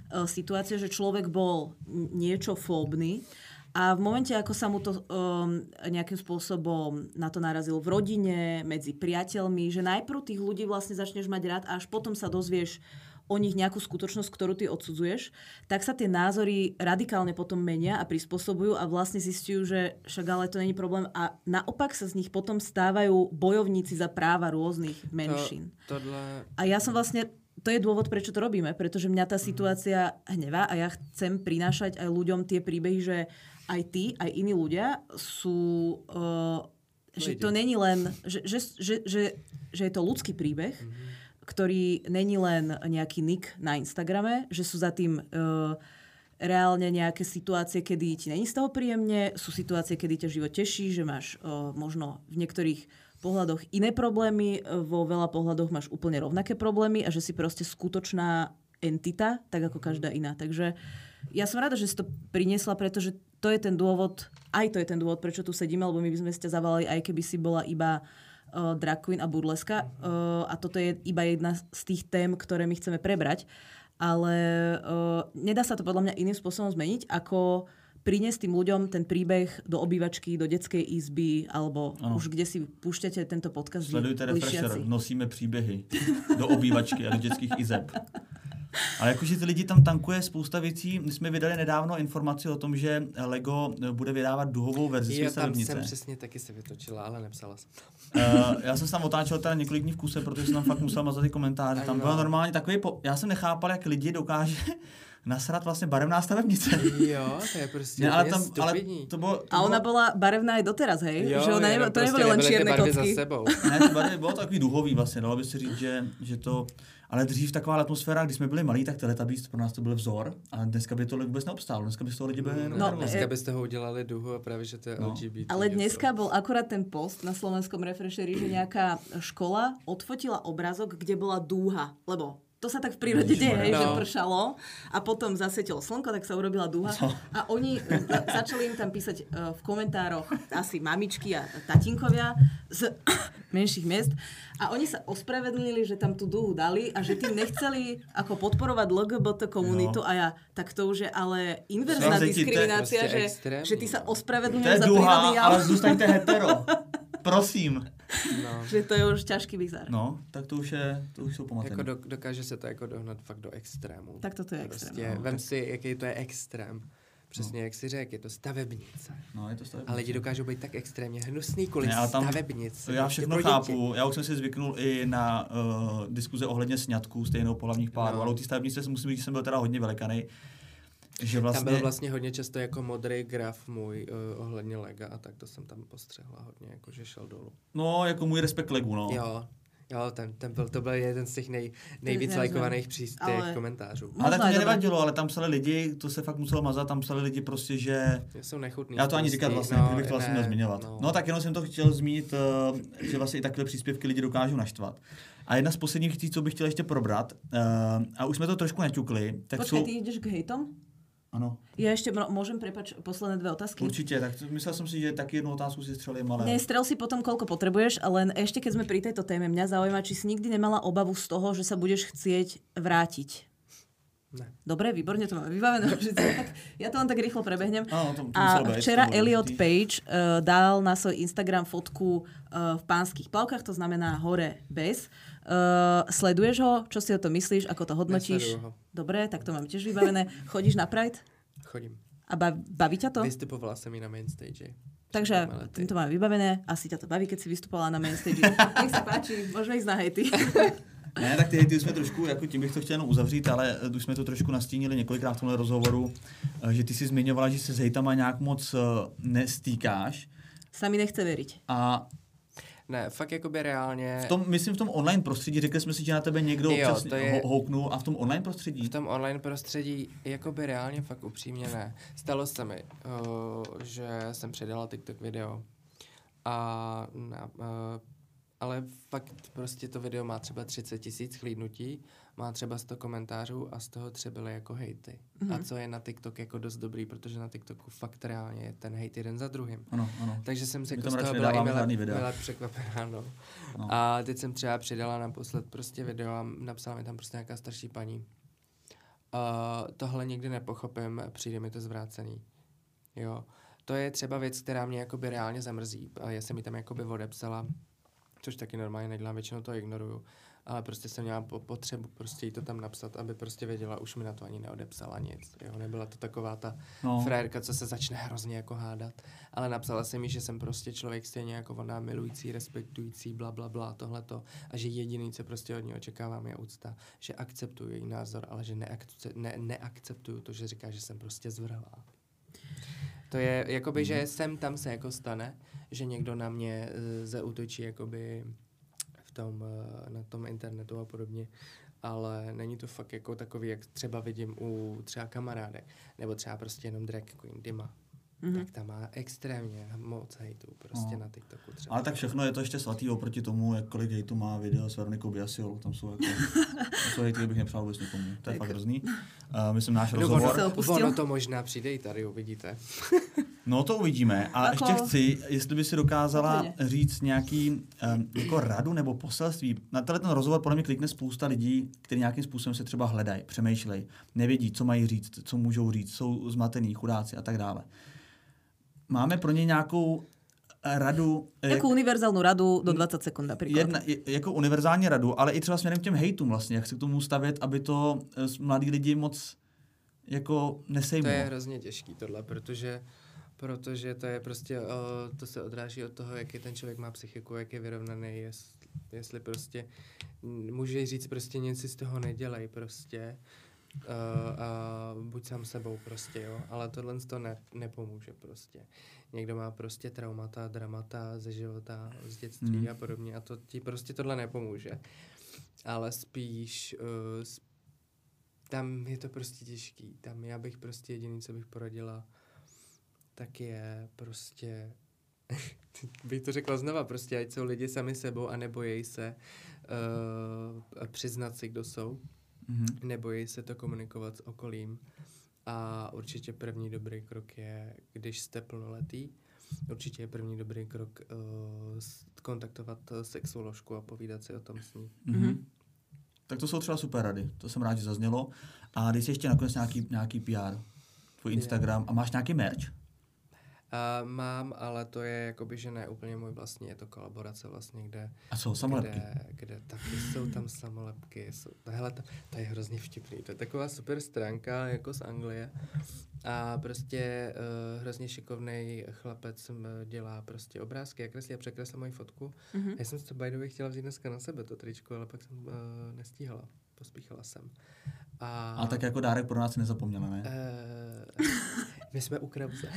situácia, že človek bol niečo fóbny a v momente, ako sa mu to nejakým spôsobom na to narazil v rodine, medzi priateľmi, že najprv tých ľudí vlastne začneš mať rád a až potom sa dozvieš o nich nejakú skutočnosť, ktorú ty odsudzuješ, tak sa tie názory radikálne potom menia a prispôsobujú a vlastne zistujú, že však ale to není problém a naopak sa z nich potom stávajú bojovníci za práva rôznych menšín. A ja som vlastne, to je dôvod, prečo to robíme, pretože mňa tá situácia hnevá a ja chcem prinášať aj ľuďom tie príbehy, že aj ty, aj iní ľudia sú, že to není len, že je to ľudský príbeh, ktorý není len nejaký nick na Instagrame, že sú za tým reálne nejaké situácie, kedy ti není z toho príjemne, sú situácie, kedy ťa život teší, že máš možno v niektorých pohľadoch iné problémy, vo veľa pohľadoch máš úplne rovnaké problémy a že si proste skutočná entita, tak ako každá iná. Takže ja som rada, že si to priniesla, pretože to je ten dôvod, aj to je ten dôvod, prečo tu sedíme, lebo my by sme si ťa zavolali, aj keby si bola iba drag queen a burleska a toto je iba jedna z tých tém, ktoré my chceme prebrať, ale nedá sa to podľa mňa iným spôsobom zmeniť, ako priniesť tým ľuďom ten príbeh do obývačky, do detskej izby, alebo už kde si púšťate tento podcast. Sledujte Refresher, nosíme příběhy do obývačky a do dětských izeb. Ale jakože ty lidi tam tankuje spousta věcí. My jsme vydali nedávno informaci o tom, že Lego bude vydávat duhovou verzi své stavebnice. Tam jsem přesně taky se vytočila, ale nepsala jsem. Já jsem se tam otáčel teda několik dní v kuse, protože jsem tam fakt musel mazat ty komentáře. Tam bylo normálně takový... Já jsem nechápal, jak lidi dokáže nasrat vlastně barevná stavebnice. Jo, to je prostě ne, ale to bylo... A ona byla barevná i doteraz, hej? Jo, že ona to nebyly len čierne kocky. Ne, ty barvy bylo takový duhový vlastně, dalo by se říct, že to... Ale dřív taková atmosféra, když jsme byli malí, tak Teletubbies pro nás to byl vzor a dneska by to vůbec neobstálo. Dneska by z toho lidi byli dneska byste ho udělali duhu a právě, že to je LGBT. Ale dneska bol akorát ten post na slovenskom Refresheri, že nejaká škola odfotila obrázok, kde bola dúha, lebo to sa tak v prírode deje, že pršalo a potom zasvietilo slnko, tak sa urobila dúha. A oni začali im tam písať v komentároch asi mamičky a tatinkovia z menších miest a oni sa ospravedlnili, že tam tú dúhu dali a že tým nechceli ako podporovať LGBT komunitu a ja, tak to už je ale inverzná diskriminácia, že ty sa ospravedlňuješ za prírodný jav. Ale zůstaňte hetero. Prosím. No. Že to je už ťažký bizar. No, tak to už jsou pomatené. Jako dokáže se to jako dohnat fakt do extrému. Tak toto je extrém. Prostě, vem si, jaký to je extrém. Přesně jak si řekl, je to stavebnice. No, je to stavebnice. Ale lidi dokážou být tak extrémně hnusný kvůli stavebnici. Já všechno chápu. Já už jsem si zvyknul i na diskuze ohledně sňatků stejnopohlavních párů, ale u té stavebnice si musím říct, že jsem byl teda hodně velikanej. Že vlastně... Tam byl vlastně hodně často jako modrý graf můj ohledně Lega a tak to jsem tam postřehla hodně, jako že šel dolů. No, jako můj respekt Legu, no. Jo, to byl jeden z těch nejvíc lajkovaných komentářů. Ale tak to mě nevadilo, ale tam psali lidi, to se fakt muselo mazat, tam psali lidi prostě, že... Jsou nechutný. Já to ani říkat vlastně, kdybych to vlastně měl zmiňovat. No, tak jenom jsem to chtěl zmínit, že vlastně i takové příspěvky lidi dokážou naštvat. A jedna z posledních věcí, co bych chtěl ještě probrat, a už jsme to trošku naťukli, tak Počkej, ty ideš k hejtom? Ano. Ja ešte môžem posledné dve otázky? Určite, tak myslel som si, že taky jednu otázku si strelím, ale... Nestrel si potom, koľko potrebuješ, ale ešte keď sme pri tejto téme, mňa zaujíma, či si nikdy nemala obavu z toho, že sa budeš chcieť vrátiť. Ne. Dobre, výborne, to máme vybavené. Ja to len tak rýchlo prebehnem. A včera Elliot Page dal na svoj Instagram fotku v pánskych plavkách, to znamená hore bez. Sleduješ ho? Čo si o to myslíš? Ako to hodnotíš? Dobre, tak to mám tiež vybavené. Chodíš na Pride? Chodím. A baví ťa to? Vystupovala som i na main stage. Takže týmto máme vybavené. Asi ťa to baví, keď si vystupovala na main stage. Nech sa páči, môžeme ísť na hejty. Ne, tak ty hejty jsme trošku, jako tím bych to chtěl jenom uzavřít, ale už jsme to trošku nastínili několikrát v tomhle rozhovoru, že ty si zmiňovala, že se s hejtama nějak moc nestýkáš. Sa mi nechce veriť. A ne, fakt jakoby reálně... Myslím v tom online prostředí, řekli jsme si, že na tebe někdo občas houknul a v tom online prostředí? V tom online prostředí jakoby reálně fakt upřímně ne. Stalo se mi, že jsem předala TikTok video ale fakt prostě to video má třeba 30 000 chlídnutí, má třeba 100 komentářů a z toho 3 byly jako hejty. Mm-hmm. A co je na TikTok jako dost dobrý, protože na TikToku fakt reálně je ten hejt jeden za druhým. Ano. Takže jsem si jako z toho byla i milé překvapená. No. A teď jsem třeba přidala naposled prostě video a napsala mi tam prostě nějaká starší paní. tohle nikdy nepochopím, přijde mi to zvrácený. Jo. To je třeba věc, která mě jakoby reálně zamrzí. Já jsem ji tam jakoby odepsala, což taky normálně nedělám, většinou to ignoruju. Ale prostě jsem měla potřebu prostě jí to tam napsat, aby prostě věděla, už mi na to ani neodepsala nic. Jo. Nebyla to taková ta frérka, co se začne hrozně jako hádat. Ale napsala jsem jí, že jsem prostě člověk stejně jako ona, milující, respektující, bla, bla, bla, tohleto. A že jediný, co prostě od ní očekávám, je úcta. Že akceptuju její názor, ale že neakceptuju to, že říká, že jsem prostě zvrhlá. To je jakoby, že sem tam se jako stane, že někdo na mě zaútočí jakoby na tom internetu a podobně, ale není to fakt jako takový, jak třeba vidím u třeba kamarádek, nebo třeba prostě jenom drag queen Dima. Tak tam má extrémně moc hejtů prostě na TikToku třeba. Ale tak všechno je to ještě svatý oproti tomu, jak kolik hejtu má video s Veronikou Biasiolou. Tam jsou hejty, bych nepřál vůbec nikomu. To je fakt hrozný. Myslím, náš rozhovor... Ono to možná přijde i tady, uvidíte. No to uvidíme. A ještě chci, jestli by si dokázala říct nějaký jako radu nebo poselství. Na ten rozhovor podle mě klikne spousta lidí, kteří nějakým způsobem se třeba hledají, přemýšlejí, nevědí, co mají říct, co můžou říct, jsou zmatení, chudáci a tak dále. Máme pro ně nějakou radu... Jako univerzálnu radu do 20 sekund například. Jako univerzální radu, ale i třeba směrem k těm hejtům vlastně, jak se k tomu stavět, aby to mladí lidi moc jako nesejmulo. To je hrozně těžký tohle, protože to je prostě, to se odráží od toho, jaký ten člověk má psychiku, jak je vyrovnaný, jestli prostě může říct prostě nic si z toho nedělej prostě a buď sám sebou prostě, jo, ale tohle to nepomůže prostě. Někdo má prostě traumata, dramata ze života, z dětství a podobně a to ti prostě tohle nepomůže. Ale spíš tam je to prostě těžký, tam já bych prostě jediný, co bych poradila, tak je prostě, bych to řekla znova, prostě ať jsou lidi sami sebou a nebojí se přiznat si, kdo jsou, nebojí se to komunikovat s okolím a určitě první dobrý krok je, když jste plnoletý, určitě je první dobrý krok kontaktovat sexuoložku a povídat si o tom s ní. Tak to jsou třeba super rady, to jsem rád, že zaznělo. A když jsi ještě nakonec nějaký PR, tvůj Instagram a máš nějaký merch? Mám, ale to je jakoby, že ne úplně můj vlastní, je to kolaborace vlastně, kde... A jsou samolepky? Kde taky jsou tam samolepky, hele, to je hrozně vtipný, to je taková super stránka jako z Anglie a prostě hrozně šikovnej chlapec dělá prostě obrázky a kreslí a překreslil moji fotku. Já jsem si to by the way chtěla vzít dneska na sebe, to tričko, ale pak jsem nestíhala. Pospíchala jsem. A tak jako dárek pro nás si nezapomněla, ne? My jsme u Krause.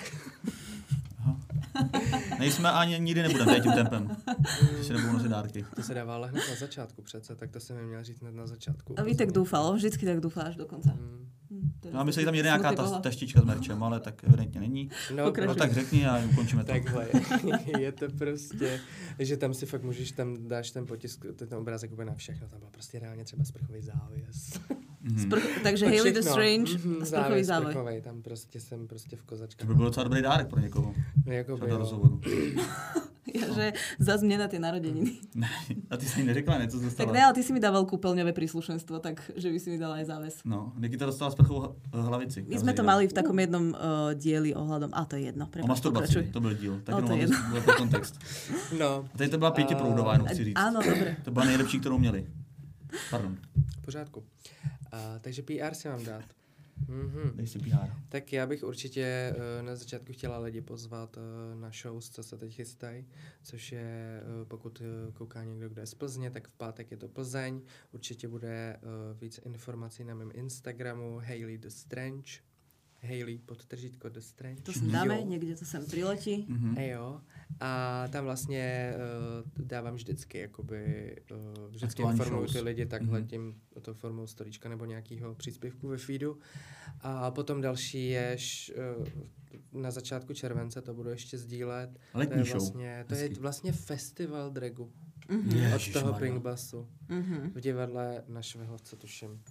Nejsme ani nikdy nebudeme tím tempem. Že si nebudou nosit dárky. To se dává ale hned na začátku přece, tak to jsem mi měl říct hned na začátku. A Vítek doufal, vždycky tak doufáš dokonce. No a myslí tam jede nějaká taštička s merčem, ale tak evidentně není. No tak řekni a ukončíme to. Takhle, je to prostě, že tam si fakt můžeš, tam dáš ten potisk, ten obrázek úplně na všechno, tam byl prostě reálně třeba sprchový závěs. Takže Hailey the Strange, sprchový závěs. Tam prostě jsem prostě v kozačkách. To by byl docela dobrý dárek pro někoho. Jako do rozhovoru. Že zase mě na ty narozeniny. Ne, a ty si mi neřekla, ne, co jsi dostala? Tak ne, ale ty si mi dával kúpeľňové príslušenstvo, tak že by si mi dala aj záväz. No, Nikita dostala sprchovou hlavici. My sme to mali v takom jednom dieli ohľadom, a to je jedno. O masturbaci, to byl díl. Tak to je jedno. Byl pro kontext. No. A tady to byla 5proudová, jenom chci říct. Áno, dobre. To byla nejlepší, kterou měli. Pardon. V pořádku. Takže PR si mám dát. Dej si PR. Tak já bych určitě na začátku chtěla lidi pozvat na shows, co se teď chystají, což je, pokud kouká někdo, kdo je z Plzně, tak v pátek je to Plzeň. Určitě bude víc informací na mém Instagramu Hailey the Strange. Hailey > The Strange. To sem dáme, někde to sem priletí. Jo. A tam vlastně dávám vždycky, jakoby, vždycky Aktuální informuju shows. ty lidi takhle tím, to formou storíčka nebo nějakého příspěvku ve feedu. A potom další je na začátku července, to budu ještě sdílet. Letní show. To je vlastně festival dragu. Ježišmarja. Od toho Pink Bassu. V divadle na Švihlovce, tuším.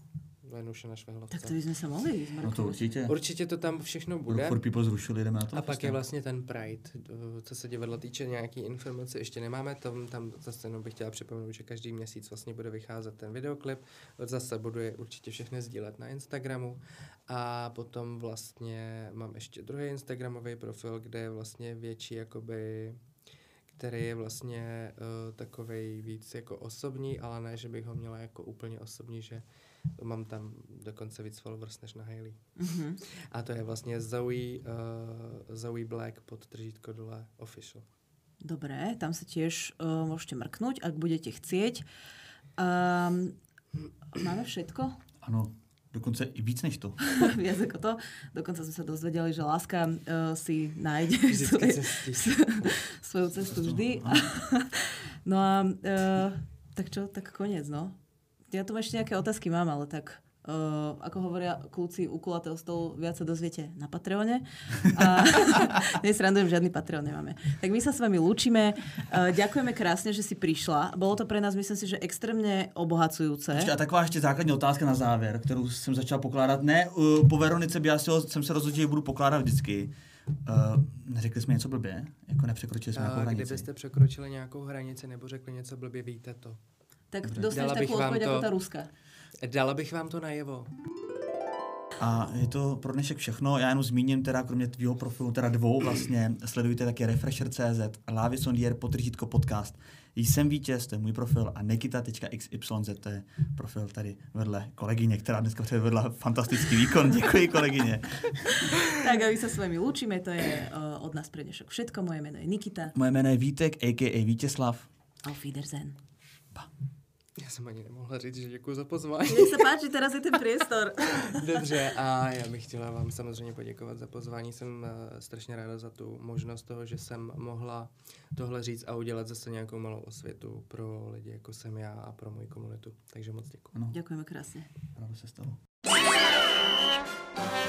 Venuše na Švehlovce. Tak to bychom se mohli zmrknout. No to určitě. Určitě to tam všechno bude. For People zrušili, jdeme na to. A pak je vlastně ten Pride. Co se divadla týče, nějaký informace ještě nemáme. Tam zase jenom bych chtěla připomenout, že každý měsíc vlastně bude vycházet ten videoklip. Zase budu je určitě všechny sdílet na Instagramu. A potom vlastně mám ještě druhý Instagramový profil, kde je vlastně větší jakoby, který je vlastně takovej víc jako osobní, ale ne, že bych ho měla jako úplně osobní, že mám tam dokonce víc followers než na Hailey. Mhm. A to je vlastně Zoe Black __ official. Dobré, tam sa tiež môžete mrknúť, ak budete chcieť. Máme všetko? Ano, dokonce i víc než to. Viac ako to. Dokonca sme sa dozvedeli, že láska si nájde svoju cestu vždy. No a tak čo, tak koniec, no. Ja tu ešte nejaké otázky mám, ale tak ako hovoria kľúci u kulatého stolu, viac sa dozviete na Patreone. A nesrandujem, žiadny Patreon nemáme. Tak my sa s vami lúčime. Ďakujeme krásne, že si prišla. Bolo to pre nás, myslím si, že extrémne obohacujúce. A taková ještě základní otázka na závěr, kterou jsem začal pokládat. Ne, po Veronice jsem se rozhodl, že ji budu pokládat vždycky. Neřekli jsme něco blbě? Jako nepřekročili jsme nějakou hranici? Kdybyste překročili nějakou hranici nebo řekli něco blbě, víte to. Tak dostaneš takú odpoveď ako tá Ruska. Dala bych vám to najevo. A je to pro dnešek všechno. Já jenom zmíním teda kromě tvýho profilu, teda dvou vlastně, sledujte taky Refresher.cz, Lávis on the Air _ podcast. Jsem vítěz, to je můj profil, a Nikita.xyz, to je profil tady vedle kolegyně, která dneska předvedla fantastický výkon. Děkuji, kolegyně. Tak a my sa s vami lúčime, to je od nás pre dnešok všetko. Moje meno je Nikita. Moje jméno je Vítek, a.k.a. Vítězslav. Auf Wiedersehen. Já jsem ani nemohla říct, že děkuji za pozvání. Nech sa páči, teraz je ten priestor. Dobře, a já bych chtěla vám samozřejmě poděkovat za pozvání. Jsem strašně ráda za tu možnost toho, že jsem mohla tohle říct a udělat zase nějakou malou osvětu pro lidi, jako jsem já, a pro moji komunitu. Takže moc děkuji. Ďakujeme krásne. Ráno se stalo.